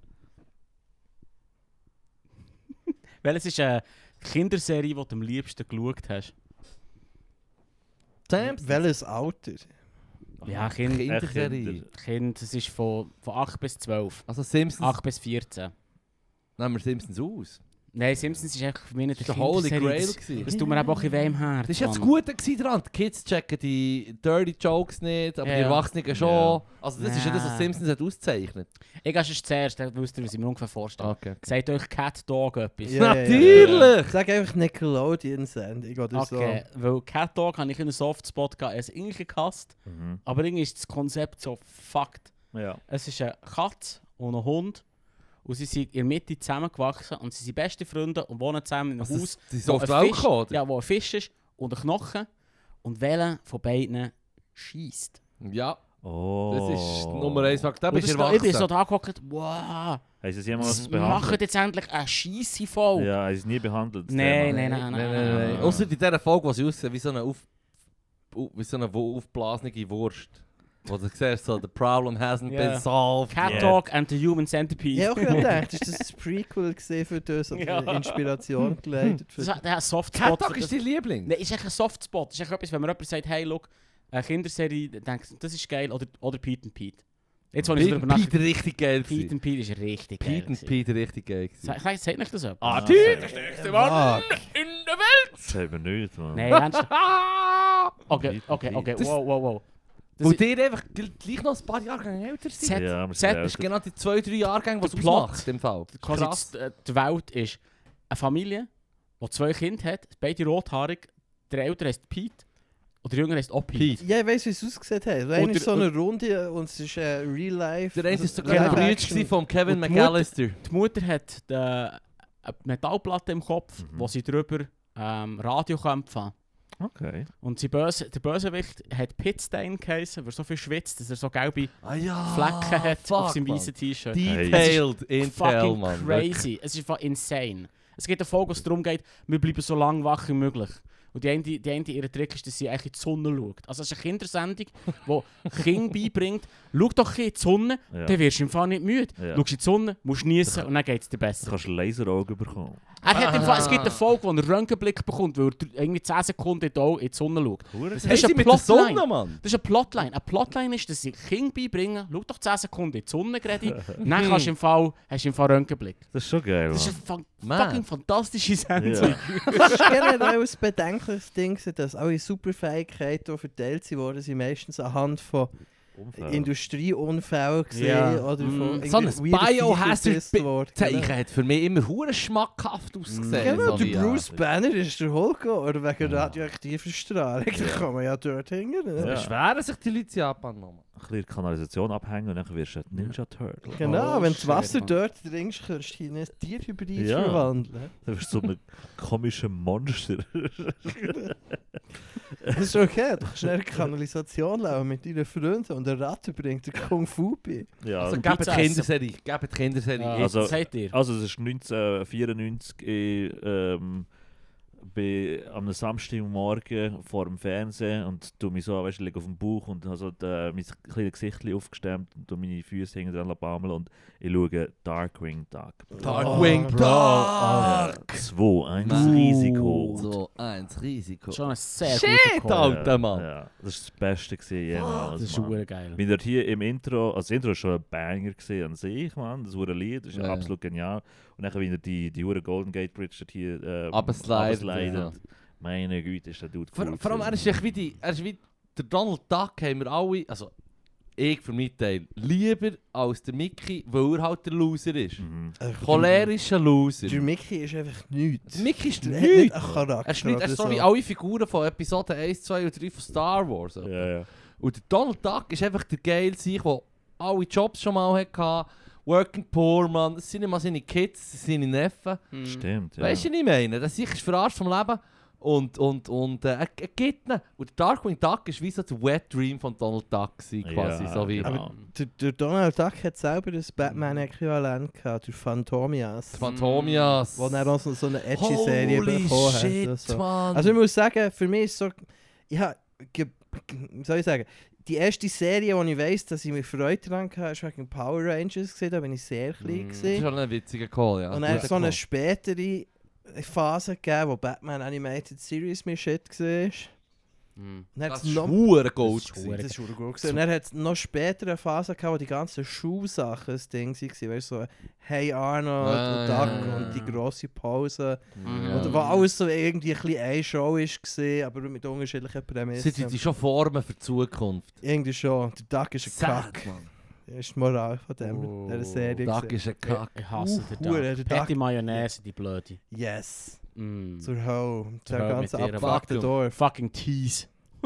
Welches ist eine Kinderserie, die du am liebsten geschaut hast? Samson. Welches Alter? Ja, Kinderserie. Kind, das ist von 8 bis 12. Also Simpsons. 8 bis 14. Nehmen wir Simpsons aus. Nein, Simpsons ist eigentlich für mich nicht Das war der Holy Kinderserie. Grail. Das gewesen. tut mir eben auch ein bisschen weh im Herzen. Das war ja das Mann. Gute gewesen dran. Die Kids checken die dirty Jokes nicht, aber Ja, die ja. Erwachsenen schon. Ja. Also das ist ja das, was Ja. Simpsons hat auszeichnet. Ich gehe schon zuerst, dann wisst ihr, was ich mir ungefähr vorstelle. Okay. Sagt euch Cat Dog etwas? Ja, Natürlich! Sag einfach Nickelodeon-Sendung oder Okay, weil Cat Dog habe ich einen Softspot gehabt. Er ist irgendwie gehasst, Mhm. aber irgendwie ist das Konzept so fucked. Ja. Es ist eine Katze und ein Hund und sie sind in der Mitte zusammengewachsen und sie sind beste Freunde und wohnen zusammen in einem Also, Haus, die sind wo auf die ein Welt Fisch- gekommen, oder? ja, wo ein Fisch ist und ein Knochen und welcher von beiden schießt. Ja, Oh. das ist Nummer 1 Fakt. Da Und bist du das da- ich bin so erwachsen. da gehockt, wow, Haben sie es jemals macht behandelt? jetzt endlich eine Scheisse voll. Ja, haben sie es nie behandelt? das Nein, Thema? nein, nein. Nein. Außer in dieser Folge, wo sie aussehen wie so eine aufblasene Wurst. Wo du siehst, so, the problem hasn't Ja. been solved. Cat Yeah. Dog and the Human Centipede. Ich habe auch gerade gedacht, ist das ein Prequel gesehen für das oder Ja. eine Inspiration geleitet für Das hat ein Softspot. Cat Dog für ist das. dein Liebling? Nein, ist echt ein Softspot. Ist echt etwas, wenn mir jemand sagt, hey, look, eine Kinderserie, dann denkst du, das ist geil. Oder Pete and Pete. Jetzt, wo ich so Pete darüber and nachdenke, Pete richtig geil Pete gewesen. and Pete ist richtig geil. Pete and Pete richtig geil gewesen. Sagt nicht das etwas? Ah, Pete, das der Mann in der Welt! Das haben wir nicht, Mann. Nein, ernsthaft. Okay, Pete okay, and okay, Das- wow. Das Weil ist- die einfach gleich noch ein paar Jahrgänge älter sind. Z- Ja, wir Z- sind Das ist älter. genau die 2-3 Jahrgänge, was Der es Plot. ausmacht im Fall. quasi Krass. die Welt ist eine Familie, die 2 Kinder hat, beide rothaarig. Der Ältere heißt Pete und der Jüngere heißt auch Pete. Pete. Ja, ich weiss, wie es ausgesehen hat. Der eine ist so eine Runde und es ist Real Life. Der eine also war sogar Genau. der Bruder von Kevin Und die McAllister. Die Mutter hat eine Metallplatte im Kopf, Mhm. wo sie drüber Radio kann empfangen. Okay. Und der Bösewicht hat Pitstain geheißen, weil er so viel schwitzt, dass er so gelbe Ah ja, Flecken hat fuck, auf seinem man. weißen T-Shirt. Detailed Intel, Fucking man. crazy. Es ist einfach insane. Es gibt eine Folge, wo es darum geht, wir bleiben so lange wach wie möglich. Und die eine ihre Trick ist, dass sie eigentlich in die Sonne schaut. Also es ist eine Kindersendung, die Kindern beibringt, schau doch in die Sonne, Ja. dann wirst du im Fall nicht müde. Ja. Schaust in die Sonne, musst niesen und dann geht es dir Du besser. kannst Laseraugen bekommen. Er hat im Fall, es gibt eine Folge, wo er einen Röntgenblick bekommt, weil er irgendwie 10 Sekunden in die Sonne schaut. Was Das haben ist sie eine mit der Plotline. Sonne, Mann? Das ist eine Plotline. Eine Plotline ist, dass sie Kindern beibringen, schau doch 10 Sekunden in die Sonne, Gredi, dann hast du im Fall Röntgenblick. Das ist schon geil, Das ist Mann. eine Man. fucking fantastische Sendung. Ja. Das ist generell ein bedenkliches Ding, dass alle Superfähigkeiten, die verteilt wurden, sind meistens anhand von Unfall. Industrieunfällen gesehen Ja. oder von So ein irgendwie weirden Biohazard Viecher gebissen worden. Zeichen hat für mich immer hure schmackhaft ausgesehen. Genau, so der wie, Bruce Banner ist der Hulk oder wegen Ja. radioaktiver Strahlung. Da kann man ja dort hingehen. Ja. Ne? Beschweren sich die Leute in Japan noch. Ein bisschen Kanalisation abhängen und dann wirst du ein Ninja Turtle. Genau, Oh, wenn du shit, Wasser Mann. dort trinkst, kannst du dich in ein Tierhybrid Ja. verwandeln. Dann wirst du so ein komisches Monster. Das ist okay, du kannst in eine Kanalisation laufen mit deinen Freunden und eine Ratte bringt dir Kung Fu bei. Ja, Also Und gebt die Pizza essen. Kinderserie. Gebt die Kinderserie. Ja, Also- was sagt ihr? also es ist 1994 bin am Samstagmorgen vor dem Fernsehen und tu mich so, weißt du, liege auf dem Bauch und habe so mein kleines Gesicht aufgestemmt und tu meine Füße hinten dran bammeln und ich schaue Darkwing Duck. Darkwing Oh, Duck. 2-1 Mann. Risiko. So, 1 Risiko. Schon ein sehr Shit, guter Alter. Call. Ja, Mann. ja, das ist das Beste gewesen jemals. Das ist Mann. super geil. Bin dort hier im Intro, also das Intro war schon ein Banger gewesen an sich, man. Das hure Lied, das ist Ja, ja. absolut genial. Und dann wieder die hure Golden Gate Bridge dort hier Absliden, ja. Meine Güte, ist der Dude cool. Vor allem, er ist echt wie der Donald Duck, haben wir alle, also ich für meinen Teil, lieber als der Mickey, weil er halt der Loser ist. Mhm. Cholerischer Loser. Der Mickey ist einfach nichts. Der Mickey ist Er hat nicht nichts. einen Charakter. Er ist nicht, er ist so oder wie alle Figuren von Episode 1, 2 und 3 von Star Wars. Ja, ja. Und der Donald Duck ist einfach der geile Sieg, der alle Jobs schon mal hatte. Working Poor, man. Das sind nicht mal seine Kids, das sind seine Neffen. Mhm. Stimmt, ja. Weißt du, was ich meine? Das ist verarscht vom Leben. Und er gibt ihn. Und der Darkwing Duck ist wie so der Wet Dream von Donald Duck gewesen, quasi. Ja, So wie genau. Der Donald Duck hat selber ein Batman-Äquivalent gehabt, der Phantomias. Phantomias. Wo er auch so eine edgy Serie Holy bekommen hat. shit, oder so. Mann. Also ich muss sagen, für mich ist so... Ja, wie soll ich sagen? Die erste Serie, die ich weiss, dass ich mich Freude daran hatte, war wegen Power Rangers gewesen, da bin ich sehr klein. das ist gewesen. schon ein witziger Call, ja. Und dann hat Guter es so eine Call. spätere Phase gegeben, wo Batman Animated Series mir shit war. Dann Das hat's ist noch... verdammt Gold. Das ist gewesen. verdammt- Das ist verdammt gut gewesen. Und dann hat es noch später eine Phase gehabt, wo die ganzen Schulsachen ein Ding waren. Weißt du, so Hey Arnold und Duck und die grosse Pause. Mhm. Und wo alles so irgendwie ein bisschen eine Show war, aber mit unterschiedlichen Prämissen. Sind die schon Formen für die Zukunft? Irgendwie schon. Der Duck ist ein Sad, Kack. Mann. Das ist die Moral von Oh. dieser Serie. Duck gewesen. ist ein Kack. Ich hasse den Hure, Duck. der Fette Duck. Mayonnaise, die Blöde. Yes. Mm. Zur Hölle. Zur Der Hölle ganze mit ihrer abgefuckte Vakuum. Dorf. Fucking Tease.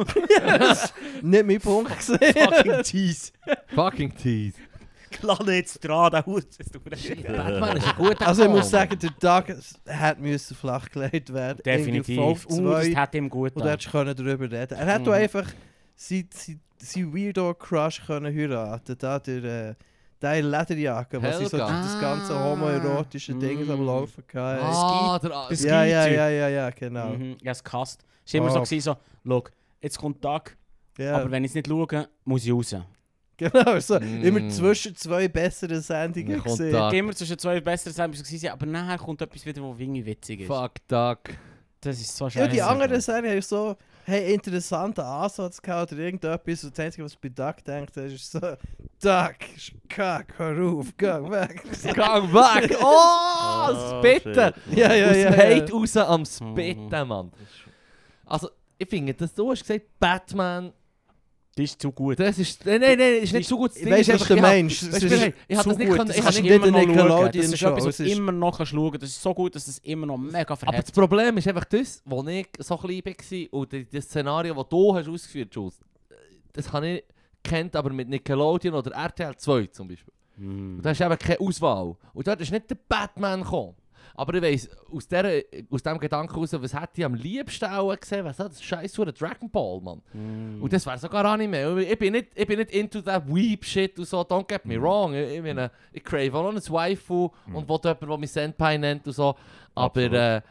Nicht mein Punkt gewesen. Fucking Tease. Fucking Tease. Lade jetzt dran, der Hut. Batman ist ein guter Also ich muss Film. sagen, der Duck hätte müssen flachgelegt werden. Definitiv. Irgendwie Folge Das 2. hat ihm gut Und du getan. hättest können darüber reden. Er hätte auch einfach seinen Weirdo-Crush können heiraten. Da der Lederjacke, was sie so Helga. das ganze homoerotische Ding am Laufen hatten. Ah, der Das Ja, genau. Mhm. Ja, es gehasst. Es war immer so, gewesen, so, schau, jetzt kommt Tag, Ja, aber wenn ich es nicht schaue, muss ich raus. genau. So, Mm. immer zwischen zwei besseren Sendungen Dann kommt gesehen. da- Immer zwischen zwei besseren Sendungen gewesen, aber nachher kommt etwas wieder, was irgendwie witzig ist. Fuck Duck. Das ist so Ja, scheiße. die anderen Serien haben so interessanten Ansatz gehabt oder irgendetwas. Und das Einzige, was ich bei Duck denkt, ist so: Duck, kack, hör auf, geh weg. Gang weg! Oh, Oh, Spitten! shit. Ja, ja, Aus ja. dem ja. Hate raus am Spitten, Mann. Also, ich finde, du hast gesagt, Batman, Das ist zu gut. das ist... Nein, ist nicht so gut. Das Ich Ding weiss, ist was du einfach, meinst. ich Es hab- ist weißt du, ich hab zu das nicht gut. können- Das ich kannst hab du nicht nicht in immer noch schauen. Nickelodeon Das ist Show. etwas, was Es du ist- immer noch schauen kannst. Das ist so gut, dass es immer noch mega Aber verhält. das Problem ist einfach das, wo ich so klein war und das Szenario, das du hast ausgeführt hast, das habe ich kennt, aber mit Nickelodeon oder RTL 2 zum Beispiel. Mm. Und da hast du eben keine Auswahl. Und dort ist nicht der Batman gekommen. Aber ich weiss, aus dem Gedanken heraus, was hätte ich am liebsten auch gesehen, was hat das scheiß für Dragon Ball, Mann. Mm. Und das wäre sogar Anime. Ich bin nicht into that Weep-Shit und so, don't get me wrong. Ich crave auch noch ein Waifu und will jemanden, der mich Senpai nennt und so. Aber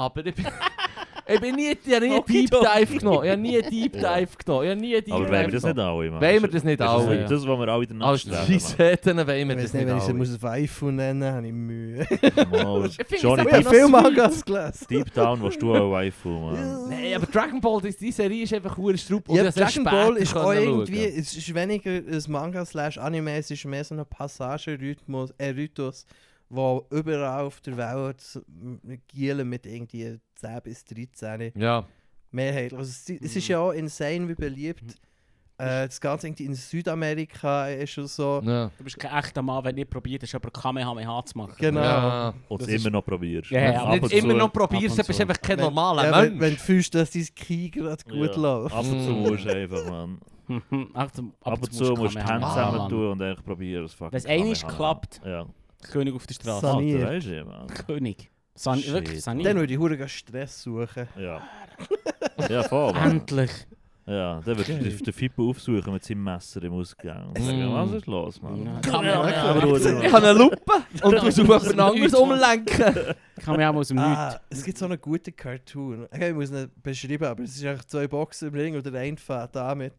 ich bin nie, ich habe nie einen Deep Dive genommen. Ich habe nie einen Deep Dive genommen. Ich habe nie einen Deep Aber Dive wollen wir das nicht genommen. alle, Mann? Wollen wir das nicht Das ist alle? das, das, was wir alle danach Als streben, Scheisseten wollen wir Ich das weiß nicht, nicht wenn ich sie alle. muss Waifu nennen, habe ich Mühe. Mann. Ich finde Johnny, es Ich habe noch viel sweet. Mangas gelesen. Deep Down warst du auch Waifu, Mann. Nein, aber Dragon Ball, die Serie ist einfach hure Strupp. Ja, Dragon Ball ist auch irgendwie, es ist weniger ein Manga/Anime, es ist mehr so ein Passagenrhythmus, Rhythmus, wo überall auf der Welt gielen mit irgendwie 10 bis 13 Ja. mehrheitlich. Also es ist ja auch insane, wie beliebt. Das Ganze irgendwie in Südamerika ist schon so. Ja. Du bist kein echter Mann, wenn du nicht probiert hast, aber Kamehameha zu machen. Genau. Ja. Und Das es ist- immer noch probierst. Ja, ja, Ab Nicht und immer zu- noch probierst, ab du und bist zu. einfach kein Wenn- normaler ja, Mensch. wenn du fühlst, dass dein Key gerade gut Ja. läuft. Ab und zu musst du einfach, Mann. Ab Ab und zu musst du die Hände Kamehameha zusammen machen. tun und eigentlich probieren, das fucking Wenn es einmal Kamehameha. klappt. Ja. König auf der Straße. San- Saniert. Alter, weisst du, Mann. König. Shit, Wirklich Dann saniert. würde ich hure Stress suchen. Ja. Ja, voll, Mann. Endlich. Ja, dann wird der Fippo aufsuchen mit seinem Messer im Ausgang. Und sagen, was ist los, Mann? Kamehameha. Bruder. Ich habe eine Lupe und du musst auf jemand anderes umlenken. Kamehameha aus dem Nichts. Es gibt so einen guten Cartoon. Okay, ich muss ihn beschreiben, aber es ist eigentlich 2 Boxen im Ring und der eine fährt da mit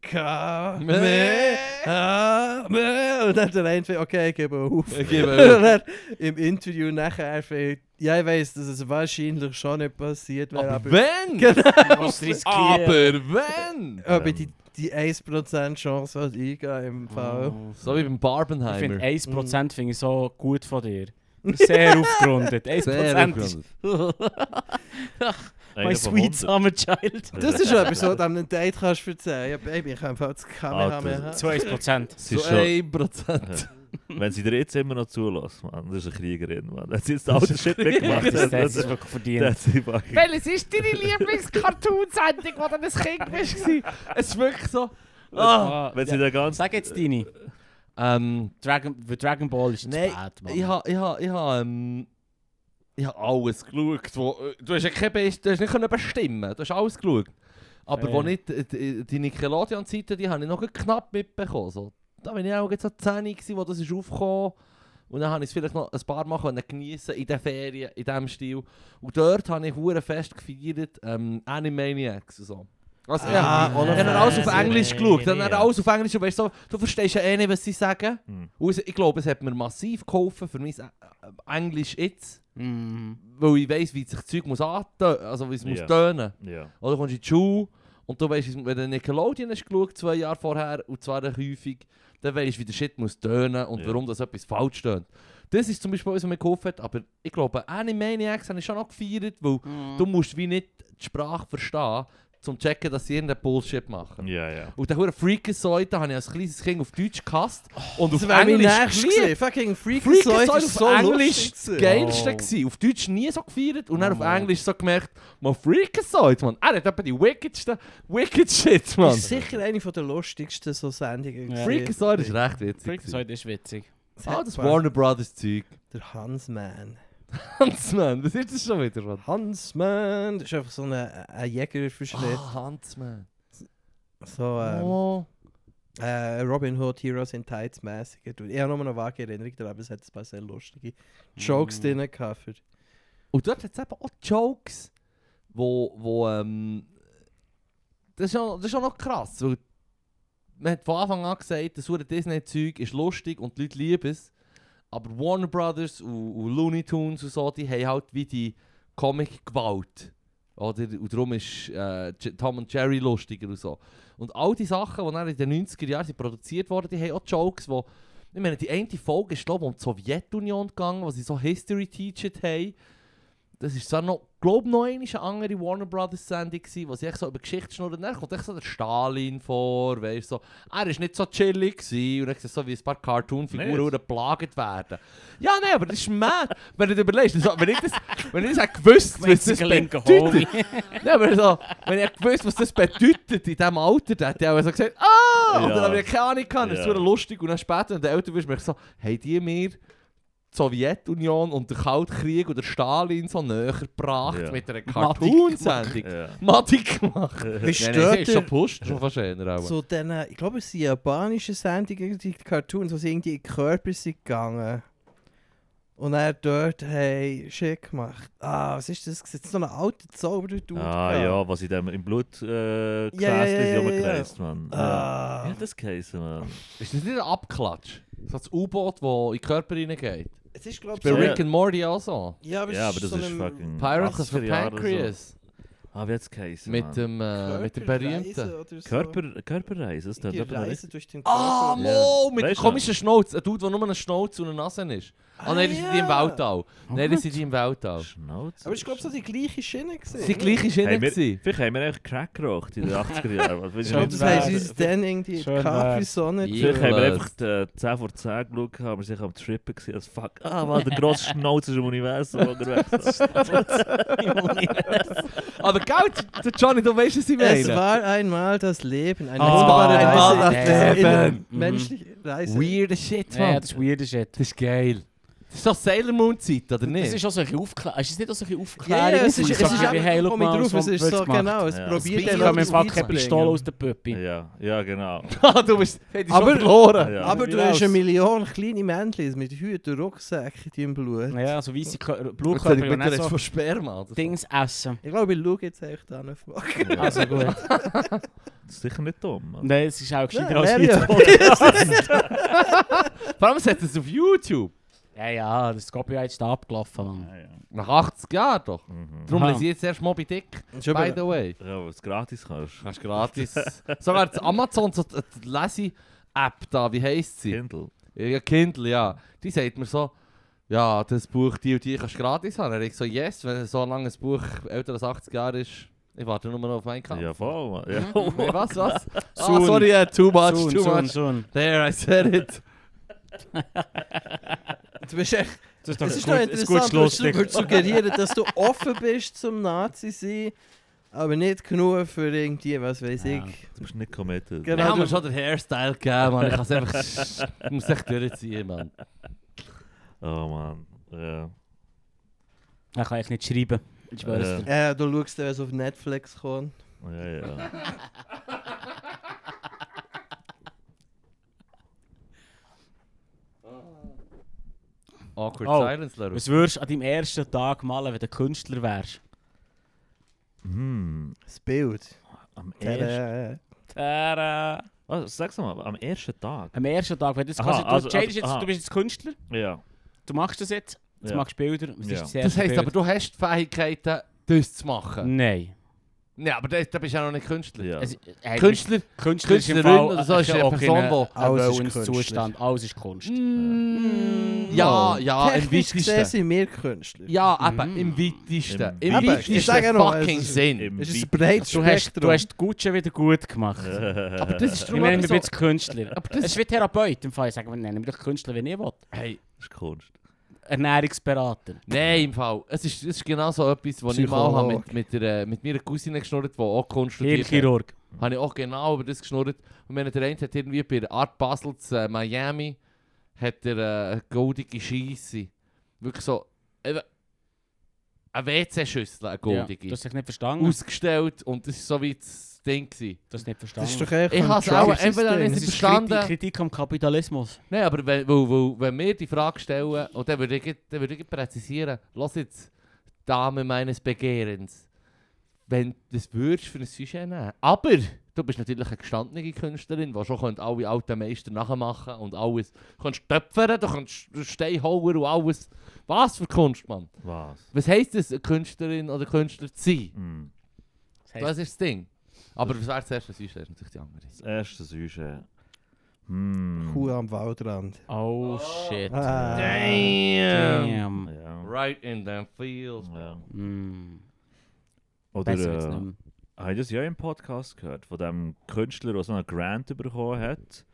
Kame. Und dann der eine fährt, okay, ich gebe auf. Ich gebe auf. Und dann im Interview nachher fällt, ja, ich weiss, dass es wahrscheinlich schon nicht passiert wäre, Aber aber wenn? Was riskieren. Aber wenn? ob ich die 1% Chance halt eingehen im Fall. So wie beim Ich Barbenheimer. finde 1% finde ich so gut von dir. Sehr aufgerundet. 1% ist Einer my von sweet 100. summer child. Das ist etwas, was du an einem Date kannst erzählen. Ja, Baby, ich habe das Kamehameha. 2%. Sie So ist schon, 1%. wenn sie dir jetzt immer noch zulässt, Mann, das ist eine Kriegerin, Mann. Hat sie jetzt all den Shit mitgemacht? Das ist wirklich verdient. Das ist einfach... Welches ist deine Lieblings-Cartoon-Sendung, wo du als Kind bist? Es ist wirklich so... Ah. Wenn sie der ganze... Sag jetzt deine. Dragon Ball ist Nein, zu bad, Mann. ich habe alles geschaut. Du hast ja du hast nicht bestimmen. Du hast alles geschaut. Aber Ja. wo nicht die Nickelodeon-Zeiten, die habe ich noch knapp mitbekommen. So. Da bin ich auch so 10 gewesen, wo das ist aufgekommen. Und dann habe ich es vielleicht noch ein paar Mal geniessen in den Ferien, in diesem Stil. Und dort habe ich hure fest gefeiert, Animaniacs und so. Also, Ah, ich auch noch habe dann alles auf Fernsehen. Englisch geschaut. Dann Ja. alles auf Englisch und weißt so, du verstehst ja eh nicht, was sie sagen. Hm. Und ich glaube, es hat mir massiv geholfen für mein Englisch jetzt. Mhm. Weil ich weiss, wie sich das Zeug muss also wie es muss Ja. tönen. Ja. Oder kommst du in die Schule Und du weißt, wenn du Nickelodeon hast geschaut, 2 Jahre vorher, und zwar recht häufig, dann weisst du, wie der Shit muss tönen und warum das etwas falsch tönt. Das ist zum Beispiel, was mir geholfen hat, aber ich glaube, Animaniacs habe ich schon noch gefeiert, weil du musst wie nicht die Sprache verstehen, zum zu checken, dass sie irgendeinen Bullshit machen. Ja, ja. Und den Freakazoid habe ich als kleines Kind auf Deutsch gehasst und auf Das wäre mein Englisch nächstes geliebt. gewesen. Fucking Freakazoid Freakazoid ist auf so Englisch lustig das gewesen. Geilste gewesen. Auf Deutsch nie so gefeiert und dann auf Englisch so gemerkt, man Freakazoid, man. Er hat etwa die wicked Shit, man. Das ist sicher eine der lustigsten so Sendungen. Ja. Freakazoid ist recht witzig. Freakazoid ist witzig. Das Warner Brothers Zeug. Der Hansman. Huntsman, was ist das schon wieder? Man? Hansman, das ist einfach so ein Jägerverschnitt. Huntsman. So Oh. Robin Hood, Heroes in Tights mäßig. Ich habe nur noch vage Erinnerungen, aber es hat ein paar sehr lustige Jokes drin gehabt. Und dort hat es eben auch Jokes, wo das ist auch noch krass, weil man hat von Anfang an gesagt, das Disney-Zeug ist lustig und die Leute lieben es, aber Warner Brothers und Looney Tunes und so, die haben halt wie die Comic-Gewalt. Oder? Und darum ist Tom und Jerry lustiger und so. Und all die Sachen, die dann in den 90er Jahren produziert wurden, die haben auch Jokes, wo... Ich meine, die eine Folge ist, glaube ich, um die Sowjetunion gegangen, wo sie so History teached haben. Das ist zwar noch, glaube ich, noch eine andere Warner Brothers Sendung gewesen, wo sie echt so über Geschichte schnurren. Dann kommt echt so der Stalin vor, weißt so. Er ist nicht so chillig gewesen und dann siehst du so, wie ein paar Cartoon-Figuren geplagt werden. Ja, nein, aber das ist mad. Wenn du dir überlegst, also, wenn ich das hätte gewusst, was das bedeutet. Nein, aber so, wenn ich gewusst, was das bedeutet in diesem Alter, dann hätte ich auch so gesagt, Ja. oder habe ich keine Ahnung gehabt. Das ist Ja. so lustig. Und dann später, wenn du älter wirst, merkst du so, haben die mir die Sowjetunion und der Kaltkrieg und der Stalin so näher gebracht Ja. mit einer Cartoon-Sendung. Ja. Matik gemacht. Wie Nein, nein, stört sie ist schon ihr pusht, schon fast eher auch. so ich glaube, es sind japanische Sendungen, die Cartoons, wo sie irgendwie in den Körper sind gegangen. Und er dort Shit gemacht. Was ist das? Das ist so ein alter Zauberdude. Ja, was in dem im Blut ja, Gefäß ja. rumkreist, man. Ah. Ja, das geheißen, man. Ist das nicht ein Abklatsch? So das U-Boot, das in den Körper reingeht? Es ist, glaube Bei So, Rick and Morty auch so. Ja, aber, Ja, es aber das so ist einem fucking Pirates of the 80er Jahre oder so. Pancreas. Wie hat's geheißen, Mit man? dem berühmten. Körperreise oder so. Körperreise, das Die tut aber Reise durch den Körper. Ah, Ja. Mo! Mit dem Weißt du komischen Schnauz. Ein Dude, der nur eine Schnauz und eine Nase ist. Ah, nein, das sind die im Weltall. Nein, das sind die im Weltall. Schnauze. Aber ich glaube, so die gleiche Schiene Das gewesen. sind die gleiche Schiene. Hey, gewesen. vielleicht haben wir echt Crack geraucht in den 80er Jahren. Ich glaube, das heisst, uns dann irgendwie Schön Capri-Sonne. Ja. Vielleicht haben wir Yes. einfach 10 vor 10 geschaut, haben wir sich am Trippen gesehen, als fuck, man, der grosse Schnauze ist im Universum unterwegs. Aber gell, der Johnny, du weißt, was ich Es meine. war einmal das Leben. Eine Ah, wunderbare einmal Reise das in Leben. menschliche Reise. Weirder Shit, Ja, man. das ist weird Shit. Das ist geil. Das ist doch Sailor Moon Zeit, oder Das nicht? ist auch so ein bisschen Aufklärung. Ist es nicht auch so ein bisschen Ja, Aufklärung? ja, es ist so einfach, hey, schau komm ich mal, drauf, es ist wird's so gemacht. genau, es Ja. probiert Speed Ich den kann mir Leuten einfach keine beizubringen. Pistole aus der Püppi. Ja, genau. Du bist schon Aber- verloren. Ja. Aber du Wie hast raus. 1 Million kleine Männchen mit Hüten, Rucksäcken in deinem Blut. Ja, so weisse Jetzt hätte ich Blutkörper bitte und dann jetzt so von Sperma. oder so. Dings essen. Ich glaube, ich schaue jetzt echt an. Ja. Also gut. Das ist sicher nicht dumm, man. Nein, es ist auch gescheiter Ja, als Mario. YouTube. Vor allem setzt es auf YouTube. Ja, das Copyright ist da abgelaufen. Mann. Ja, ja. Nach 80 Jahren doch. Mhm. Darum Aha. lese ich jetzt erst Moby Dick, Schon by the way. Ja, was du gratis kannst. Kannst gratis. Sogar das Amazon, so die Lese-App da, wie heisst sie? Kindle. Ja, Kindle, ja. Die sagt mir so, ja, das Buch, die und die kannst du gratis haben. Dann ich so, yes, wenn so lange ein Buch älter als 80 Jahre ist, ich warte nur noch auf meinen Kampf. Ja, voll, man. Ja. Nee, was? Ah, Soon. sorry, too much, too Soon, much. soon. There, I said it. Du bist echt, Das ist doch es ist ein noch gut- ein interessant, gutes du Schlussding. würdest suggerieren, dass du offen bist zum Nazi sein, aber nicht genug für irgendwie, was weiß Ja. ich. Du bist nicht committed. Genau. Wir haben mir du- schon den Hairstyle gegeben, man. Ich kann es einfach... Ich muss echt durchziehen, man. Oh, man. Ja. Ich kann ich nicht schreiben. Ich schwör's dir. Du schaust, wenn es auf Netflix kommt. Ja. Awkward Oh. silence, Leru. Was würdest du an deinem ersten Tag malen, wenn du Künstler wärst? Das Bild. Am ersten... Tada! Was, sag's mal, am ersten Tag? Am ersten Tag, wenn du jetzt Aha, quasi, du also- entscheidest jetzt, aha. du bist jetzt Künstler, Ja. du machst das jetzt Ja. machst Bilder, was Ja. ist das Das erste heisst Bild? aber, du hast die Fähigkeiten, das zu machen. Nein. Nee, aber da bist du ja noch nicht Künstler. Ja. Künstler, Künstler ist im Künstlerin Fall oder so ist eine auch Person, kein die... Alles ist Zustand. Alles ist Kunst. Ja, im Technisch gesehen weitesten. sind wir Künstler. Ja, eben, im weitesten. Im Eben, weitesten ich sage noch, fucking es ist- Sinn. Es ist ein breites Du hast Spektrum. die Gucci wieder gut gemacht. Aber das ist Ich darum nenne mich so... jetzt Künstler. Aber Es das ist wie Therapeut im Fall. Ich sage, wir nennen mich doch Künstler, wenn ich will. Hey, Das ist Kunst. Ernährungsberater. nein, im Fall. Es ist genau so etwas, was ich mal habe mit meiner Cousine geschnurrt, die auch Kunst studiert hat. Hirnchirurg. Habe ich auch genau über das geschnurrt. Und wenn der eine hat irgendwie bei der Art Basel in Miami hat er eine goldige Scheisse. Wirklich so eben, eine WC-Schüssel, eine Ja, goldige. du hast dich nicht verstanden. Ausgestellt und das war so wie das Ding gewesen. Du hast nicht Das verstanden. ist doch echt Ich ein habe es auch Trump-System. entweder nicht Das ist verstanden. Kritik am Kapitalismus. Nein, aber wenn wir die Frage stellen, und dann würde ich präzisieren, lass jetzt, Dame meines Begehrens, wenn du das würdest für ein Sujet nehmen. Aber du bist natürlich eine gestandene Künstlerin, die schon alle alten Meister nachmachen und alles. Du kannst töpfern, du kannst Steinhauer und alles. Was für Kunst, Mann? Was? Was heisst es, eine Künstlerin oder Künstler zu sein? Mm. Das ist das Ding. Aber was wäre das erste Sujet? Das ist natürlich die andere. Das erste Sujet. Kuh am Waldrand. Oh shit. Ah. Damn. Ja. Right in them fields. Ja. Mm. Oder Besser wird's nicht mehr. habe ich das ja im Podcast gehört, von dem Künstler, der so einen Grant bekommen hat.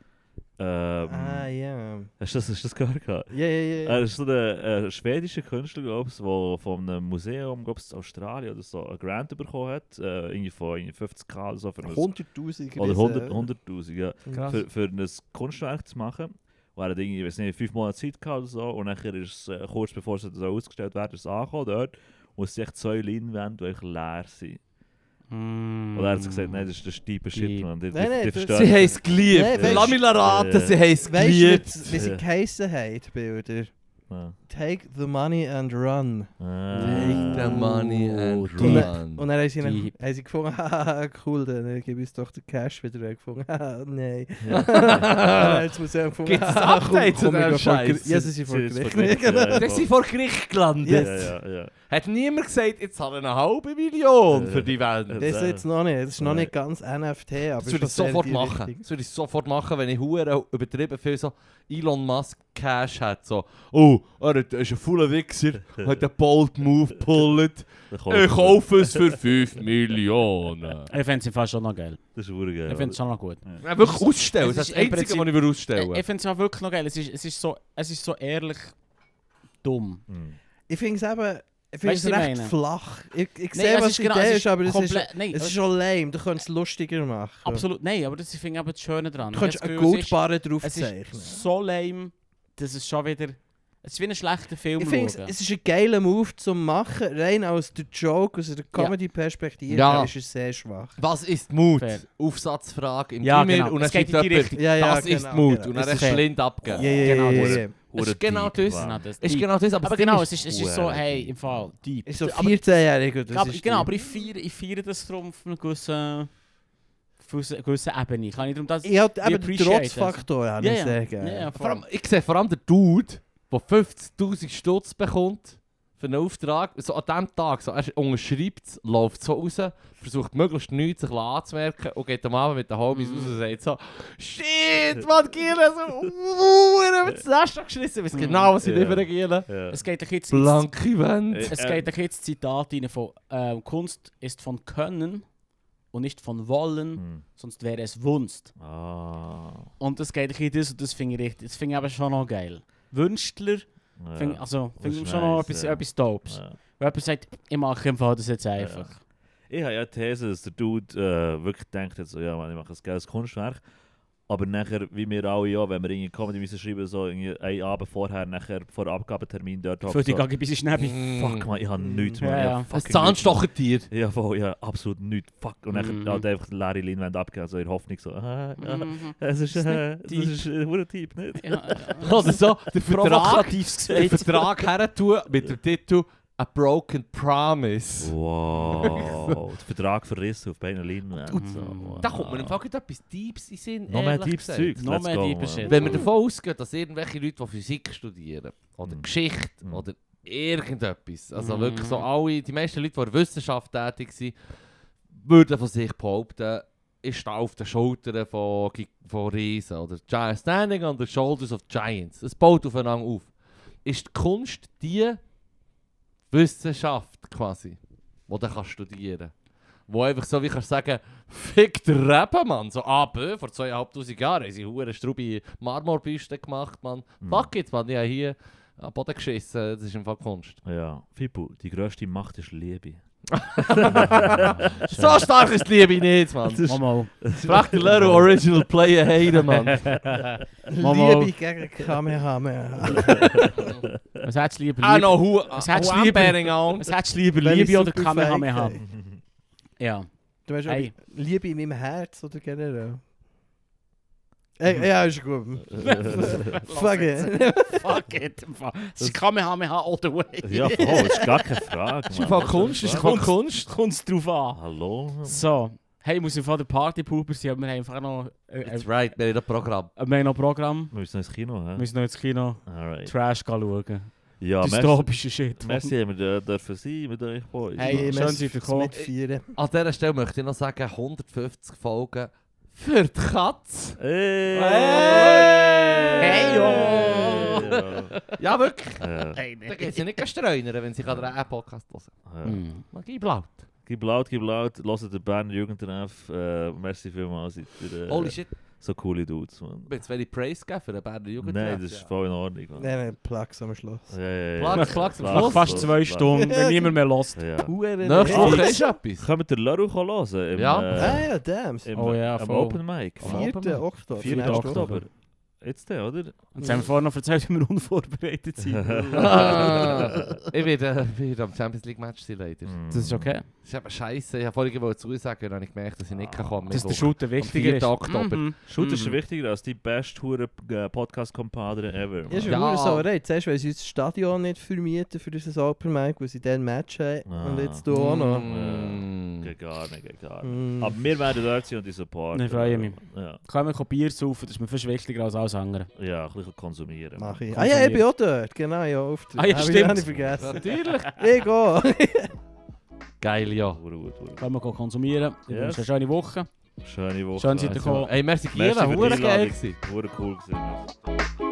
Ja. Hast du das gehört? Ja. Er ist so ein schwedischer Künstler, glaube ich, der von einem Museum, glaube ich, in Australien oder so, einen Grant bekommen hat. Irgendwie von 50.000 oder so. Für ein, 100'000 oder 100'000, ja. Krass. Für ein Kunstwerk zu machen. Und er hat irgendwie, ich weiß nicht, 5 Monate Zeit gehabt oder so. Und nachher ist es, kurz bevor es so ausgestellt wird, ist es angekommen dort. Und es sind echt 2 Leinwände, die echt leer sind. Mm. Und er hat gesagt, nein, das ist der type Shit, Deep. man. Die Nein, verstehen Sie das haben nicht. es geliebt. Nein, Lass mich raten, Ja. sie haben es Weißt geliebt. du, wie sie geheissen haben, die Bilder? Ja. Take the money and run. Take the money and deep. run. Und dann haben sie, Deep. haben sie gefunden, haha, cool, dann gib uns doch den Cash wieder. Und gefunden, haha, nein. Ja. Und dann hat das Museum gefunden, Gibt's ein haha, Update zu komm, dem wir gehen vor Scheiß? Gericht. Ja, sie sind vor Sie sind vor Gericht. Gericht, ja. Sie sind vor Gericht gelandet. Yes. Ja. Hat niemand gesagt, jetzt habe ich 1 Million für die Welt. Das ist jetzt noch nicht, das ist noch nicht ganz NFT, aber Das würde ich ist schon sehr sofort die machen. Richtung. Das würde ich sofort machen, wenn ich hure übertrieben viel so Elon Musk Cash hat. So, oh, er ist ein voller Wichser, hat einen Bold Move gepullt. Ich kaufe es für 5 Millionen. Ich finde es im Fall schon noch geil. Das ist wirklich geil. Ich finde es schon noch gut. Ja, wirklich ausstellen, Es das ist ist das im Einzige, Prinzip- was ich ausstellen Ich finde es auch wirklich noch geil. Es ist so ehrlich dumm. Mhm. Ich finde es eben, ich finde Weißt es du, was ich recht meine? flach. Ich Nein, sehe, es was ist die genau- Idee es ist, aber Nein, es ist schon lame. Du könntest es lustiger machen. absolut. Nein, aber das finde ich eben das Schöne dran. Du könntest Ich habe einen das Gefühl, Goldbarren es draufzeichnen. ist so lame, dass es schon wieder... Es ist wie ein schlechter Film Ich finde, schauen. es ist ein geiler Move zum Machen. Rein aus der Joke, aus der Comedy-Perspektive Ja. ist es sehr schwach. Was ist Mut? Fair. Aufsatzfrage im Ja, Gimmer genau. und dann Es geht schreibt in die jemand, Richtung. Ja, das ist genau, Mut. genau. Und dann Es ist ist blind abgeben. Genau das. Es ist genau das. Genau das. Ist genau das, aber Aber das Ding genau, ist- es ist so, hey, im Fall, deep. Ist so Aber- 14-jährig oder aber, genau, aber ich feiere das darum auf einer gewissen Ebene. Kann ich darum das... Ich habe eben den appreciate Trotzfaktor, habe ich sehr gerne. Ja, Vor allem, ich sehe vor allem den Dude, der 50'000 Stutz bekommt für einen Auftrag. So an diesem Tag, so, er unterschreibt es, läuft so raus, versucht möglichst nichts sich anzumerken und geht am Abend mit den Homies raus und sagt so «Shit, man, Giele, so über das Nest geschissen, weiss genau, was ich Ja. nicht Giele. Ja. Es geht doch jetzt... Blanke Wände. Es geht doch jetzt Zitat rein von Kunst ist von Können und nicht von Wollen, Hm. sonst wäre es Wunst. Ah. Und das geht doch in das und das finde ich richtig. Das finde ich aber schon noch geil. Wünstler, Ja. finde Das finde ist ich schon noch nice, etwas Dopes. Ja. Wenn jemand sagt, ich mache im Fall das jetzt einfach. Ich habe ja die These, dass der Dude wirklich denkt, jetzt, so, ja, man, ich mache ein geiles Kunstwerk. Aber nachher, wie wir alle, ja, wenn wir irgendwie Comedy müssen schreiben, so irgendwie einen Abend vorher, nachher vor Abgabetermin dort Für die so, Gagi bis schnell. fuck man, ich habe nichts, man. Ja, Ich ja. hab Ein fucking Zahnstochertier. nichts. Ja, voll, ja, absolut nichts. Fuck. Und dann Mhm. halt einfach die leere Leinwand abgeben, so in der Hoffnung so, ja, es ist Das ist ein Typ, nicht? Oder so, der Vertrag, Provokatives den gesagt. Vertrag herzutun mit dem Titel «A Broken Promise». Wow, der Vertrag verrissen auf beiden Leinwänden. Und- So, Da kommt mir im Fall gerade etwas Deeps in den Sinn. Noch mehr ehrlich Deeps gesagt. Zeug. Noch Let's mehr go, Deep man. Shit. Wenn wir davon ausgehen, dass irgendwelche Leute, die Physik studieren, oder Mhm. Geschichte, Mhm. oder irgendetwas, also Mhm. wirklich so alle, die meisten Leute, die in der Wissenschaft tätig sind, würde von sich behaupten, ist da auf den Schultern von Riesen. Oder Standing on the shoulders of giants. Es baut aufeinander auf. Ist die Kunst die Wissenschaft quasi, die du kannst studieren kannst? Wo einfach so wie kannst sagen, fick der Reben, Mann. So AB, vor 2500 Jahren haben sie hure Strubi Marmorbüste gemacht, Mann. Fuck it, Mann, ich habe hier am Boden geschissen. Das ist im Fall Kunst. Ja, Fibu, die grösste Macht ist Liebe. So stark ist die Liebe nicht, Mann. Mal. Frag den Lero Original Player Hater, Mann. Liebe gegen Kamehameha. Was hättest du lieber? I know who Was hättest du I'm lieber? betting on. Was hättest du lieber? Welche Liebe oder Superfähigkeit? Kamehameha? Ja. Du weißt Hey. Liebe in meinem Herz oder generell? Ja, ist gut. Fuck it. Fuck it. Es ist Kamehameha all the way. Ja, voll, das ist gar keine Frage. Das ist einfach Kunst, das ist einfach Kunst. Kommt es drauf an. Hallo? So. Hey, ich muss im Fall der Partypooper sein, aber wir haben einfach noch... That's right, wir haben das Programm. wir haben noch Programm. Wir müssen noch ins Kino, hä? Wir müssen noch ins Kino Alright. Trash schauen. Ja, Dystopische Shit. merci, haben wir dürfen sein mit euch Boys. Hey, schön, seid ihr gekommen. Mitfeiern. An dieser Stelle möchte ich noch sagen, 150 Folgen für die Katze. Hey! Hey, Ja, wirklich. Ja. Hey, Da geht sie nicht streunern, wenn sie einen Podcast hören. Ja. Man gibt laut. Gib laut, hört den Berner Jugendtreff. Merci vielmals, seid ihr Holy shit, so coole Dudes, man. willst du welche Praise geben für den Berner Jugend? Nein, das ist voll in Ordnung, man. Nein, Plugs am Schluss. Plug zum Nach Schluss. fast 2 Stunden, wenn niemand mehr lost. Ja. Nächste Woche ist etwas. Können wir den Leru hören? Ja. Ja, damn. Oh ja, am voll. Open Mic. 4. Oktober. 4. nächste Oktober. Woche. Jetzt der, oder? Und sie haben vorhin noch erzählt, wie wir unvorbereitet sind. Ich werde am Champions League Match sein, leider. Das ist okay. Das ist eben scheiße. Ich habe vorhin zusagen, und habe ich gemerkt, dass ich nicht kommen kann. Dass der Shooter wichtiger ist. Am 4. Oktober. Mhm. Shoot ist Mhm. wichtiger als die beste hure Podcast-Compadre ever. Ja, ist man. eine Ja. ja. Sauerei. Zuerst, weil sie uns das Stadion nicht vermieten für unser Open Mic, weil sie dann ein Match haben. Ah. Und jetzt du auch noch. Geht gar nicht, geht gar nicht. Mm. Aber wir werden dort sein und die supporten. Ich freue mich. Ja, Können wir Bier saufen, das ist mir fast wichtiger als alles andere. ja, ein bisschen konsumieren. Mach ich. Konsumiert. Ah ja, ich bin auch dort. Genau, ja, Auftritt. Ah ja, Hab stimmt. Ich vergessen. Natürlich. Ich gehe. Geil, ja. Gut. Können wir konsumieren. Ich Yes. wünsche eine schöne Woche. Schöne Woche. Schön seid ihr gekommen. Ey, merci Merci Gira, für die hure geil Einladung. gewesen. Hure cool gewesen.